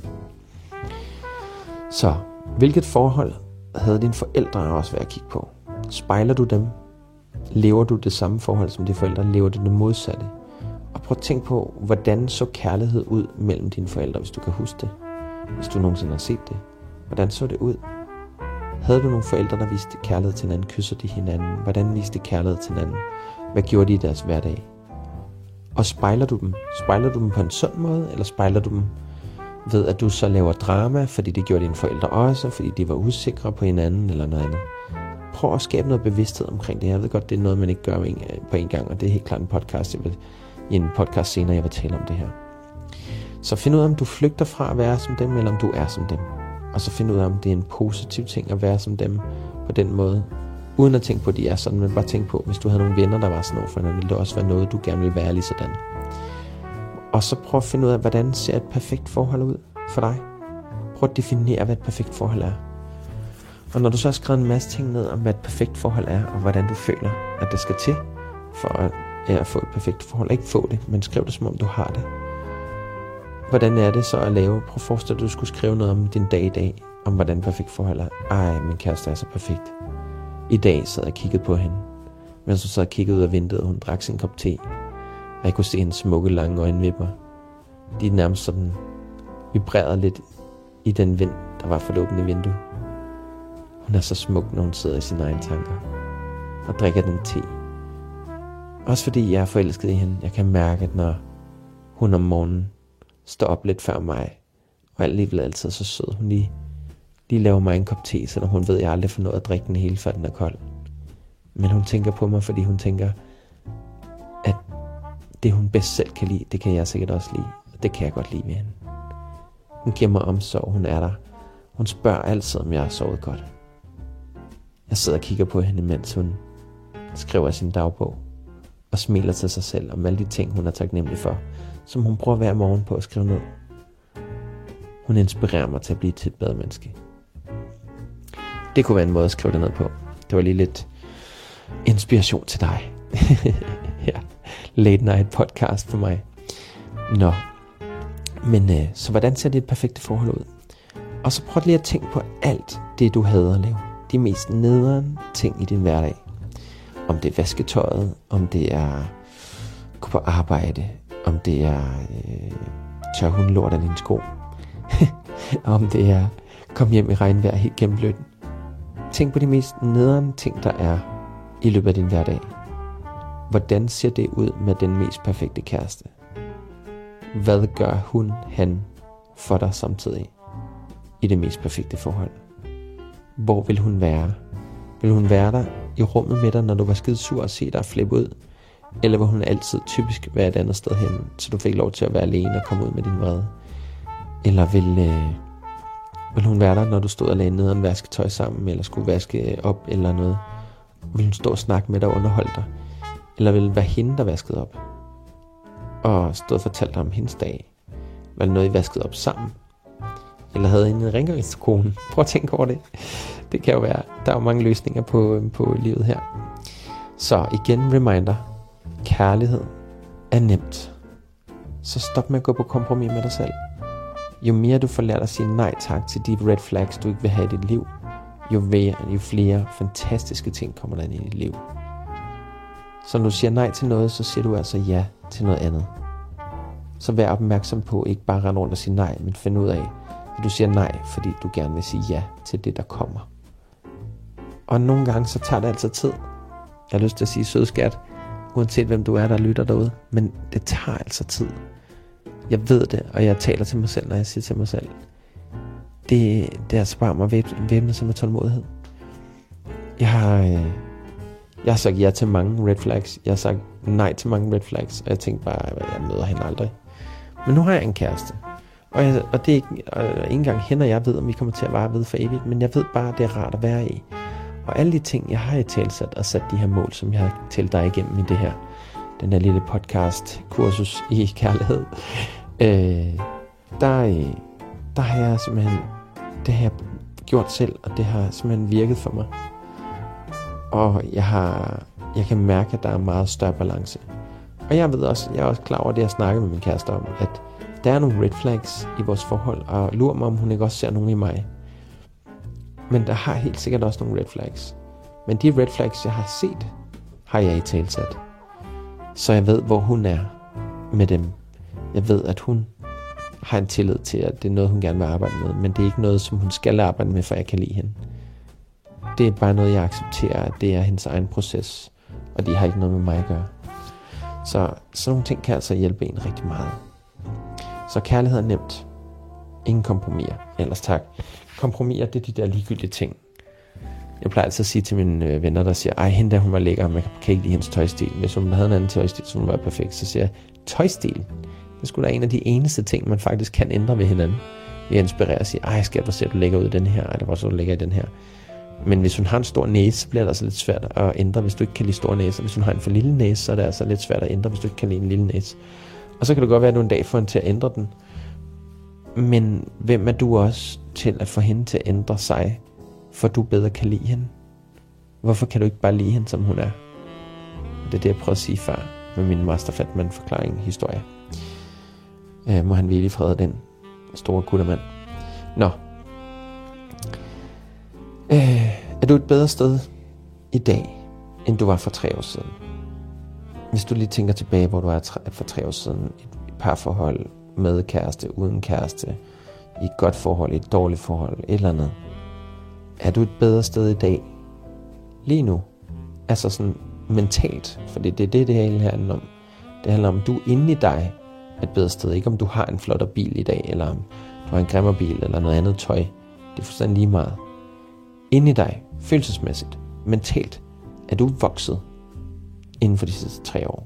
Så, hvilket forhold havde dine forældre også været at kigge på? Spejler du dem? Lever du det samme forhold som de forældre? Lever du det modsatte? Og prøv at tænke på, hvordan så kærlighed ud mellem dine forældre, hvis du kan huske det. Hvis du nogensinde har set det. Hvordan så det ud? Havde du nogle forældre, der viste kærlighed til hinanden? Kysser de hinanden? Hvordan viste de kærlighed til hinanden? Hvad gjorde de i deres hverdag? Og spejler du dem? Spejler du dem på en sund måde? Eller spejler du dem ved, at du så laver drama, fordi det gjorde dine forældre også, fordi de var usikre på hinanden eller noget andet? Prøv at skabe noget bevidsthed omkring det her. Jeg ved godt, det er noget, man ikke gør på en gang, og det er helt klart en podcast. Jeg vil, i en podcast senere, jeg vil tale om det her. Så find ud af, om du flygter fra at være som dem, eller om du er som dem. Og så find ud af, om det er en positiv ting at være som dem på den måde. Uden at tænke på, at de er sådan, men bare tænk på, hvis du havde nogle venner, der var sådan over for hinanden, ville det også være noget, du gerne ville være lige sådan. Og så prøv at finde ud af, hvordan ser et perfekt forhold ud for dig. Prøv at definere, hvad et perfekt forhold er. Og når du så har skrevet en masse ting ned om, hvad et perfekt forhold er, og hvordan du føler, at det skal til, for at, ja, at få et perfekt forhold. Ikke få det, men skriv det, som om du har det. Hvordan er det så at lave? Prøv at forestille dig, at du skulle skrive noget om din dag i dag, om hvordan et perfekt forhold er. Ej, min kæreste er så perfekt. I dag sad jeg og kiggede på hende, mens hun sad og kiggede ud af vinduet, og hun drak sin kop te. Og jeg kunne se hendes smukke, lange øjenvipper. De nærmest sådan vibrerede lidt i den vind, der var for det åbne vindue. Hun er så smuk, når hun sidder i sine egne tanker og drikker den te. Også fordi jeg er forelsket i hende. Jeg kan mærke, at når hun om morgenen står op lidt før mig, og alligevel altid så sød, hun lige, lige laver mig en kop te, selvom hun ved, at jeg aldrig får noget at drikke den hele, før den er kold. Men hun tænker på mig, fordi hun tænker, at det hun bedst selv kan lide, det kan jeg sikkert også lide. Og det kan jeg godt lide ved hende. Hun giver mig omsorg, hun er der. Hun spørger altid, om jeg har sovet godt. Jeg sidder og kigger på hende, mens hun skriver sin dagbog, og smiler til sig selv om alle de ting, hun er taknemmelig for, som hun prøver hver morgen på at skrive ned. Hun inspirerer mig til at blive til et bedre menneske. Det kunne være en måde at skrive det ned på. Det var lige lidt inspiration til dig. Ja, late night podcast for mig. Nå, men øh, så hvordan ser det et perfekte forhold ud? Og så prøv lige at tænke på alt det, du hader at lave. De mest nederen ting i din hverdag. Om det er vasketøjet, om det er gå på arbejde, om det er øh, tør hun lort af dine sko, om det er kom hjem i regnvejr helt gennemblødt. Tænk på de mest nederen ting, der er i løbet af din hverdag. Hvordan ser det ud med den mest perfekte kæreste? Hvad gør hun, han for dig samtidig i det mest perfekte forhold? Hvor vil hun være? Vil hun være der i rummet med dig, når du var skide sur og se dig flippe ud? Eller vil hun altid typisk være et andet sted hen, så du fik lov til at være alene og komme ud med din vrede? Eller vil, øh, vil hun være der, når du stod og lagde ned og vasketøj sammen, eller skulle vaske op eller noget? Vil hun stå og snakke med dig og underholde dig? Eller vil det være hende, der vaskede op? Og stod og fortalte dig om hendes dag? Var det noget, I vaskede op sammen? Eller havde I en rengøringskone? Prøv at tænke over det. Det kan jo være. Der er jo mange løsninger på, på livet her. Så igen reminder. Kærlighed er nemt. Så stop med at gå på kompromis med dig selv. Jo mere du får lært at sige nej tak til de red flags, du ikke vil have i dit liv, jo, mere, jo flere fantastiske ting kommer der ind i dit liv. Så når du siger nej til noget, så siger du altså ja til noget andet. Så vær opmærksom på ikke bare rende rundt og sige nej, men find ud af, at du siger nej, fordi du gerne vil sige ja til det, der kommer. Og nogle gange, så tager det altså tid. Jeg har lyst til at sige sødskat, uanset hvem du er, der lytter derude. Men det tager altså tid. Jeg ved det, og jeg taler til mig selv, når jeg siger til mig selv. Det, det er altså bare mig at væbne sig med tålmodighed. Jeg har, øh, jeg har sagt ja til mange red flags. Jeg har sagt nej til mange red flags. Og jeg tænkte bare, at jeg møder hende aldrig. Men nu har jeg en kæreste. Og, jeg, og det er ikke, og ikke engang hende, jeg ved, om vi kommer til at vare ved for evigt. Men jeg ved bare, at det er rart at være i. Og alle de ting, jeg har i talsat og sat de her mål, som jeg har talt dig igennem i det her, den her lille podcast, kursus i kærlighed, øh, der, der har jeg simpelthen, det har jeg gjort selv, og det har simpelthen virket for mig. Og jeg har, jeg kan mærke, at der er meget større balance. Og jeg ved også, jeg er også klar over det, jeg snakker med min kæreste om, at der er nogle red flags i vores forhold, og lurer mig, om hun ikke også ser nogen i mig. Men der har helt sikkert også nogle red flags. Men de red flags, jeg har set, har jeg i talsat. Så jeg ved, hvor hun er med dem. Jeg ved, at hun har en tillid til, at det er noget, hun gerne vil arbejde med. Men det er ikke noget, som hun skal arbejde med, for jeg kan lide hende. Det er bare noget, jeg accepterer, at det er hendes egen proces. Og det har ikke noget med mig at gøre. Så sådan nogle ting kan altså hjælpe en rigtig meget. Så kærlighed er nemt. Ingen kompromiser. Ellers tak. Kompromiser, det er de der ligegyldige ting. Jeg plejer altid at sige til mine venner, der siger, ej, hende der, hun var lækker, man kan ikke lide hendes tøjstil. Hvis hun havde en anden tøjstil, som var perfekt, så siger jeg, tøjstil, det skulle da en af de eneste ting, man faktisk kan ændre ved hinanden. Vi inspirerer og siger, ej skat, hvor ser du lækker ud i den her, eller hvor ser du lækker i den her. Men hvis hun har en stor næse, så bliver det altså lidt svært at ændre, hvis du ikke kan lide store næser. Hvis hun har en for lille næse, så er det altså lidt svært at ændre, hvis du ikke kan lide en lille næse. Og så kan det godt være, at du en dag får hende til at ændre den. Men hvem er du også til at få hende til at ændre sig For du bedre kan lide hende? Hvorfor kan du ikke bare lide hende, som hun er? Det er det, jeg prøvede at sige før med min Master Fatman forklaring historie. Øh, må han hvile i fred, den store guttermand. Nå. Øh, er du et bedre sted i dag, end du var for tre år siden? Hvis du lige tænker tilbage, hvor du er for tre år siden, et parforhold, med kæreste, uden kæreste, i et godt forhold, i et dårligt forhold, et eller andet. Er du et bedre sted i dag, lige nu? Altså sådan mentalt, for det er det, det hele handler om. Det handler om, du inde i dig er et bedre sted. Ikke om du har en flottere bil i dag, eller om du har en grimmere bil, eller noget andet tøj. Det er fuldstændig lige meget. Inde i dig, følelsesmæssigt, mentalt, er du vokset inden for de sidste tre år.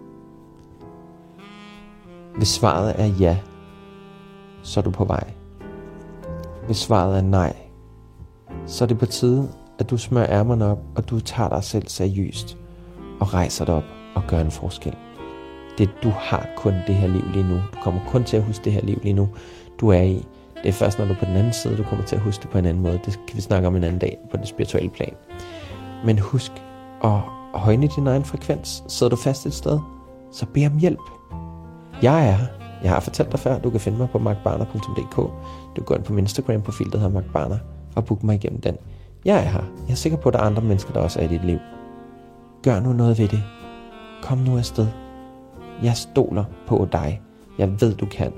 Hvis svaret er ja, så er du på vej. Hvis svaret er nej, så er det på tide, at du smører ærmerne op, og du tager dig selv seriøst, og rejser dig op og gør en forskel. Det, du har kun det her liv lige nu. Du kommer kun til at huske det her liv lige nu, du er i. Det er først, når du er på den anden side, du kommer til at huske det på en anden måde. Det kan vi snakke om en anden dag på det spirituelle plan. Men husk at højne din egen frekvens. Sidder du fast et sted, så bed om hjælp. Jeg er her. Jeg har fortalt dig før, du kan finde mig på mark barner punktum d k. Du går ind på min Instagram-profil, der hedder Mark Barner, og book mig igennem den. Jeg er her. Jeg er sikker på, at der er andre mennesker, der også er i dit liv. Gør nu noget ved det. Kom nu afsted. Jeg stoler på dig. Jeg ved, du kan.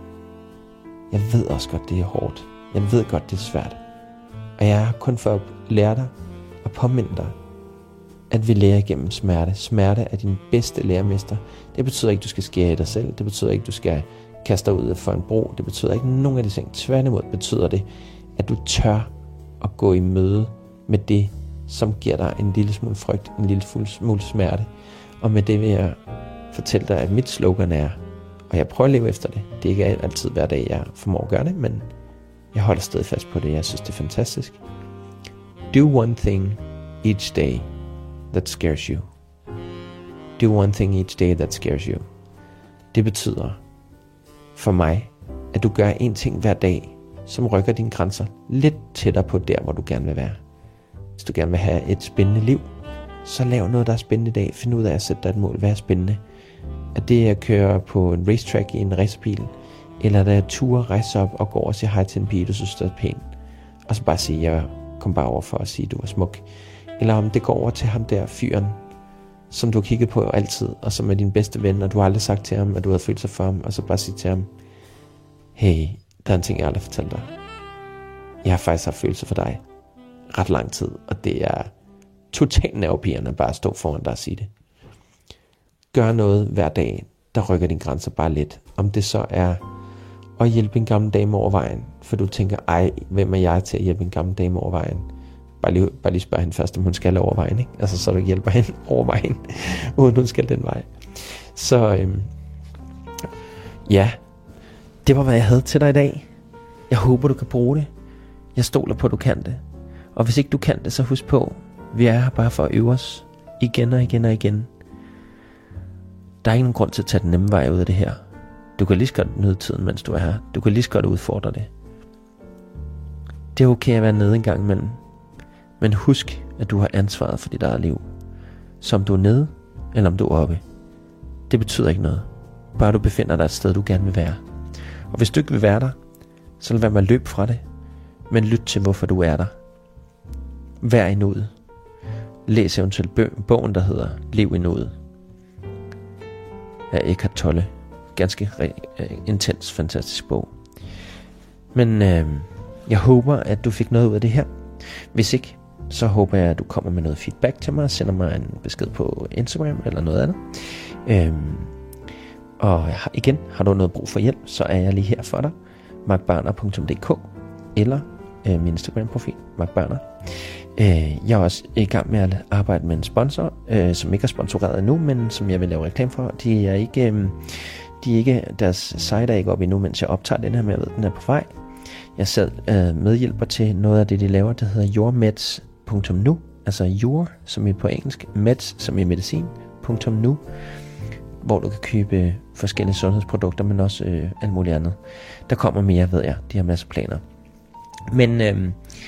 Jeg ved også godt, det er hårdt. Jeg ved godt, det er svært. Og jeg er kun for at lære dig og påminde dig, at vi lærer igennem smerte. Smerte er din bedste lærermester. Det betyder ikke, at du skal skære i dig selv. Det betyder ikke, at du skal kaste dig ud for en bro. Det betyder ikke nogen af de ting. Tværtimod betyder det, at du tør at gå i møde med det, som giver dig en lille smule frygt, en lille smule smerte. Og med det vil jeg fortælle dig, at mit slogan er, og jeg prøver at leve efter det. Det er ikke altid hver dag, jeg formår at gøre det, men jeg holder stadig fast på det. Jeg synes, det er fantastisk. Do one thing each day that scares you. Do one thing each day that scares you. Det betyder for mig, at du gør en ting hver dag, som rykker dine grænser lidt tættere på der, hvor du gerne vil være. Hvis du gerne vil have et spændende liv, så lav noget, der er spændende i dag. Find ud af at sætte dig et mål. Hvad er spændende? Er det at køre på en racetrack i en racerbil? Eller er det at ture, rejse op og gå over og sige hej til en pige, du synes, der er pæn? Og så bare sige, jeg kom bare over for at sige, du var smuk. Eller om det går over til ham der fyren, som du har kigget på altid, og som er din bedste ven, og du har aldrig sagt til ham, at du havde følt sig for ham, og så bare sige til ham, hey, der er en ting, jeg aldrig fortalt dig. Jeg har faktisk haft følelser for dig ret lang tid, og det er totalt nervepirrende bare at stå foran dig og sige det. Gør noget hver dag, der rykker dine grænser bare lidt. Om det så er at hjælpe en gammel dame over vejen, for du tænker, ej, hvem er jeg til at hjælpe en gammel dame over vejen? Bare lige, bare lige spørg hende først, om hun skal over vejen, ikke? Altså, så du hjælper hende over vejen, uden hun skal den vej. Så, øhm, ja, det var, hvad jeg havde til dig i dag. Jeg håber, du kan bruge det. Jeg stoler på, at du kan det. Og hvis ikke du kan det, så husk på, vi er her bare for at øve os. Igen og igen og igen. Der er ingen grund til at tage den nemme vej ud af det her. Du kan lige så godt nyde tiden, mens du er her. Du kan lige så godt udfordre det. Det er okay at være nede en gang imellem. Men husk, at du har ansvaret for dit eget liv. Så om du er nede, eller om du er oppe. Det betyder ikke noget. Bare du befinder dig et sted, du gerne vil være. Og hvis du ikke vil være der, så lad være med at løbe fra det. Men lyt til, hvorfor du er der. Vær i nuet. Læs eventuelt bø- bogen, der hedder Lev i nuet. Af Eckhart Tolle. Ganske re- intens, fantastisk bog. Men øh, jeg håber, at du fik noget ud af det her. Hvis ikke, så håber jeg, at du kommer med noget feedback til mig, og sender mig en besked på Instagram eller noget andet. Øhm, og igen, har du noget brug for hjælp, så er jeg lige her for dig. mark barner punktum d k eller øh, min Instagram-profil, Mark Barner. Øh, jeg er også i gang med at arbejde med en sponsor, øh, som ikke er sponsoreret endnu, men som jeg vil lave reklame for. De er ikke, øh, de er ikke, deres site er ikke oppe endnu, mens jeg optager den her, men jeg ved, den er på vej. Jeg selv øh, medhjælper til noget af det, de laver, der hedder yourmeds punktum nu, altså your, som er på engelsk, meds, som er medicin, punktum nu, hvor du kan købe forskellige sundhedsprodukter, men også øh, alt muligt andet. Der kommer mere, ved jeg. De har masser af planer. Men øh,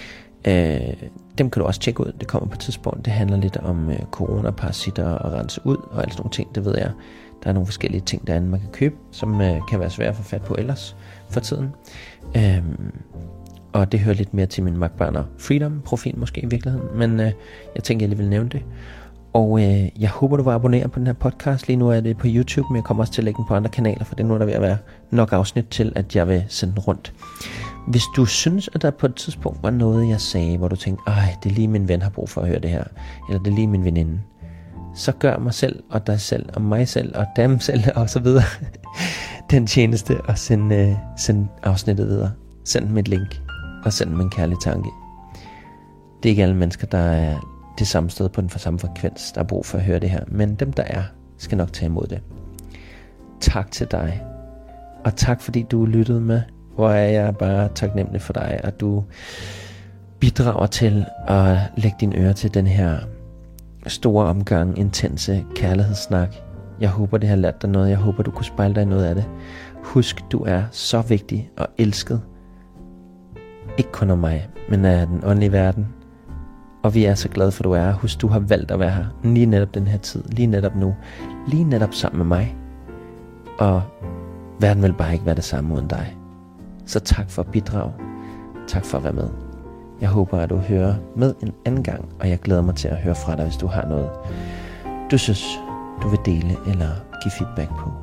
Øh, dem kan du også tjekke ud. Det kommer på et tidspunkt. Det handler lidt om øh, coronaparasitter og rense ud og alt sådan nogle ting. Det ved jeg. Der er nogle forskellige ting derinde, man kan købe, som øh, kan være svære at få fat på ellers for tiden. Øh, og det hører lidt mere til min Mac Barner Freedom-profil måske i virkeligheden. Men øh, jeg tænker, jeg lige vil nævne det. Og øh, jeg håber, du vil abonnere på den her podcast. Lige nu er det på YouTube, men jeg kommer også til at lægge den på andre kanaler, for det er nu, der ved at være nok afsnit til, at jeg vil sende den rundt. Hvis du synes, at der på et tidspunkt var noget, jeg sagde, hvor du tænkte, ej, det er lige min ven har brug for at høre det her, eller det er lige min veninde, så gør mig selv, og dig selv, og mig selv, og dem selv, og så videre, den tjeneste, og send, øh, send afsnittet videre. Send dem et link, og send dem en kærlig tanke. Det er ikke alle mennesker, der er det samme sted på den for samme frekvens, der er brug for at høre det her, men dem, der er, skal nok tage imod det. Tak til dig, og tak fordi du lyttede med. Hvor er jeg bare taknemmelig for dig, at du bidrager til at lægge dine ører til den her store omgang, intense kærlighedssnak. Jeg håber, det har lært dig noget. Jeg håber, du kunne spejle dig i noget af det. Husk, du er så vigtig og elsket. Ikke kun af mig, men af den åndelige verden. Og vi er så glade for, at du er her. Husk, du har valgt at være her lige netop den her tid. Lige netop nu. Lige netop sammen med mig. Og verden vil bare ikke være det samme uden dig. Så tak for at bidrage. Tak for at være med. Jeg håber, at du hører med en anden gang, og jeg glæder mig til at høre fra dig, hvis du har noget, du synes, du vil dele eller give feedback på.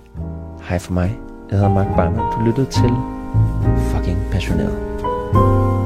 Hej for mig. Jeg hedder Mark Barner. Du lyttede til Fucking Passioneret.